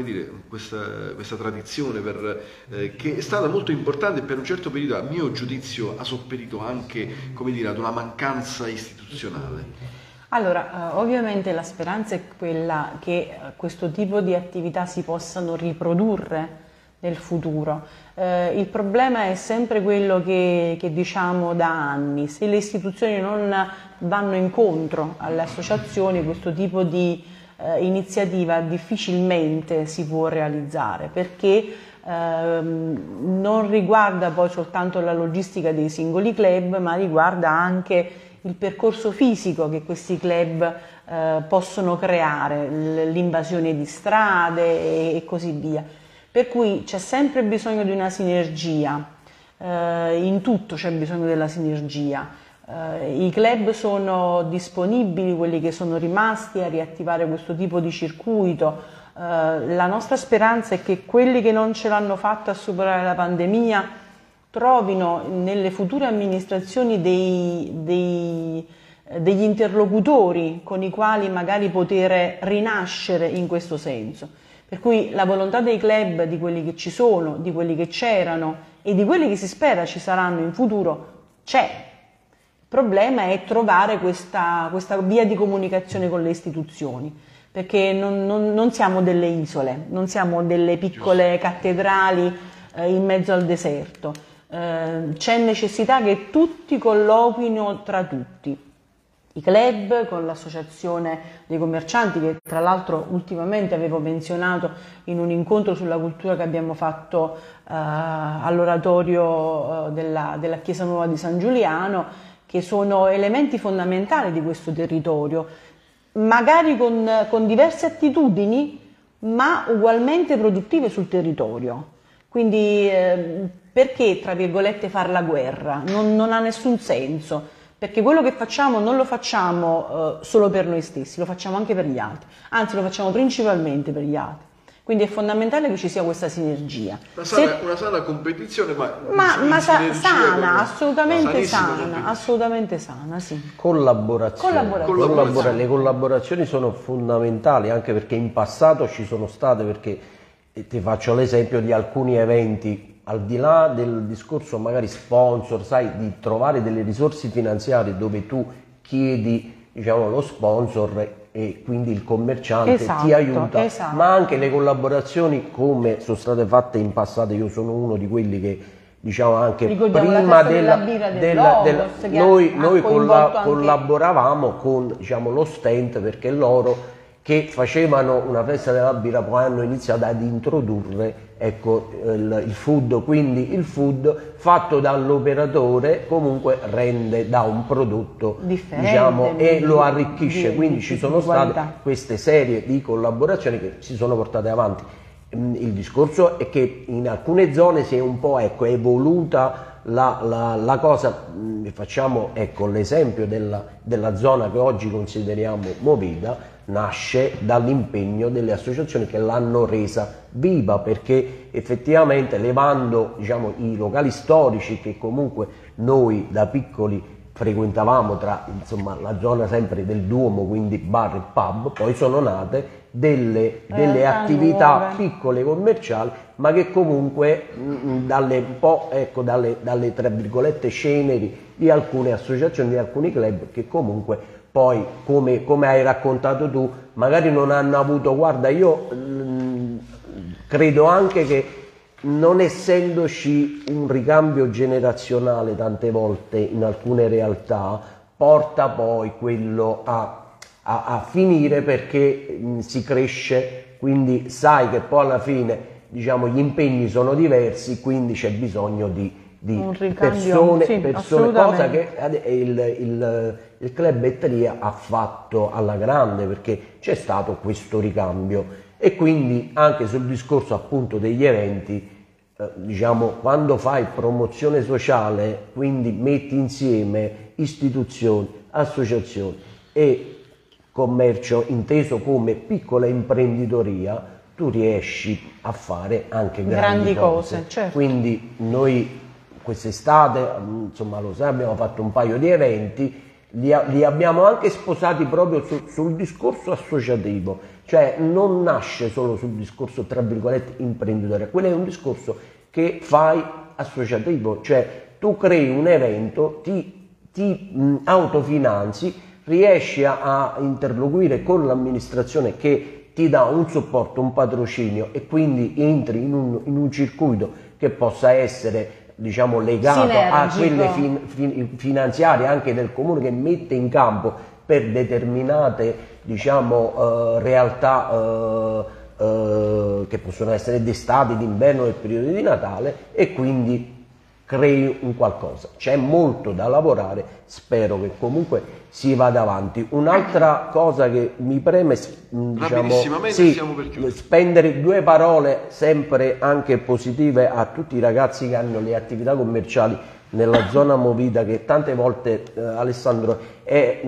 tradizione che è stata molto importante e per un certo periodo, a mio giudizio, ha sopperito anche, come dire, ad una mancanza istituzionale. Allora, ovviamente la speranza è quella che questo tipo di attività si possano riprodurre nel futuro. Il problema è sempre quello che diciamo da anni: se le istituzioni non vanno incontro alle associazioni, questo tipo di iniziativa difficilmente si può realizzare, perché non riguarda poi soltanto la logistica dei singoli club, ma riguarda anche il percorso fisico che questi club possono creare, l'invasione di strade e così via. Per cui c'è sempre bisogno di una sinergia, in tutto c'è bisogno della sinergia. I club sono disponibili, quelli che sono rimasti, a riattivare questo tipo di circuito. La nostra speranza è che quelli che non ce l'hanno fatta a superare la pandemia trovino nelle future amministrazioni degli interlocutori con i quali magari poter rinascere in questo senso. Per cui la volontà dei club, di quelli che ci sono, di quelli che c'erano e di quelli che si spera ci saranno in futuro, c'è. Il problema è trovare questa via di comunicazione con le istituzioni, perché non siamo delle isole, non siamo delle piccole cattedrali in mezzo al deserto. C'è necessità che tutti colloquino tra tutti, i club con l'associazione dei commercianti, che tra l'altro ultimamente avevo menzionato in un incontro sulla cultura che abbiamo fatto all'oratorio della Chiesa Nuova di San Giuliano, che sono elementi fondamentali di questo territorio, magari con diverse attitudini ma ugualmente produttive sul territorio. Quindi perché, tra virgolette, far la guerra? Non ha nessun senso, perché quello che facciamo non lo facciamo solo per noi stessi, lo facciamo anche per gli altri, anzi lo facciamo principalmente per gli altri. Quindi è fondamentale che ci sia questa sinergia. Una sana competizione, ma sana, assolutamente sana, sì. Collaborazione. Le collaborazioni sono fondamentali, anche perché in passato ci sono state, perché ti faccio l'esempio di alcuni eventi, al di là del discorso magari sponsor, sai, di trovare delle risorse finanziarie dove tu chiedi, diciamo, lo sponsor e quindi il commerciante ti aiuta, ma anche le collaborazioni come sono state fatte in passato. Io sono uno di quelli che, diciamo, anche prima noi collaboravamo con, diciamo, lo Stent, perché loro che facevano una festa della birra, poi hanno iniziato ad introdurre ecco, il food, quindi il food fatto dall'operatore comunque rende da un prodotto differente, diciamo, e lo arricchisce, quindi ci sono state qualità. queste serie di collaborazioni che si sono portate avanti. Il discorso è che in alcune zone si è un po' ecco, evoluta la cosa, facciamo ecco, l'esempio della zona che oggi consideriamo movida, nasce dall'impegno delle associazioni che l'hanno resa viva, perché effettivamente levando diciamo, i locali storici che comunque noi da piccoli frequentavamo tra insomma, la zona sempre del Duomo, quindi bar e pub, poi sono nate delle attività piccole commerciali, ma che comunque dalle tra virgolette ceneri di alcune associazioni, di alcuni club che comunque poi come hai raccontato tu magari non hanno avuto, guarda io credo anche che non essendoci un ricambio generazionale tante volte in alcune realtà porta poi quello a finire, perché si cresce, quindi sai che poi alla fine diciamo gli impegni sono diversi, quindi c'è bisogno di un ricambio, persone, cosa che il Club Etteria ha fatto alla grande, perché c'è stato questo ricambio. E quindi anche sul discorso appunto degli eventi, diciamo quando fai promozione sociale, quindi metti insieme istituzioni, associazioni e commercio inteso come piccola imprenditoria, tu riesci a fare anche grandi cose. Certo. Quindi noi quest'estate, insomma lo sai, abbiamo fatto un paio di eventi, li abbiamo anche sposati proprio sul discorso associativo, cioè non nasce solo sul discorso tra virgolette imprenditoria, quello è un discorso che fai associativo, cioè tu crei un evento, ti autofinanzi, riesci a interloquire con l'amministrazione che ti dà un supporto, un patrocinio, e quindi entri in un circuito che possa essere diciamo legato a quelle finanziarie anche del comune, che mette in campo per determinate diciamo realtà che possono essere d'estate, d'inverno, nel periodo di Natale, e quindi crei un qualcosa. C'è molto da lavorare, spero che comunque si vada avanti. Un'altra cosa che mi preme diciamo, spendere due parole sempre anche positive a tutti i ragazzi che hanno le attività commerciali nella zona movida, che tante volte Alessandro è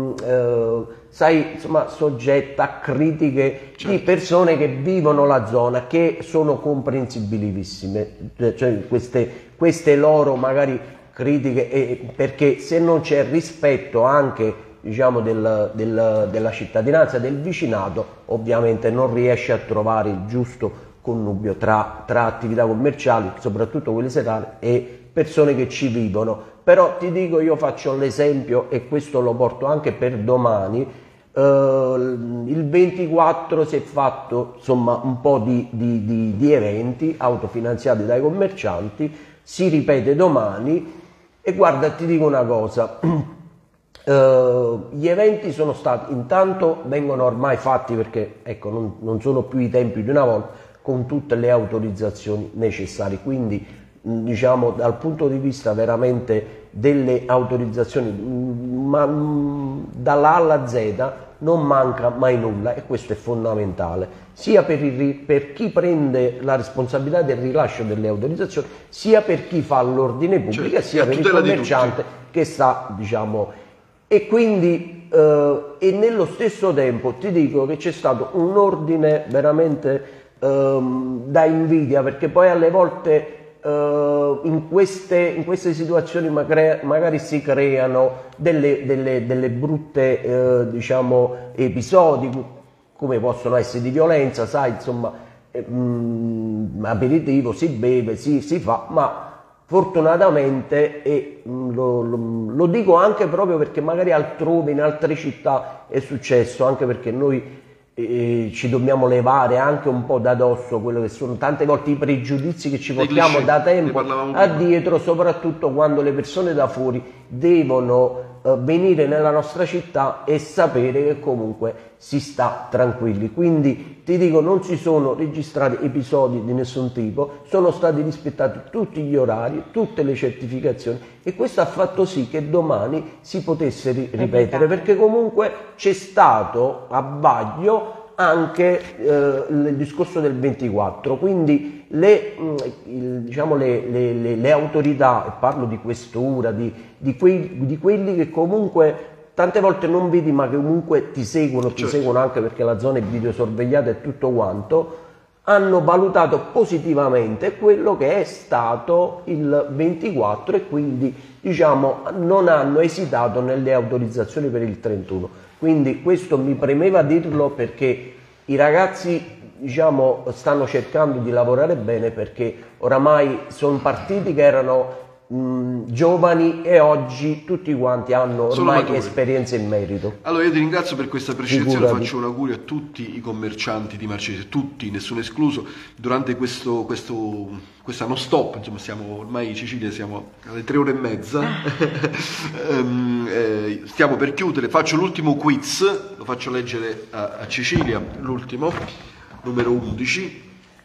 sai, insomma, soggetta a critiche di persone che vivono la zona, che sono comprensibilissime, cioè queste loro magari critiche, perché se non c'è rispetto anche diciamo della cittadinanza, del vicinato, ovviamente non riesce a trovare il giusto connubio tra attività commerciali, soprattutto quelle serali, e persone che ci vivono. Però ti dico, io faccio l'esempio, e questo lo porto anche per domani. Il 24 si è fatto insomma un po' di eventi autofinanziati dai commercianti, si ripete domani, e guarda, ti dico una cosa, gli eventi sono stati, intanto vengono ormai fatti, perché ecco non sono più i tempi di una volta, con tutte le autorizzazioni necessarie, quindi diciamo dal punto di vista veramente delle autorizzazioni, ma dalla A alla Z non manca mai nulla, e questo è fondamentale, sia per chi prende la responsabilità del rilascio delle autorizzazioni, sia per chi fa l'ordine pubblico, sia per il commerciante che sta, diciamo, e quindi e nello stesso tempo ti dico che c'è stato un ordine veramente da invidia, perché poi alle volte in queste situazioni magari si creano delle brutte diciamo episodi, come possono essere di violenza, sai, insomma, aperitivo, si beve, si fa, ma fortunatamente, e lo dico anche proprio perché magari altrove in altre città è successo, anche perché noi ci dobbiamo levare anche un po' da dosso quello che sono tante volte i pregiudizi che ci portiamo da tempo addietro, soprattutto quando le persone da fuori devono venire nella nostra città e sapere che comunque si sta tranquilli. Quindi ti dico, non si sono registrati episodi di nessun tipo, sono stati rispettati tutti gli orari, tutte le certificazioni, e questo ha fatto sì che domani si potesse ripetere, perché comunque c'è stato a Baglio anche il discorso del 24, quindi le autorità, e parlo di questura, di quelli che comunque tante volte non vedi ma che comunque ti seguono anche perché la zona è videosorvegliata e tutto quanto, hanno valutato positivamente quello che è stato il 24 e quindi non hanno esitato nelle autorizzazioni per il 31. Quindi questo mi premeva dirlo perché i ragazzi stanno cercando di lavorare bene, perché oramai sono partiti che erano giovani e oggi tutti quanti hanno ormai esperienza in merito. Allora io ti ringrazio per questa precisazione, Figurati. faccio un augurio a tutti i commercianti di Marcenise, tutti, nessuno escluso, durante questa non stop, insomma ormai in Sicilia siamo alle 3 ore e mezza, stiamo per chiudere, faccio l'ultimo quiz, lo faccio leggere a Cecilia, l'ultimo, numero 11.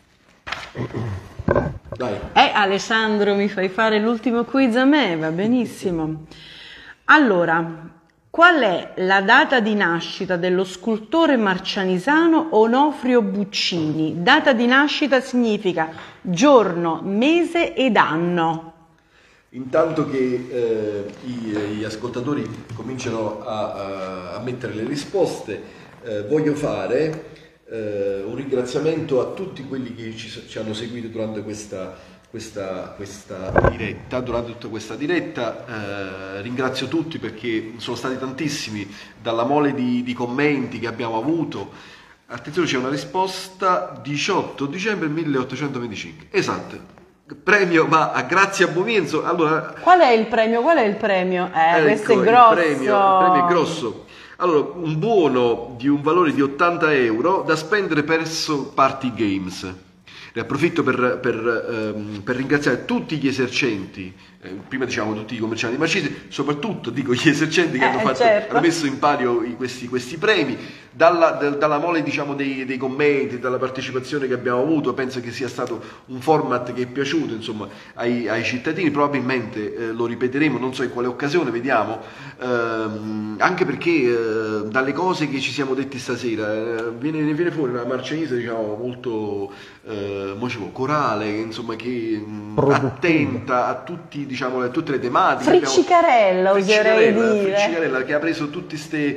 Dai. Alessandro, mi fai fare l'ultimo quiz a me, va benissimo. Allora, qual è la data di nascita dello scultore marcianisano Onofrio Buccini? Data di nascita significa giorno, mese ed anno. Intanto che gli ascoltatori cominciano a mettere le risposte, voglio fare un ringraziamento a tutti quelli che ci hanno seguito durante questa diretta, durante tutta questa diretta. Ringrazio tutti perché sono stati tantissimi, dalla mole di commenti che abbiamo avuto. Attenzione, c'è una risposta: 18 dicembre 1825, esatto, premio, ma grazie a Bovienzo. Allora, Qual è il premio? Questo è grosso. Il premio è grosso. Allora, un buono di un valore di 80 euro da spendere presso Party Games. Ne approfitto per ringraziare tutti gli esercenti, prima diciamo tutti i commercianti di Marcinise, soprattutto dico gli esercenti che hanno messo in palio questi premi, dalla mole dei commenti, dalla partecipazione che abbiamo avuto. Penso che sia stato un format che è piaciuto, insomma, ai cittadini. Probabilmente lo ripeteremo, non so in quale occasione, vediamo, anche perché dalle cose che ci siamo detti stasera viene fuori una Marcinise, diciamo, molto corale, insomma, che attenta a tutti, diciamo, a tutte le tematiche. Friccicarella, oserei dire. Friccicarella, che ha preso tutte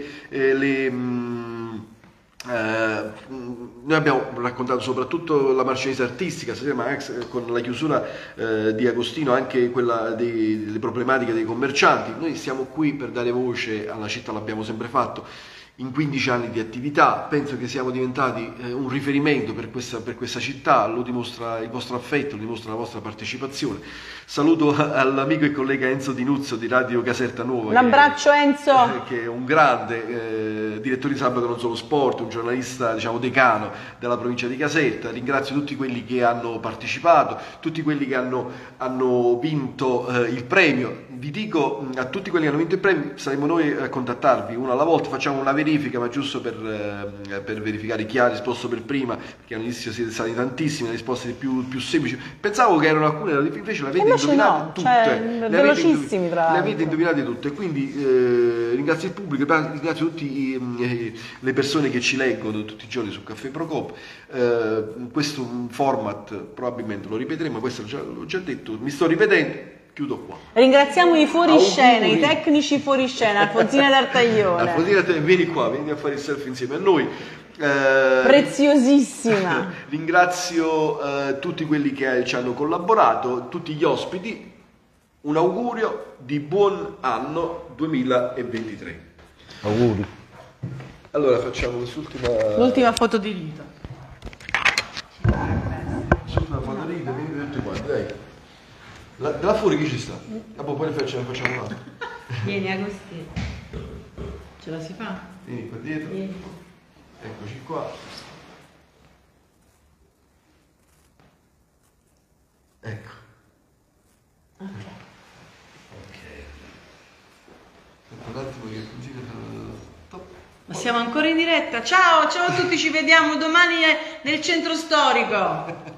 noi abbiamo raccontato soprattutto la Marcinise artistica stasera, ma con la chiusura di Agostino anche quella delle problematiche dei commercianti. Noi siamo qui per dare voce alla città, l'abbiamo sempre fatto. In 15 anni di attività penso che siamo diventati un riferimento per questa città, lo dimostra il vostro affetto, lo dimostra la vostra partecipazione. Saluto all'amico e collega Enzo Di Nuzzo di Radio Caserta Nuova. Un abbraccio, Enzo! Che è un grande direttore di Sabato Non Solo Sport, un giornalista, diciamo, decano della provincia di Caserta. Ringrazio tutti quelli che hanno partecipato, tutti quelli che hanno vinto il premio. Vi dico, a tutti quelli che hanno vinto il premio, saremo noi a contattarvi uno alla volta, facciamo una verifica, ma giusto per verificare chi ha risposto per prima, perché all'inizio siete stati tantissimi, le risposte più semplici. Pensavo che erano alcune, invece le avete indovinate tutte. Velocissimi, tra l'altro. Le avete indovinate tutte, quindi ringrazio il pubblico, ringrazio tutte le persone che ci leggono tutti i giorni su Caffè Procop. Questo format probabilmente lo ripeteremo, questo l'ho già detto, mi sto ripetendo. Chiudo qua. Ringraziamo i fuoriscena, i tecnici fuoriscena, Alfonsina d'Artaglione. Alfonsina, vieni qua, vieni a fare il selfie insieme a noi. Preziosissima. Ringrazio tutti quelli che ci hanno collaborato, tutti gli ospiti. Un augurio di buon anno 2023. Auguri. Allora facciamo l'ultima foto di Rita. L'ultima foto di Rita, venite tutti quanti, dai. Da là fuori chi ci sta? Poi ne facciamo un'altra. Vieni Agostino. Ce la si fa? Vieni qua dietro. Vieni. Eccoci qua. Ecco. Ok. Aspetta un attimo che così top. Ma siamo ancora in diretta. Ciao, ciao a tutti, ci vediamo domani nel centro storico.